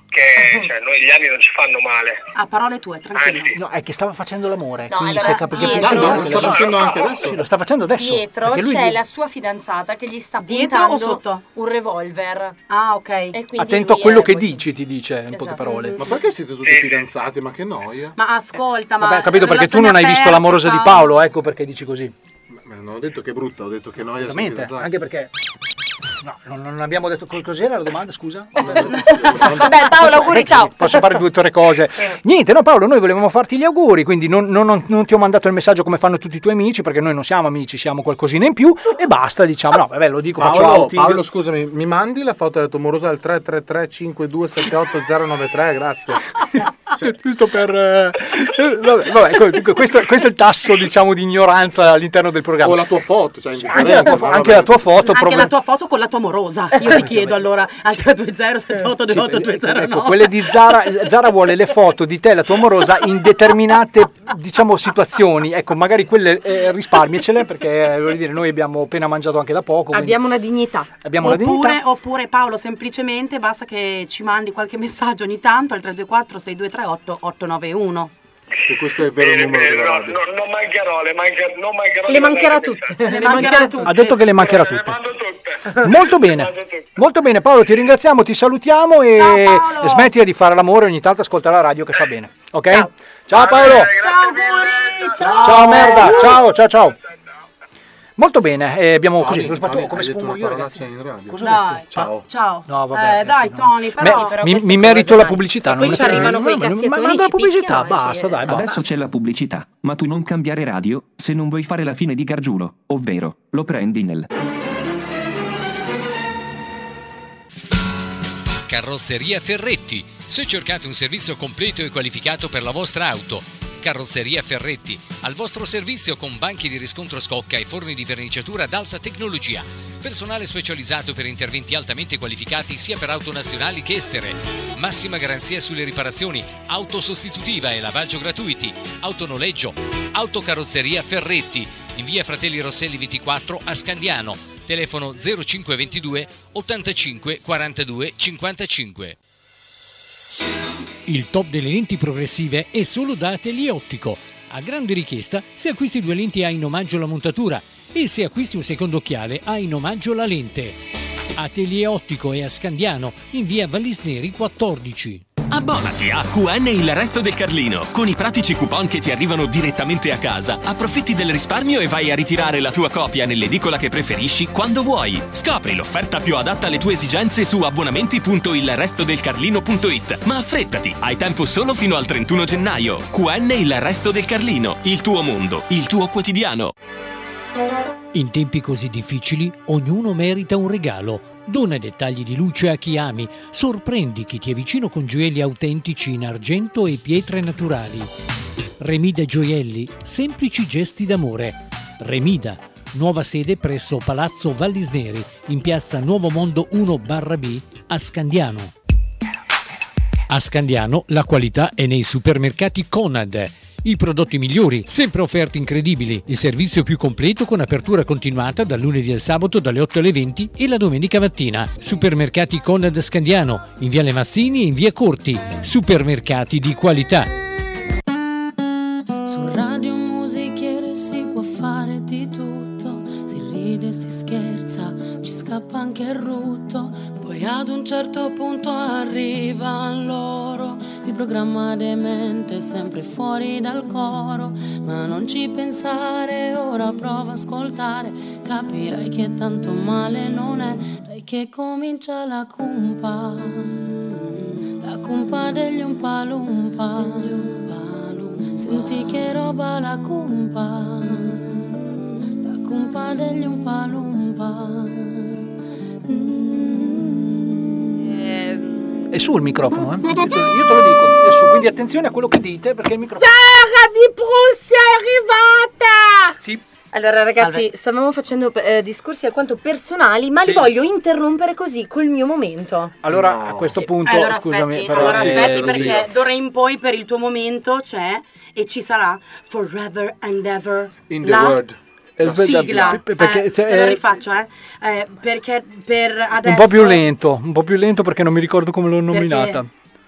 che cioè, noi gli anni non ci fanno male. A parole tue, tranquillo. No, è che stava facendo l'amore. No, quindi allora, se capi- dietro- capisci- No, no, lo sta facendo anche adesso. Sì, lo sta facendo adesso. Dietro perché lui- c'è la sua fidanzata che gli sta Dietro puntando o sotto? un revolver. Ah, ok. E quindi Attento a lui quello è che così. dici, ti dice in poche Esatto. parole. Ma perché siete tutti fidanzati? Ma che noia. Ma ascolta, ma Vabbè, ho capito perché tu non hai relazioni visto aperte, l'amorosa di Paolo, ecco perché dici così. Ma non ho detto che è brutta, ho detto che noia. sono Veramente, fidanzati. anche perché no, non, non abbiamo detto co- cos'era la domanda, scusa? Vabbè, Paolo, auguri, ciao. Posso fare due o tre cose? Niente, no Paolo, noi volevamo farti gli auguri, quindi non, non- non- non ti ho mandato il messaggio come fanno tutti i tuoi amici, perché noi non siamo amici, siamo qualcosina in più e basta, diciamo. No, vabbè, lo dico, faccio Paolo, outing. Paolo, scusami, mi mandi la foto della tua morosa al tre tre tre cinque due sette otto zero nove tre, grazie. Giusto per eh, eh, vabbè, vabbè, co- questo, questo è il tasso, diciamo, di ignoranza all'interno del programma. O la tua foto, cioè anche, indifferente. la tua, anche la tua foto Anche problem- la tua foto con la tua amorosa. Io ti chiedo allora al tre due zero sette otto due otto due zero nove. Ecco, quelle di Zara, Zara vuole le foto di te e la tua amorosa in determinate, diciamo, situazioni. Ecco, magari quelle eh, risparmiacele, perché eh, voglio dire, noi abbiamo appena mangiato anche da poco. quindi Abbiamo una dignità. abbiamo la Oppure, dignità. oppure Paolo, semplicemente basta che ci mandi qualche messaggio ogni tanto al tre due quattro sei due tre otto otto nove uno. Che questo è il vero numero della radio. No, non mancherò, le, manca- non mancherò Le di mancherà mandare tutte. Le mancherà tutte. Ha detto che le mancherà tutte. Molto bene, molto bene Paolo, ti ringraziamo, ti salutiamo e, e smettila di fare l'amore ogni tanto, ascolta la radio che fa bene, ok? Ciao, ciao Paolo, Ciao auguri, ciao. ciao merda, ciao ciao ciao. Molto bene, eh, abbiamo Tony, così, lo sbattuto Tony, come hai detto sfumo una io ragazzi. parolaccia in radio. Cosa ho Dai, detto? Ciao. Ciao. No, vabbè, Eh, ragazzi, dai Tony, Me- però però mi, queste mi cose, merito la dai. pubblicità, Poi non ci me ne arrivano frega. quei Ma- ma- cazziatoni, ma- ma la ci pubblicità, picchiano, basta, sì. dai, basta. Adesso c'è la pubblicità, ma tu non cambiare radio se non vuoi fare la fine di Gargiulo, ovvero lo prendi nel... Carrozzeria Ferretti. Se cercate un servizio completo e qualificato per la vostra auto, Carrozzeria Ferretti, al vostro servizio con banchi di riscontro scocca e forni di verniciatura ad alta tecnologia. Personale specializzato per interventi altamente qualificati sia per auto nazionali che estere. Massima garanzia sulle riparazioni, auto sostitutiva e lavaggio gratuiti, autonoleggio. Autocarrozzeria Ferretti, in via Fratelli Rosselli ventiquattro a Scandiano. Telefono zero cinque due due ottantacinque quarantadue cinquantacinque. Il top delle lenti progressive è solo da Atelier Ottico. A grande richiesta, se acquisti due lenti hai in omaggio la montatura e se acquisti un secondo occhiale hai in omaggio la lente. Atelier Ottico è a Scandiano, in via Vallisneri quattordici. Abbonati a Q N Il Resto del Carlino. Con i pratici coupon che ti arrivano direttamente a casa, approfitti del risparmio e vai a ritirare la tua copia nell'edicola che preferisci quando vuoi. Scopri l'offerta più adatta alle tue esigenze su abbonamenti punto il resto del carlino punto it. Ma affrettati, hai tempo solo fino al trentuno gennaio. Q N Il Resto del Carlino. Il tuo mondo, il tuo quotidiano. In tempi così difficili, ognuno merita un regalo. Dona dettagli di luce a chi ami, sorprendi chi ti è vicino con gioielli autentici in argento e pietre naturali. Remida Gioielli, semplici gesti d'amore. Remida, nuova sede presso Palazzo Vallisneri, in piazza Nuovo Mondo uno barra B a Scandiano. A Scandiano la qualità è nei supermercati Conad. I prodotti migliori, sempre offerte incredibili, il servizio più completo con apertura continuata dal lunedì al sabato dalle otto alle venti e la domenica mattina. Supermercati Conad Scandiano, in via Le Mazzini e in via Corti. Supermercati di qualità. Su Radio Musichiere si può fare di tutto, si ride, si scherza, ci scappa anche il rutto. Poi ad un certo punto arriva loro, il programma demente sempre fuori dal coro. Ma non ci pensare, ora prova a ascoltare, capirai che tanto male non è. Dai che comincia la cumpa, la cumpa degli Umpalumpa. Senti che roba la cumpa, la cumpa degli Umpalumpa. È su il microfono, eh? Io te, io te lo dico, è su, quindi attenzione a quello che dite perché il microfono... Sara di Prussia è arrivata! Sì. Allora ragazzi, Salve. stavamo facendo eh, discorsi alquanto personali, ma li voglio interrompere così col mio momento. Allora No. a questo punto, Allora scusami, aspetti, però allora sì, aspetti così. perché d'ora in poi per il tuo momento c'è e ci sarà Forever and Ever In the la world. sigla. Perché, eh, cioè, te lo eh, rifaccio, eh. Eh, perché per adesso un po' più lento, un po' più lento perché non mi ricordo come l'ho nominata.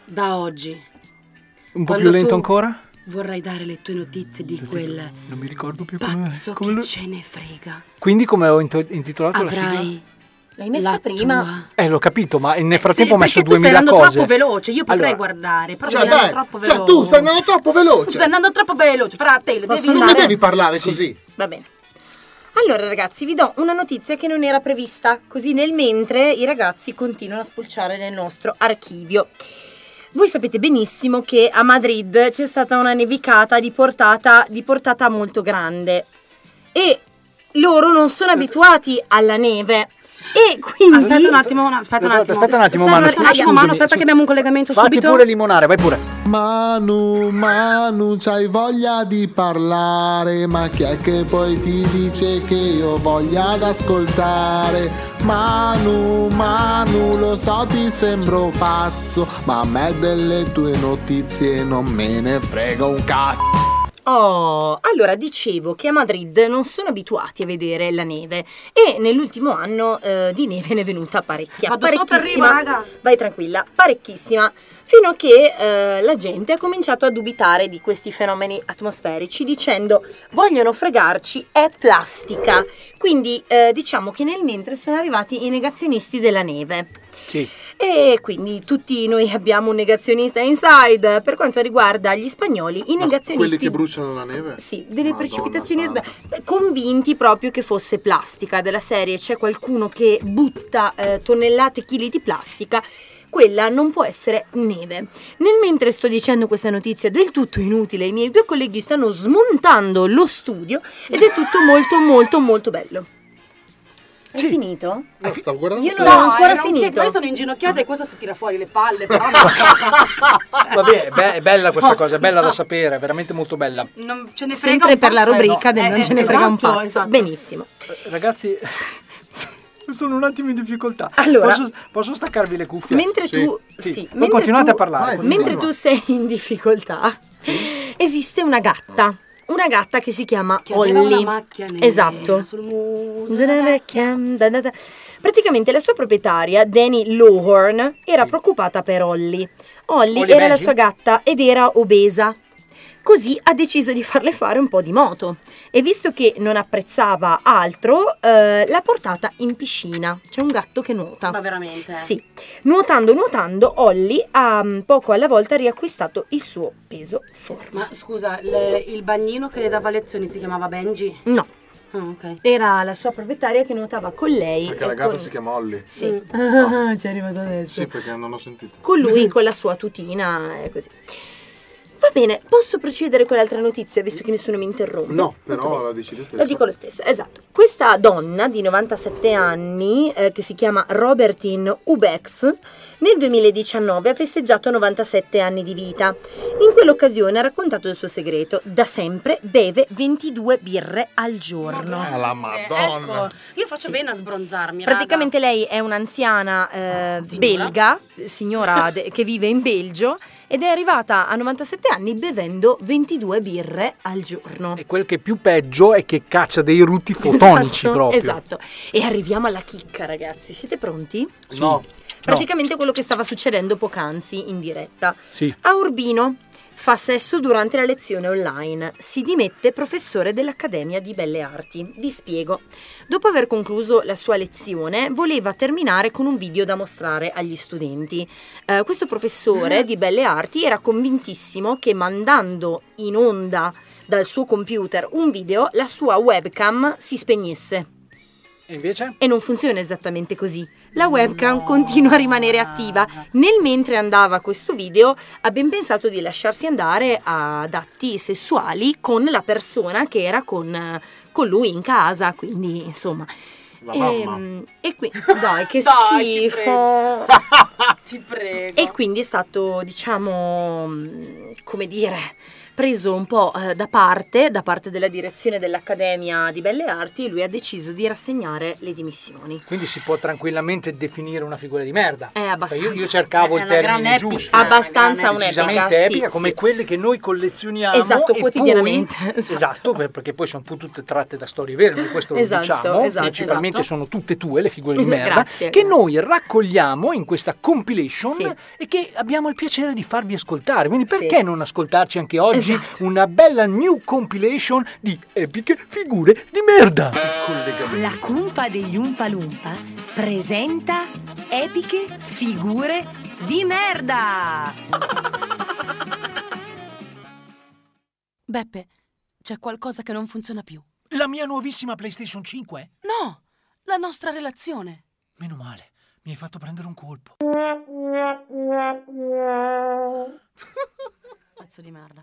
Da oggi. Un po' Quando più lento tu ancora? Vorrai dare le tue notizie di quel Non mi ricordo più come... pazzo come che lo- ce ne frega. Quindi come ho into- intitolato la sigla? Avrai L'hai messa la prima? tua. Eh, l'ho capito, ma nel frattempo ho Sì, messo perché tu stai duemila andando cose. troppo veloce, io potrei Allora, guardare, però Cioè, stai andando beh, troppo cioè, veloce. tu stai andando troppo veloce. Stai andando troppo veloce, fratello, Posso devi Non mi andare? devi parlare così. Va bene. Allora ragazzi, vi do una notizia che non era prevista, così nel mentre i ragazzi continuano a spulciare nel nostro archivio. Voi sapete benissimo che a Madrid c'è stata una nevicata di portata, di portata molto grande e loro non sono abituati alla neve. E quindi Aspetta un attimo, no, aspetta un attimo. Aspetta un attimo, Aspetta Manu, un attimo, scusami, Manu, aspetta scusi. che abbiamo un collegamento Fatti subito. pure limonare, vai pure. Manu, Manu, c'hai voglia di parlare, ma chi è che poi ti dice che io voglia ad ascoltare? Manu, Manu, lo so ti sembro pazzo, ma a me delle tue notizie non me ne frega un cazzo. Oh, allora dicevo che a Madrid non sono abituati a vedere la neve e nell'ultimo anno eh, di neve ne è venuta parecchia. Vado sotto, parecchissima. arrivo, raga. Vai tranquilla, parecchissima. Fino a che eh, la gente ha cominciato a dubitare di questi fenomeni atmosferici dicendo vogliono fregarci, è plastica. Quindi eh, diciamo che nel mentre sono arrivati i negazionisti della neve. Sì. E quindi tutti noi abbiamo un negazionista inside. Per quanto riguarda gli spagnoli, i Ma negazionisti quelli che bruciano la neve? sì, delle Madonna precipitazioni santa. convinti proprio che fosse plastica, della serie c'è qualcuno che butta eh, tonnellate e chili di plastica, quella non può essere neve. Nel mentre sto dicendo questa notizia del tutto inutile, i miei due colleghi stanno smontando lo studio ed è tutto molto molto molto bello. Hai finito? No, stavo guardando Io solo- non ho ancora non finito. che poi sono inginocchiata e questo si tira fuori le palle, però Vabbè, è be- è bella questa No, cosa, è bella da scusa. sapere, è veramente molto bella. non ce ne frega Sempre un per la pazzo, eh, rubrica no. del Eh, non ce ne eh, frega un esatto, pazzo. esatto. Benissimo. Eh, Ragazzi, sono un attimo in difficoltà. Allora- posso, posso staccarvi le cuffie? Mentre Sì. tu, Sì. sì, Voi mentre continuate tu- a parlare. Mentre continuate. tu sei in difficoltà, esiste una gatta. Una gatta che si chiama Che aveva Holly. una macchia nera Esatto. sul muso. Una vecchia, da, da, da. Praticamente la sua proprietaria, Dani Lowhorn, era preoccupata per Holly. Holly Holly era la Benji? sua gatta ed era obesa. Così ha deciso di farle fare un po' di moto e visto che non apprezzava altro, eh, l'ha portata in piscina. C'è un gatto che nuota. Ma veramente? Sì. Nuotando, nuotando, Holly ha mm, poco alla volta riacquistato il suo peso forma. Ma scusa, le- il bagnino che le dava lezioni si chiamama Benji? No. Ah, ok. Era la sua proprietaria che nuotava con lei. Perché e la gatta con... si chiama Holly. Sì. Ah. Ci è arrivato adesso. Sì, perché non ho sentito. Con lui, con la sua tutina e così. Va bene, posso procedere con l'altra notizia visto che nessuno mi interrompe? No, però la dici tu stesso. Lo dico lo stesso, esatto. Questa donna di novantasette anni, eh, che si chiama Robertine Ubex, nel duemiladiciannove ha festeggiato novantasette anni di vita. In quell'occasione ha raccontato il suo segreto. Da sempre beve ventidue birre al giorno. Ah, la Madonna. Ecco, io faccio bene a sbronzarmi, Praticamente lei è un'anziana eh, Signora. belga, signora de- che vive in Belgio, ed è arrivata a novantasette anni bevendo ventidue birre al giorno. E quel che è più peggio è che caccia dei rutti fotonici Esatto, proprio. Esatto. E arriviamo alla chicca, ragazzi. Siete pronti? No. Praticamente quello che stava succedendo poc'anzi in diretta. Sì. A Urbino fa sesso durante la lezione online. Si dimette professore dell'Accademia di Belle Arti. Vi spiego. Dopo aver concluso la sua lezione, voleva terminare con un video da mostrare agli studenti. Eh, questo professore di Belle Arti era convintissimo che mandando in onda dal suo computer un video, la sua webcam si spegnesse. E invece? E non funziona esattamente così. La webcam continua a rimanere attiva. Nel mentre andava questo video, ha ben pensato di lasciarsi andare ad atti sessuali con la persona che era con, con lui in casa. Quindi, insomma. La e, mamma. e qui, dai, che Dai, ti schifo. Ti prego. E quindi è stato, diciamo, come dire, preso un po' eh, da parte, da parte della direzione dell'Accademia di Belle Arti, lui ha deciso di rassegnare le dimissioni. Quindi si può tranquillamente definire una figura di merda. È abbastanza. Io, io cercavo È il una gran termine epica. giusto. Abbastanza Decisamente un'epica, epica, sì, come sì. quelle che noi collezioniamo. Esatto, e quotidianamente. Poi, Esatto. esatto, per- perché poi sono tutte tratte da storie vere, noi questo lo Esatto, diciamo. esatto, Principalmente esatto. sono tutte tue le figure di merda Grazie. che noi raccogliamo in questa compilation Sì. e che abbiamo il piacere di farvi ascoltare. Quindi perché Sì. non ascoltarci anche oggi Esatto. una bella new compilation di epiche figure di merda? La cumpa degli Umpa Lumpa presenta epiche figure di merda. Beppe, c'è qualcosa che non funziona più. La mia nuovissima PlayStation cinque? No, la nostra relazione. Meno male, mi hai fatto prendere un colpo. Pezzo di merda.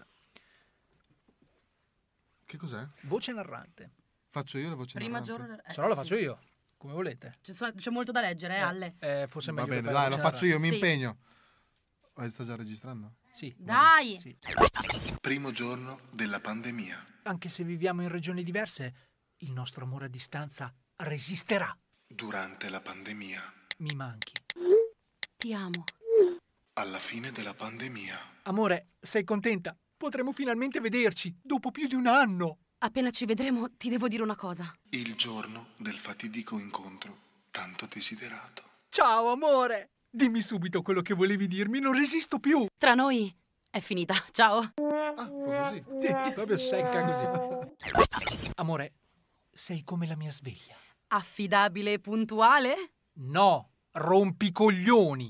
Che cos'è? Voce narrante. Faccio io la voce Prima narrante? giorno... eh, Se no la sì. faccio io, come volete. C'è, so- c'è molto da leggere, eh, Alle. Eh, forse è Va meglio che bene, fai dai, la lo voce faccio io, mi Sì. impegno. Eh, sta già registrando? Sì. Dai! Sì. Primo giorno della pandemia. Anche se viviamo in regioni diverse, il nostro amore a distanza resisterà. Durante la pandemia. Mi manchi. Ti amo. Alla fine della pandemia. Amore, sei contenta? Potremo finalmente vederci, dopo più di un anno. Appena ci vedremo, ti devo dire una cosa. Il giorno del fatidico incontro, tanto desiderato. Ciao, amore! Dimmi subito quello che volevi dirmi, non resisto più. Tra noi è finita. Ciao. Ah, così? Sì, proprio secca così. Amore, sei come la mia sveglia. Affidabile e puntuale? No, rompicoglioni.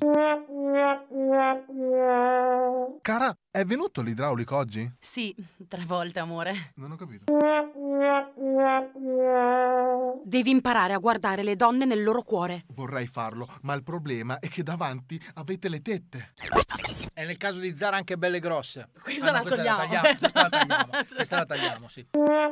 Cara, è venuto l'idraulico oggi? Sì, tre volte, amore. Non ho capito. Devi imparare a guardare le donne nel loro cuore. Vorrei farlo, ma il problema è che davanti avete le tette. È nel caso di Zara anche belle grosse. Questa Ah, no, la togliamo. Questa la tagliamo. Questa la tagliamo, sì.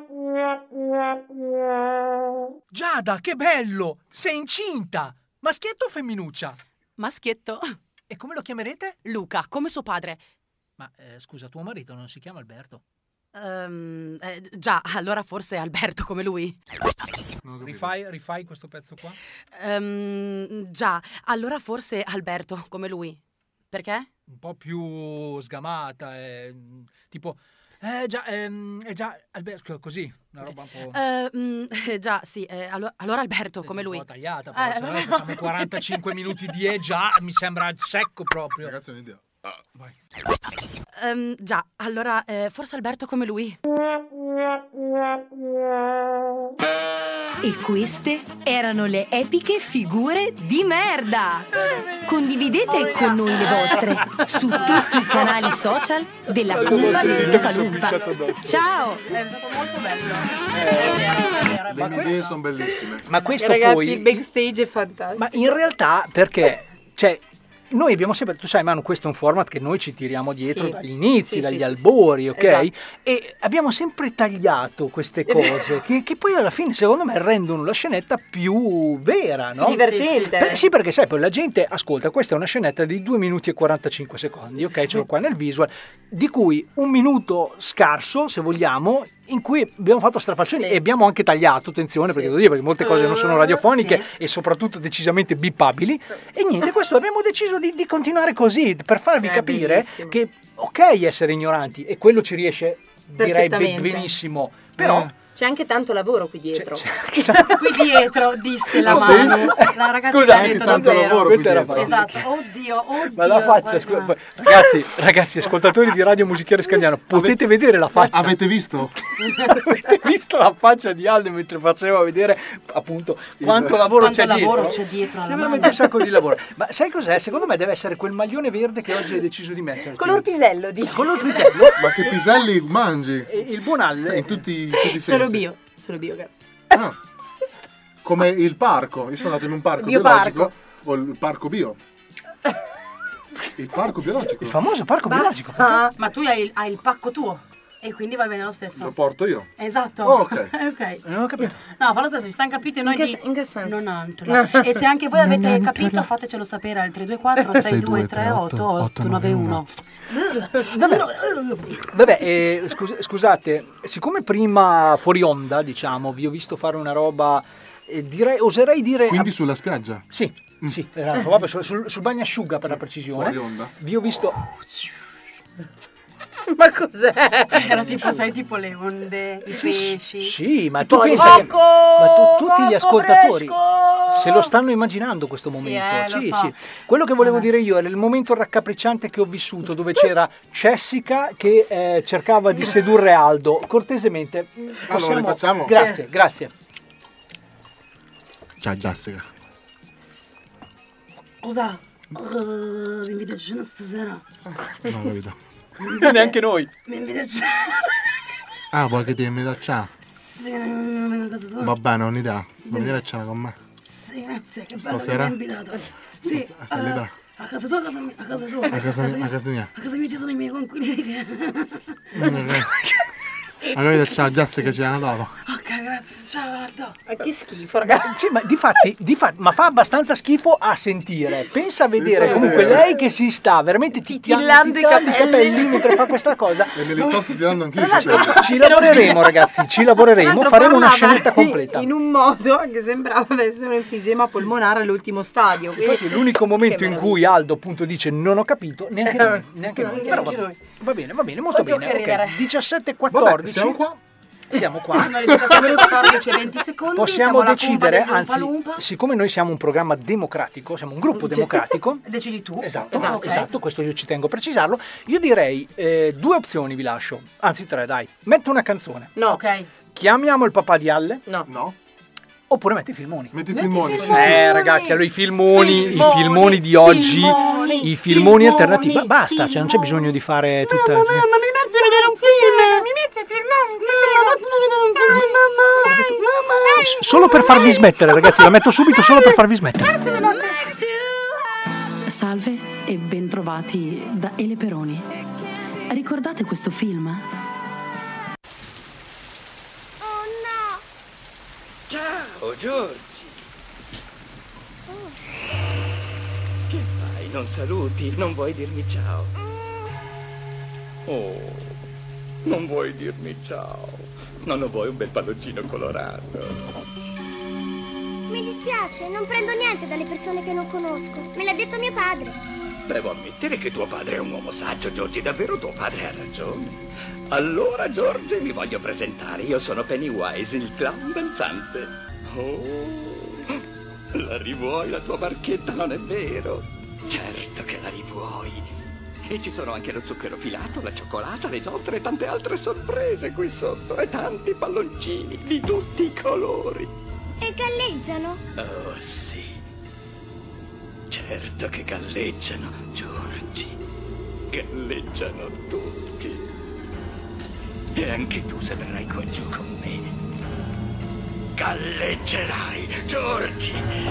Giada, che bello! Sei incinta! Maschietto o femminuccia? Maschietto. E come lo chiamerete? Luca, come suo padre. Ma eh, scusa, tuo marito non si chiama Alberto? Ehm, eh, già, allora forse Alberto come lui. Rifai, rifai questo pezzo qua? Ehm, già, allora forse Alberto come lui. Perché? Un po' più sgamata, eh, tipo... Eh già, ehm, eh già, Alberto, così, una roba un po'... Ehm, eh, già, sì, eh, allo- allora Alberto come lui. Un po' tagliata, però Eh, se no vabbè. facciamo quarantacinque minuti di e già, mi sembra secco proprio. Ragazzi, è un'idea. Ah, vai. Ehm, già, allora eh, forse Alberto come lui. E queste erano le epiche figure di merda. Condividete con noi le vostre su tutti i canali social della Cumpa degli Umpa Lumpa. Ciao! È stato molto bello. Le mie idee sono bellissime. Ma questo Ragazzi, poi... il backstage è fantastico. Ma in realtà perché, cioè, noi abbiamo sempre, tu sai Manu, questo è un format che noi ci tiriamo dietro Sì. dagli inizi, Sì, dagli sì, sì, albori, sì. ok? Esatto. E abbiamo sempre tagliato queste cose che, che poi alla fine secondo me rendono la scenetta più vera, no? Sì, divertente. Per- sì, perché sai, poi la gente ascolta, questa è una scenetta di due minuti e quarantacinque secondi, ok? Ce l'ho qua nel visual, di cui un minuto scarso, se vogliamo, in cui abbiamo fatto strafalcioni Sì. e abbiamo anche tagliato, attenzione, perché devo dire, perché molte cose non sono radiofoniche Sì. e soprattutto decisamente bippabili. E niente, questo abbiamo deciso di, di continuare così, per farvi È capire bellissimo. che ok essere ignoranti, e quello ci riesce, direi, be- Perfettamente. benissimo, però... Eh. C'è anche tanto lavoro qui dietro. Qui dietro, disse la Ah, sì? Manu. La ragazza Scusa, ha anche detto tanto davvero. lavoro Questa qui era dietro. fatica. Esatto, oddio, oddio. Ma la faccia, guarda. scu- ragazzi, ragazzi, ascoltatori di Radio Musichiere Scandiano, potete vedere la faccia? Avete visto? Avete visto la faccia di Aldo mentre faceva vedere appunto quanto lavoro Quanto c'è lavoro dietro? c'è dietro alla C'è mano. veramente un sacco di lavoro. Ma sai cos'è? Secondo me deve essere quel maglione verde che oggi hai deciso di mettere. Color pisello, dici. Color pisello. Ma che piselli mangi? E il Bonalle. In tutti, in tutti i sensi. Solo bio, solo bio, grazie. Ah. Come il parco. Io sono andato in un parco Bioparco. biologico. O il parco bio. Il parco biologico. Il famoso parco biologico. Ah, Ma tu hai, hai il pacco tuo. E quindi va bene lo stesso. Lo porto io. Esatto. Oh, ok. Ok. Non ho capito. No, fa lo stesso, ci stanno capito e noi In che di... se- in che senso? Nonantola. E se anche voi avete capito, fatecelo sapere al tre due quattro sei due tre otto otto nove uno. Vabbè, eh, scus- scusate, siccome prima fuori onda, diciamo, vi ho visto fare una roba, eh, direi, oserei dire... Quindi sulla spiaggia? Sì, sì, era proprio sul, sul, sul bagnasciuga per la precisione. Fuori onda? Vi ho visto... Ma cos'è? Era tipo, sai, tipo le onde, i pesci. Sì, ma tu pensa che... Ma tu, tutti gli ascoltatori se lo stanno immaginando questo momento. eh, lo Sì, so. sì. Quello che volevo dire io era il momento raccapricciante che ho vissuto, dove c'era Jessica che eh, cercava di sedurre Aldo. Cortesemente, Allora, possiamo... rifacciamo? Grazie, grazie. Ciao Jessica. Scusa, uh, mi invita a cena stasera? Non ho capito. Neanche noi. Mi invita a cena? Ah, vuoi che ti invito a cena? Sì, mi vengo a casa tua. Va bene, ho un'idea. Vuoi venire a cena con me? Sì, grazie, che bello Stasera? che mi hai invitato. Sì, Stai lì, eh, dai. a casa tua, a casa mia, a casa tua. A casa mia, a casa mia. A casa mia ci sono i miei conquilini che... Allora, ciao Jessica, ci hanno dato. Ok, grazie, ciao Aldo. Ma che schifo, ragazzi. Sì, ma difatti, difatti, ma fa abbastanza schifo a sentire. Pensa a vedere Pensa a comunque vedere. lei che si sta veramente Titillando i capelli. mentre fa questa cosa. E me li sto tirando anch'io. Ci lavoreremo, ragazzi, ci lavoreremo, Tra l'altro faremo una parlava scenetta completa. in un modo che sembrava avesse un enfisema polmonare all'ultimo stadio. Infatti è l'unico momento Che in meraviglia. cui Aldo appunto dice non ho capito, neanche noi, neanche noi. Neanche Però noi. va, va bene, va bene, molto Oddio, bene. che Ok, ridere. diciassette e Vabbè, quattordici. siamo qua. Siamo qua. Sono le diciassette e quattordici e venti secondi. Possiamo siamo alla decidere, pompa del anzi, Lumpa Lumpa. siccome noi siamo un programma democratico, siamo un gruppo democratico. Decidi tu. Esatto, Esatto, no, ok. esatto, questo io ci tengo a precisarlo. Io direi eh, due opzioni vi lascio, anzi tre, dai. Metto una canzone. No. Ok. Chiamiamo il papà di Alle. No. No? Oppure metti i filmoni. Metti i filmoni. sì, Eh ragazzi, allora i filmoni, Filmoni, i filmoni di oggi, filmoni, i filmoni filmoni, alternativi. Ma basta, cioè, non c'è filmoni. bisogno di fare tutta... Mamma, mamma, mi metti a vedere un film. Mi metti a filmare un film. Mamma, a vedere un film. Mamma, mamma. S- Solo per farvi smettere, ragazzi, la metto subito solo per farvi smettere. Salve e bentrovati da Ele Peroni. Ricordate questo film? Ciao, Giorgi. Che fai? Non saluti? Non vuoi dirmi ciao? Oh, non vuoi dirmi ciao? Non lo vuoi un bel palloncino colorato? Mi dispiace, non prendo niente dalle persone che non conosco. Me l'ha detto mio padre. Devo ammettere che tuo padre è un uomo saggio, Giorgi. Davvero tuo padre ha ragione. Allora, Giorgi, mi voglio presentare. Io sono Pennywise, il clown danzante. Oh, la rivuoi la tua barchetta, non è vero? Certo che la rivuoi. E ci sono anche lo zucchero filato, la cioccolata, le giostre e tante altre sorprese qui sotto. E tanti palloncini di tutti i colori. E galleggiano? Oh, sì. Certo che galleggiano, Giorgi. Galleggiano tutti. E anche tu se verrai qua giù con me. Galleggerai, Giorgi.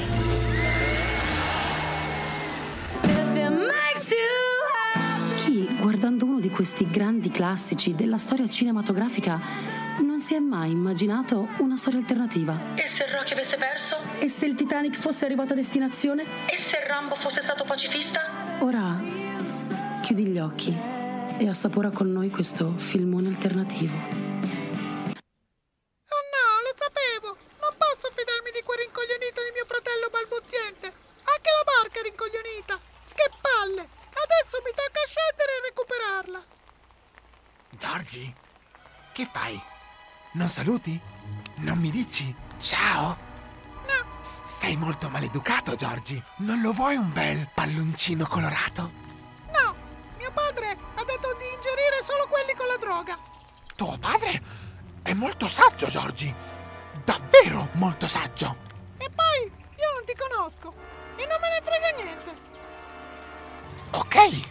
Chi, guardando uno di questi grandi classici della storia cinematografica, non si è mai immaginato una storia alternativa? E se Rocky avesse perso? E se il Titanic fosse arrivato a destinazione? E se Rambo fosse stato pacifista? Ora chiudi gli occhi e assapora con noi questo filmone alternativo. Oh no, lo sapevo! Non posso fidarmi di quel rincoglionito di mio fratello balbuziente! Anche la barca è rincoglionita! Che palle! Adesso mi tocca scendere e recuperarla! Giorgi, che fai? Non saluti? Non mi dici ciao? No! Sei molto maleducato, Giorgi. Non lo vuoi un bel palloncino colorato? No! Mio padre ha detto di ingerire solo quelli con la droga! Tuo padre è molto saggio, Giorgi. Davvero molto saggio. E poi io non ti conosco e non me ne frega niente! Ok.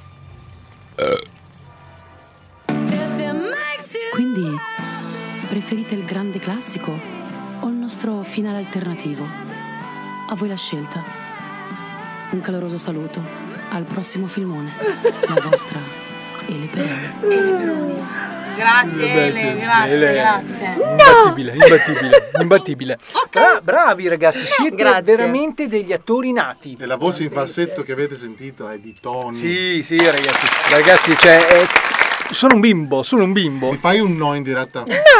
Quindi, preferite il grande classico o il nostro finale alternativo? A voi la scelta. Un caloroso saluto. Al prossimo filmone. La vostra Ele Peroni. Ele Peroni. Grazie Beh, Ele, sì, grazie, Ele. grazie. Imbattibile, imbattibile, imbattibile. Bra- bravi ragazzi, siete Grazie. veramente degli attori nati. E la voce in falsetto che avete sentito è di Tony. Sì, sì, ragazzi. Ragazzi, cioè, eh, sono un bimbo, sono un bimbo. Mi fai un no in diretta?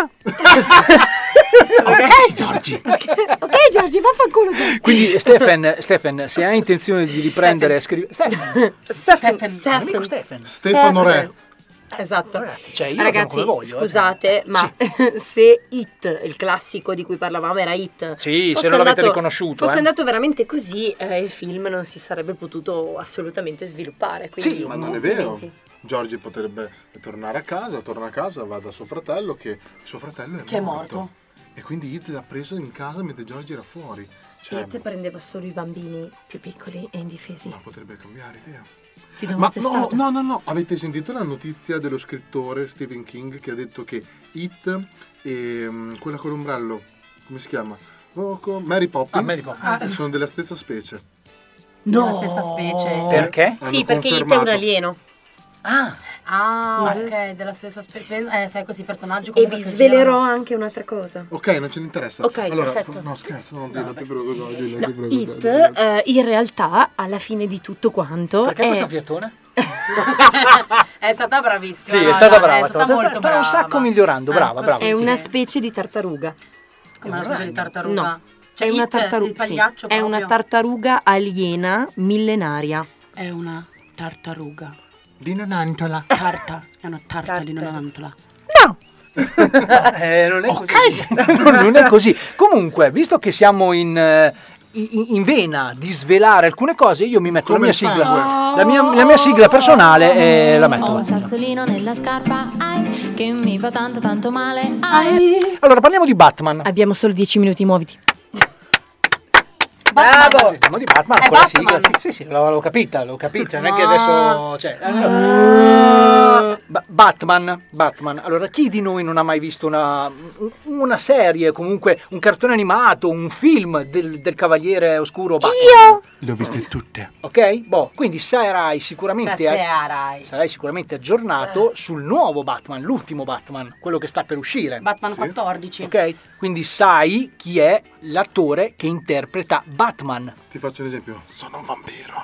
Ok, Giorgi. Ok, Giorgi, vaffanculo. Giorgi. Quindi Stefan, Stefan, se hai intenzione di riprendere a scrivere Stefan, Stefan. Stefan, Stefan. Stefano Re. Esatto. Cioè, io Ragazzi, come voglio, eh, scusate, ma se It, il classico di cui parlavamo, era It, Sì, fosse se non l'avete andato- riconosciuto, fosse eh. andato veramente così, eh, il film non si sarebbe potuto assolutamente sviluppare. Quindi, Ma non è vero. complimenti. Giorgi potrebbe tornare a casa, torna a casa, va da suo fratello che suo fratello è Che è morto. morto. E quindi It l'ha preso in casa mentre Giorgi era fuori. Cioè, It prendeva solo i bambini più piccoli e indifesi. ma potrebbe cambiare idea. Ti do una Ma no, testata. no, no, no, avete sentito la notizia dello scrittore Stephen King che ha detto che It e mm, quella con l'ombrello, come si chiama? Oh, con- Mary Poppins, Ah, Mary Poppins. eh, sono della stessa specie. No. La stessa specie. Perché? Hanno Sì, perché It è un confermato. alieno. Ah, Ah, Mm. ok, della stessa specie. Eh, sai, questi personaggi E comunque vi che svelerò girano. anche un'altra cosa. Ok, non ce ne interessa. Ok, allora, perfetto. no, scherzo, non dillo, ti prego, no, dillo, No, ti prego, It, dai, dai. eh, in realtà, alla fine di tutto quanto, perché è... questo fiatone? È stata bravissima. Sì, no, è stata no, brava, È stata sta- molto sta brava. un sacco migliorando, brava, Eh, brava. è sì, una sì. specie di tartaruga. Come una specie di tartaruga. No, Cioè, è una It, tartaruga. il pagliaccio è una proprio. tartaruga aliena millenaria. È una tartaruga. Di nonantola. Tarta. È una tarta di nonantola. Eh, non è così. non, non è così. Comunque, visto che siamo in, eh, in, in vena di svelare alcune cose, io mi metto Come la mia il sigla. sangue. La mia, la mia sigla personale e la Ho metto. un sassolino nella scarpa, ai, che mi fa tanto tanto male, ai. Allora, parliamo di Batman. Abbiamo solo dieci minuti, muoviti. Bravo! Parliamo di Batman, È quella Batman. sigla. Sì, sì, sì, l'ho, l'ho capita, l'ho capita. Non è che No. adesso. Cioè, allora, Ba- Batman, Batman. Allora, chi di noi non ha mai visto una, una serie, comunque un cartone animato, un film del, del Cavaliere Oscuro Batman? Io! Le ho viste tutte. Ok? Boh, quindi sarai sicuramente, Sarai. sarai sicuramente aggiornato sul nuovo Batman, l'ultimo Batman, quello che sta per uscire. Batman quattordici. Ok? Quindi sai chi è l'attore che interpreta Batman. Ti faccio un esempio. Sono un vampiro.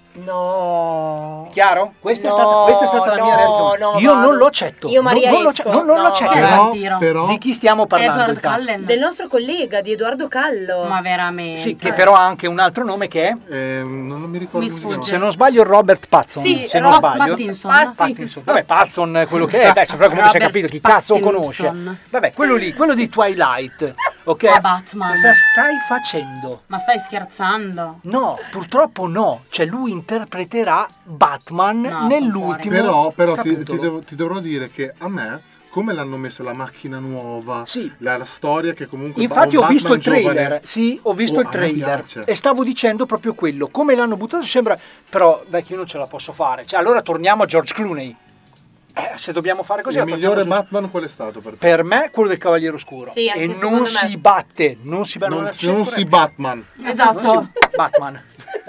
No. Chiaro? Questa è No, stata, questa è stata la mia no, reazione. no, Io vado. non lo accetto. Io Maria non, non lo esco. accetto. Non, non lo No. accetto. Chi è il Però, vampiro? però, Di chi stiamo parlando? Edward intanto? Cullen. Del nostro collega, di Edoardo Callo. Ma veramente. Sì, che però ha anche un altro nome che è, eh, non mi ricordo. Mi come si chiama. sfugge. se non sbaglio, Robert Pattinson. Sì, se non Rob sbaglio. Pattinson. Pattinson. Vabbè, Pattinson è quello che è, dai, però come si è Robert capito, chi cazzo lo Pattinson. conosce? Vabbè, quello lì, quello di Twilight, ok? Fa Batman. Cosa stai facendo? Ma stai scherzando? No, purtroppo no, cioè lui interpreterà Batman No, nell'ultimo Però, però ti, capitolo. ti devo- ti dovrò dire che a me, come l'hanno messa la macchina nuova, Sì. la, la storia che comunque Infatti un ho visto il Batman trailer, giovane- sì, ho visto Oh, il a me trailer piace. e stavo dicendo proprio quello, come l'hanno buttato sembra, però vecchio io non ce la posso fare, cioè allora torniamo a George Clooney, eh, se dobbiamo fare così Il la migliore torniamo a George- Batman qual è stato per te? per me quello del Cavaliere Oscuro Sì, anche e secondo non me. si batte, non si batte, Non, non, non si Batman. Esatto. non si Batman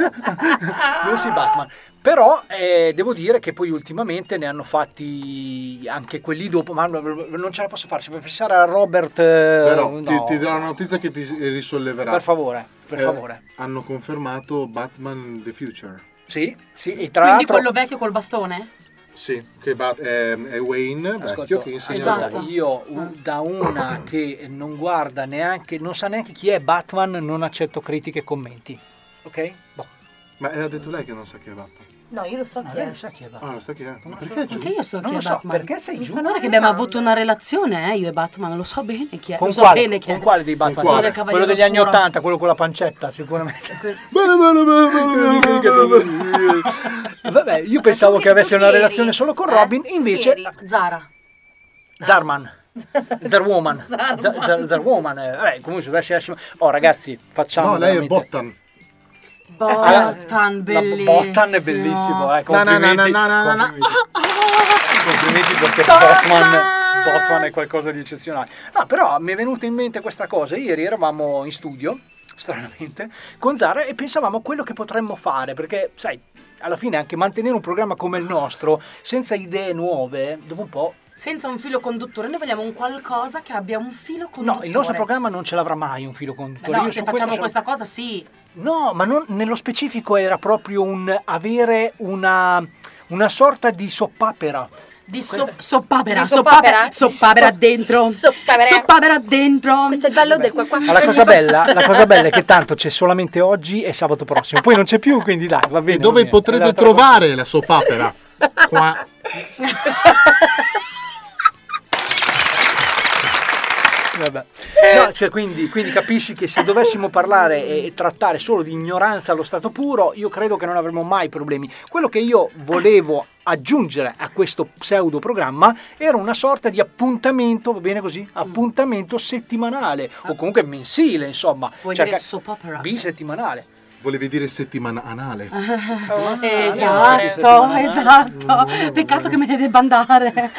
non si Batman. Però eh, devo dire che poi ultimamente ne hanno fatti anche quelli dopo, ma non ce la posso fare, cioè, per pensare a Robert eh, Però no. ti, ti do una notizia che ti risolleverà. Per favore, per Eh, favore. Hanno confermato Batman The Future. Sì, sì, e tra Quindi l'altro quello vecchio col bastone? Sì, che Bat- è, è Wayne vecchio Ascolta, che insegna ascolta, nuovo. io u- da una che non guarda neanche, non sa neanche chi è Batman, non accetto critiche e commenti. Ok? Boh. Ma ha detto lei che non sa chi è Batman. No, io lo so No, chi lei è. lo sa chi è Batman. Ah, lo sa chi è? Ma perché è giù? Perché io so Non chi lo è so, Batman. perché sei Mi giù? fa guardare che abbiamo avuto una relazione, eh, io e Batman, lo so bene chi è. Con lo so quale, bene chi con è. quale dei Batman? quale? Del Quello Cavaliere degli anni Oscuro. ottanta, quello con la pancetta, sicuramente. Bene, bene, bene, bene, bene, bene. Vabbè, io pensavo che avesse una ieri? relazione solo con Eh? Robin, invece Ieri? Zara. Zarman. Zarwoman. Zarman. Zar- Zar- Zarwoman. eh, Vabbè, comunque adesso adesso- Oh ragazzi, facciamo No, lei è veramente- Bottan. Bottan, La bellissimo. Bottan è bellissimo, eh, No, no, no, complimenti. no, no, no, no. complimenti. Complimenti perché Botman, Botman è qualcosa di eccezionale. No, però mi è venuta in mente questa cosa. Ieri eravamo in studio, stranamente, con Zara e pensavamo a quello che potremmo fare, perché, sai, alla fine anche mantenere un programma come il nostro, senza idee nuove, dopo un po' senza un filo conduttore, noi vogliamo un qualcosa che abbia un filo conduttore. No, il nostro programma non ce l'avrà mai un filo conduttore. No, Io se su facciamo questo questa cosa, sì. No, ma non, nello specifico era proprio un avere una, una sorta di soppopera. Di so, soppopera, Di soppopera? soppopera, soppopera dentro. Soppopera. Soppopera dentro. Questo è il ballo del qua qua. Ma la cosa bella, la cosa bella è che tanto c'è solamente oggi e sabato prossimo, poi non c'è più, quindi dai, va bene. E dove va bene. potrete L'altra trovare la soppopera? Qua. Vabbè. No, cioè, quindi, quindi capisci che se dovessimo parlare e, e trattare solo di ignoranza allo stato puro, io credo che non avremmo mai problemi. Quello che io volevo aggiungere a questo pseudo programma era una sorta di appuntamento, va bene così? Appuntamento settimanale o comunque mensile, insomma. Vuoi Cioè, dire che- soppopera? bisettimanale. Volevi dire settimana anale? Esatto, esatto. Peccato che me ne debba andare.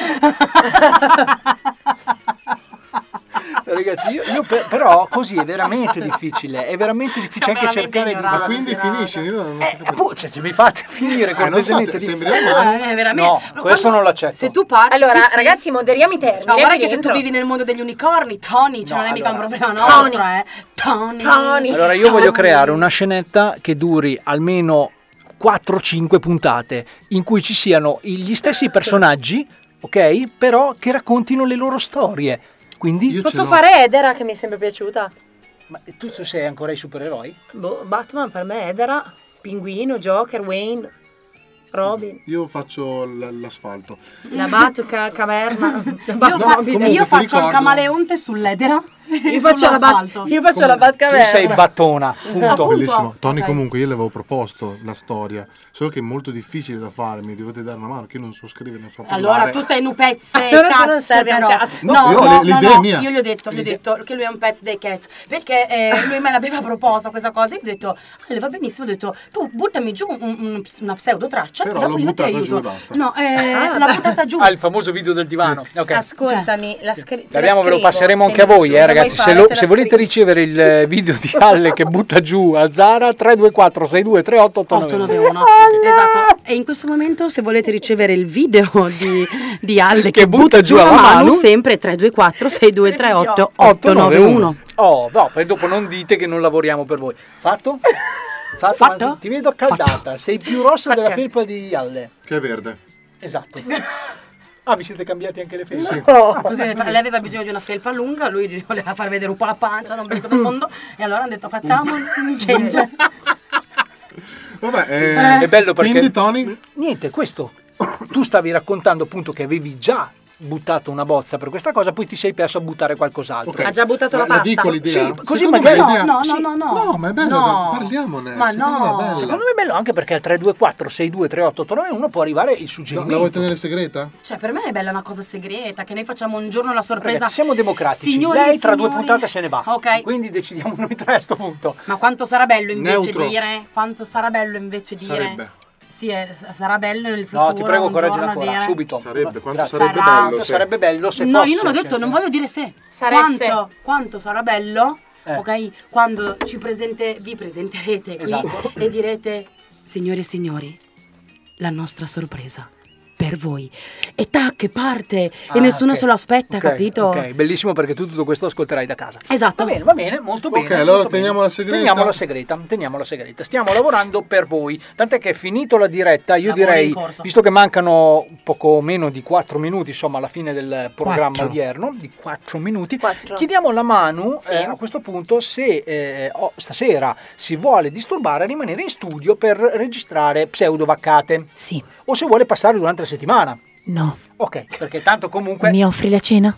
Ragazzi, io, io per- però così è veramente difficile, è veramente difficile Siamo anche cercare di... veramente Ma quindi finisce? Io non ho Eh, boh, cioè, se mi fate finire Eh, non so, cortesemente te- di- sembri umano. Eh, veramente. No, Ma questo quando- non l'accetto. Se tu parli, Allora, sì, sì. ragazzi, moderiamo i termini. No, guarda che se tu dentro. vivi nel mondo degli unicorni, Tony, cioè No, non è mica allora- un problema Tony. nostro, eh. Tony. Tony. Allora io voglio Tony. creare una scenetta che duri almeno quattro cinque puntate in cui ci siano i- gli stessi personaggi, ok? Però che raccontino le loro storie. Quindi Posso fare Edera, che mi è sempre piaciuta? Ma tu sei ancora i supereroi? Boh, Batman per me Edera, Pinguino, Joker, Wayne, Robin, Io faccio l- l'asfalto. la Batca, Caverna. Io, fa- comunque io ti faccio ricordo- il camaleonte sull'edera. Io faccio la, bat- io faccio la Batcaverna. Tu sei battona, punto. Bellissimo. Tony, Ok. comunque io le avevo proposto la storia, solo che è molto difficile da fare, mi dovete dare una mano, che io non so scrivere, non so parlare. Allora, tu sei un pezzo dei Allora tu cazzo, non servi a un però. cazzo. No, No, io- no, le- no, l'idea no, è mia. io gli ho detto, gli ho detto che lui è un pezzo dei cats, perché eh, lui me l'aveva proposta questa cosa, io ho detto, "Ah, le va benissimo", ho detto, tu buttami giù un- un- una pseudo traccia, Però dopo l'ho io ti buttata aiuto. giù e basta. No, eh, Ah, l'ha dai. buttata giù. Ah, il famoso video del divano. Ok. Ascoltami, la scri- te la L'abbiamo, ve lo scrivo, passeremo se anche a mi- voi, se eh, vuoi ragazzi. fare, Se, lo- te la se volete scrivo. ricevere il eh, video di Alle che butta giù a Zara, tre due quattro sei due tre otto otto otto nove nove uno. Esatto. E in questo momento, se volete ricevere il video di, di Alle che, butta giù la mano, sempre tre due quattro sei due tre otto otto nove uno. Oh, no, poi dopo non dite che non lavoriamo per voi. Fatto? Fatto? Fatto? Ma ti vedo accaldata. Sei più rossa della felpa di Alle. Che è verde. Esatto. Ah, vi siete cambiati anche le felpe? Sì. Così lei aveva bisogno di una felpa lunga, lui gli voleva far vedere un po' la pancia, non vedo del mondo, e allora hanno detto facciamo un change. Vabbè, eh, È bello perché... quindi Tony, Niente, questo. Tu stavi raccontando appunto che avevi già buttato una bozza per questa cosa, poi ti sei perso a buttare qualcos'altro. ok. Ha già buttato la la pasta. dico l'idea? Sì, così Secondo magari- me l'idea- No, no, sì. no, no. No, ma è bello, No. da- parliamone. Ma secondo no. me è bella. Secondo me è bello anche perché al tre due quattro sei due tre otto otto nove uno può arrivare il No, suggerimento. la vuoi tenere segreta? Cioè, per me è bella una cosa segreta, che noi facciamo un giorno la sorpresa. Ragazzi, siamo democratici. Signori Lei e tra due signori. puntate se ne va. Ok. Quindi decidiamo noi tre a sto punto. Ma quanto sarà bello invece Neutro. dire? Quanto sarà bello invece dire? Sarebbe. Sì, è- sarà bello nel futuro. No, ti prego, un correggila giorno ancora, dire- subito. Sarebbe, quanto Grazie. sarebbe Sarà- bello Quanto se... sarebbe bello se No, fosse. io non ho detto, cioè, non voglio dire se. Saresse. Quanto, quanto sarà bello, Eh. ok? Quando ci presente, vi presenterete qui Esatto. e direte, signore e signori, la nostra sorpresa per voi. E tac, parte. Ah, e nessuno ok. se lo aspetta, Ok, capito? Ok, bellissimo perché tu tutto questo ascolterai da casa. Esatto. Va bene, va bene, molto Ok, bene. allora molto teniamola bene. segreta. Teniamola segreta, teniamola segreta. Stiamo lavorando per voi. Tant'è che finito la diretta, io Lavoro direi, in corso. visto che mancano poco meno di quattro minuti, insomma, alla fine del programma Quattro. odierno, di quattro minuti, Quattro. chiediamo alla Manu Sì. eh, a questo punto se eh, oh, stasera si vuole disturbare a rimanere in studio per registrare pseudo vaccate. Sì. O se vuole passare durante la settimana. No. Ok, perché tanto comunque... Mi offri la cena?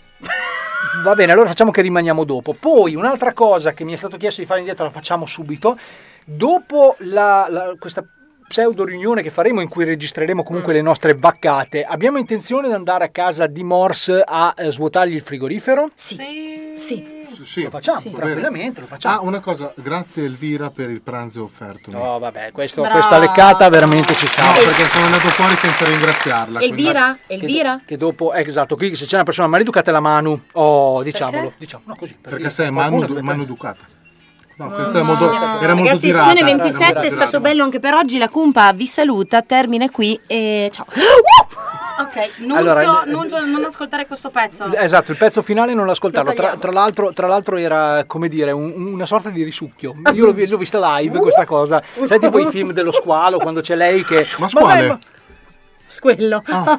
Va bene, allora facciamo che rimaniamo dopo. Poi un'altra cosa che mi è stato chiesto di fare indietro, la facciamo subito. Dopo la, la- questa pseudo riunione che faremo in cui registreremo comunque le nostre vaccate, abbiamo intenzione di andare a casa di Morse a eh, svuotargli il frigorifero? Sì. Sì. Sì, Lo facciamo va bene. tranquillamente, lo facciamo. Ah, una cosa, grazie Elvira per il pranzo offerto. No, vabbè, questo- Brava. questa leccata veramente ci No, siamo. perché sono andato fuori senza ringraziarla. quindi- Elvira? Che, Elvira? che dopo, eh, esatto, qui se c'è una persona maleducata è la Manu. Oh, diciamolo, diciamo, no, così. per Perché dire. sei Qualcuno Manu, deve- Manu Ducata. No, questa è molto, era molto Ragazzi, tirata. sessione era ventisette molto è stato tirata. bello anche per oggi. La Cumpa vi saluta, termina qui e ciao. Ok, Nunzio, Allora, Nunzio, non ascoltare questo pezzo. Esatto, il pezzo finale non ascoltarlo. Lo Tra, tagliamo. tra l'altro, tra l'altro era, come dire, un- una sorta di risucchio. Io l'ho, l'ho vista live questa cosa. Sai tipo i film dello squalo quando c'è lei che... Ma squale? dai, ma- Squello.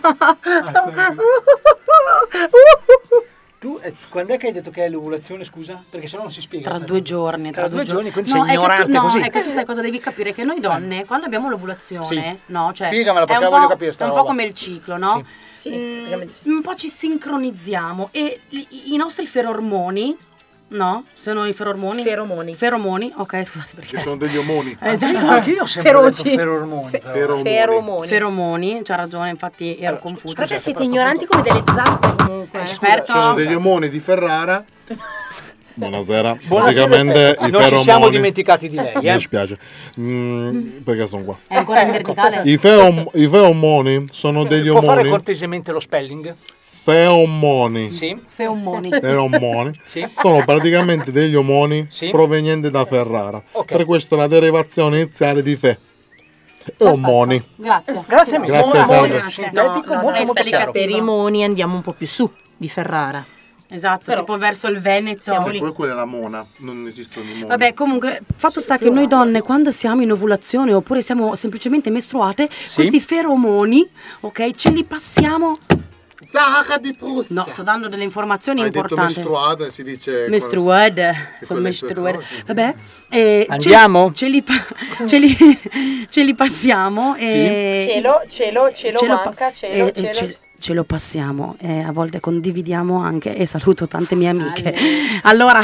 Tu, eh, quando è che hai detto che è l'ovulazione, scusa? Perché sennò non si spiega. Tra due giorni. Tra due giorni, quindi No, sei è che tu- ignorante no, così. è che tu sai cosa devi capire? Che noi donne, quando abbiamo l'ovulazione, Sì. no? Cioè, Spiegamela, è perché un la voglio po', capire sta è un roba. po' come il ciclo, no? Sì, Mm, praticamente un po' ci sincronizziamo e i, i nostri ferormoni, no? Sono i ferormoni? Feromoni. Feromoni, ok, scusate perché. Ci sono degli omoni. Esatto. Anche io ho sempre Feroci. detto ferormoni. però. Feromoni. Feromoni. Feromoni, c'ha ragione, infatti ero confusa. Perché siete ignoranti come delle zampe comunque. Esperto. Sono degli omoni di Ferrara. Buonasera. Buonasera, Praticamente Stefano. i Non ci siamo feromoni. dimenticati di lei, Mi eh. dispiace. Mm, perché sono qua? È ancora in verticale? I, feom- i feomoni sono degli Può fare omoni. cortesemente lo spelling? Feomoni. Sì. Feomoni. Feromoni. Sì. Sono praticamente degli omoni Sì. provenienti da Ferrara. Ok. Per questo la derivazione iniziale di fe. E omoni. Grazie. Grazie mille. Grazie, Molto, salve. molto sintetico, No, no, molto, dai, molto chiaro. per i Rimoni andiamo un po' più su di Ferrara. Esatto, tipo verso il Veneto. E poi quella è la mona. Non esistono i moni. Vabbè, comunque, fatto sta che noi donne, quando siamo in ovulazione oppure siamo semplicemente mestruate, questi feromoni, ok, ce li passiamo. Zaga di Prussia. No, sto dando delle informazioni Hai detto importanti. mestruata, si dice... Mestruade, con sono le sue mestruade. cose. Vabbè, eh, Andiamo? Ce, ce, li, pa- ce, li, ce li passiamo e Cielo, cielo, cielo ce lo pa- manca, cielo, e- e cielo. ce, ce lo passiamo e a volte condividiamo anche e saluto tante mie amiche. Allora,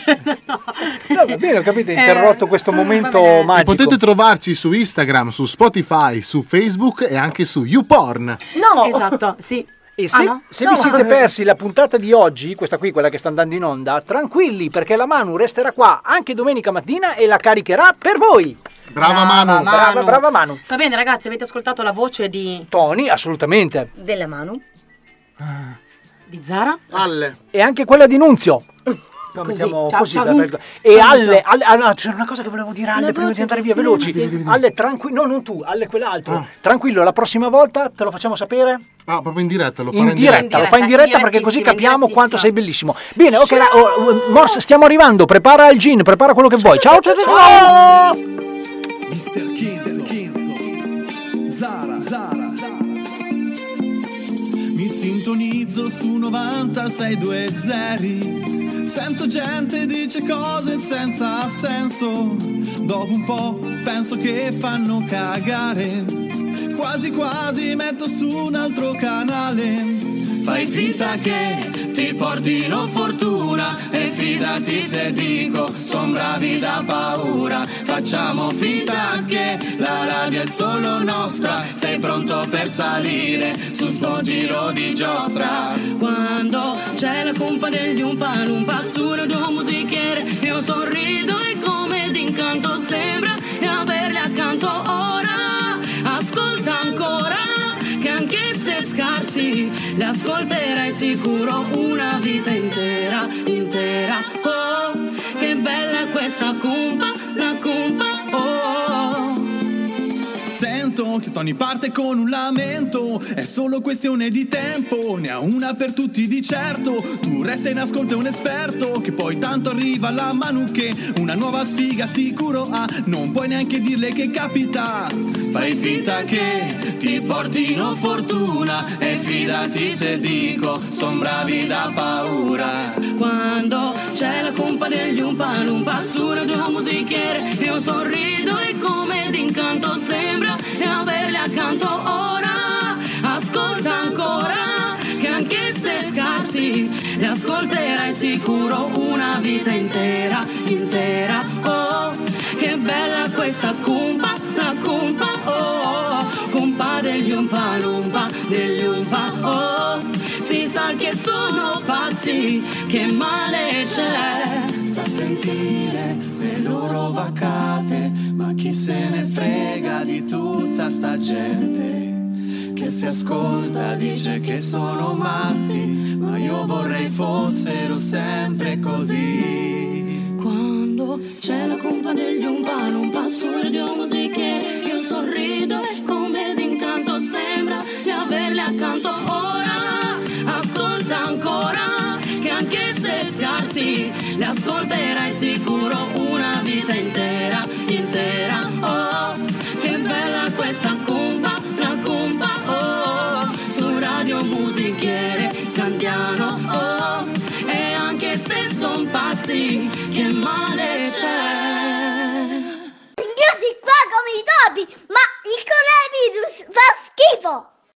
No, va bene, ho capito, hai interrotto questo momento E magico. potete trovarci su Instagram, su Spotify, su Facebook e anche su YouPorn. No! esatto, sì. E se, Ah, no? se vi siete persi la puntata di oggi, questa qui, quella che sta andando in onda, tranquilli perché la Manu resterà qua anche domenica mattina e la caricherà per voi. Brava Manu. Brava, brava Manu. Va bene ragazzi, avete ascoltato la voce di, Tony, assolutamente. Della Manu. di Zara? Alle. E anche quella di Nunzio. No, Così, mettiamo ciao, così, ciao, per- Nun- per- e ciao, alle, Nunzio. alle ah, no, c'era una cosa che volevo dire alle Una prima di voce andare di via veloci. silenzio. Alle tranquillo, no non tu, alle quell'altro. Ah. Tranquillo, la prossima volta te lo facciamo sapere Ah, proprio in diretta, lo farà in in diretta, diretta. lo fai in diretta perché così direttissima, capiamo quanto sei direttissima. bellissimo. Bene, ok, ra- oh, oh, Mors, stiamo arrivando, prepara il gin, prepara quello che vuoi. Ciao ciao ciao. ciao. mister Kinzo, Kinzo, Zara, Zara. Mi sintonizzo su novantasei due zero. Sento gente dice cose senza senso. Dopo un po' penso che fanno cagare. Quasi quasi metto su un altro canale. Fai finta che ti portino fortuna e fidati se dico son bravi da paura. Facciamo finta che la radio è solo nostra. Sei pronto per salire su sto giro di giostra? Quando c'è la cumpa degli Umpa Lumpa su Radio Musichiere, io sorrido e come d'incanto sembra di averli accanto ora. Ascolta ancora che anche se scarsi li ascolterai sicuro una vita intera, intera. Oh, che bella questa cumpa, la cumpa, oh. Sento che Tony parte con un lamento. È solo questione di tempo. Ne ha una per tutti di certo. Tu resta in ascolto, è un esperto. Che poi tanto arriva la Manu che una nuova sfiga sicuro ha. Non puoi neanche dirle che capita. Fai finta che ti portino fortuna e fidati se dico son bravi da paura. Quando c'è la cumpa degli Umpa Lumpa su Radio Musichiere, io sorrido e come d'incanto sembra di averli accanto ora. Ascolta ancora che anche se scarsi li ascolterai sicuro una vita intera, intera. Oh, che bella questa cumpa, la cumpa, oh, cumpa degli Umpa Lumpa, degli Umpa, oh. Si sa che sono pazzi, che male c'è. Sta a sentire le loro vacate, ma chi se ne frega di tutta sta gente che si ascolta, dice che sono matti, ma io vorrei fossero sempre così. Quando c'è la cumpa degli Umpa Lumpa su Radio Musichiere, io sorrido e come d'incanto sembra di averli accanto canto ora, ascolta ancora, che anche se scarsi, le ascolterai sì.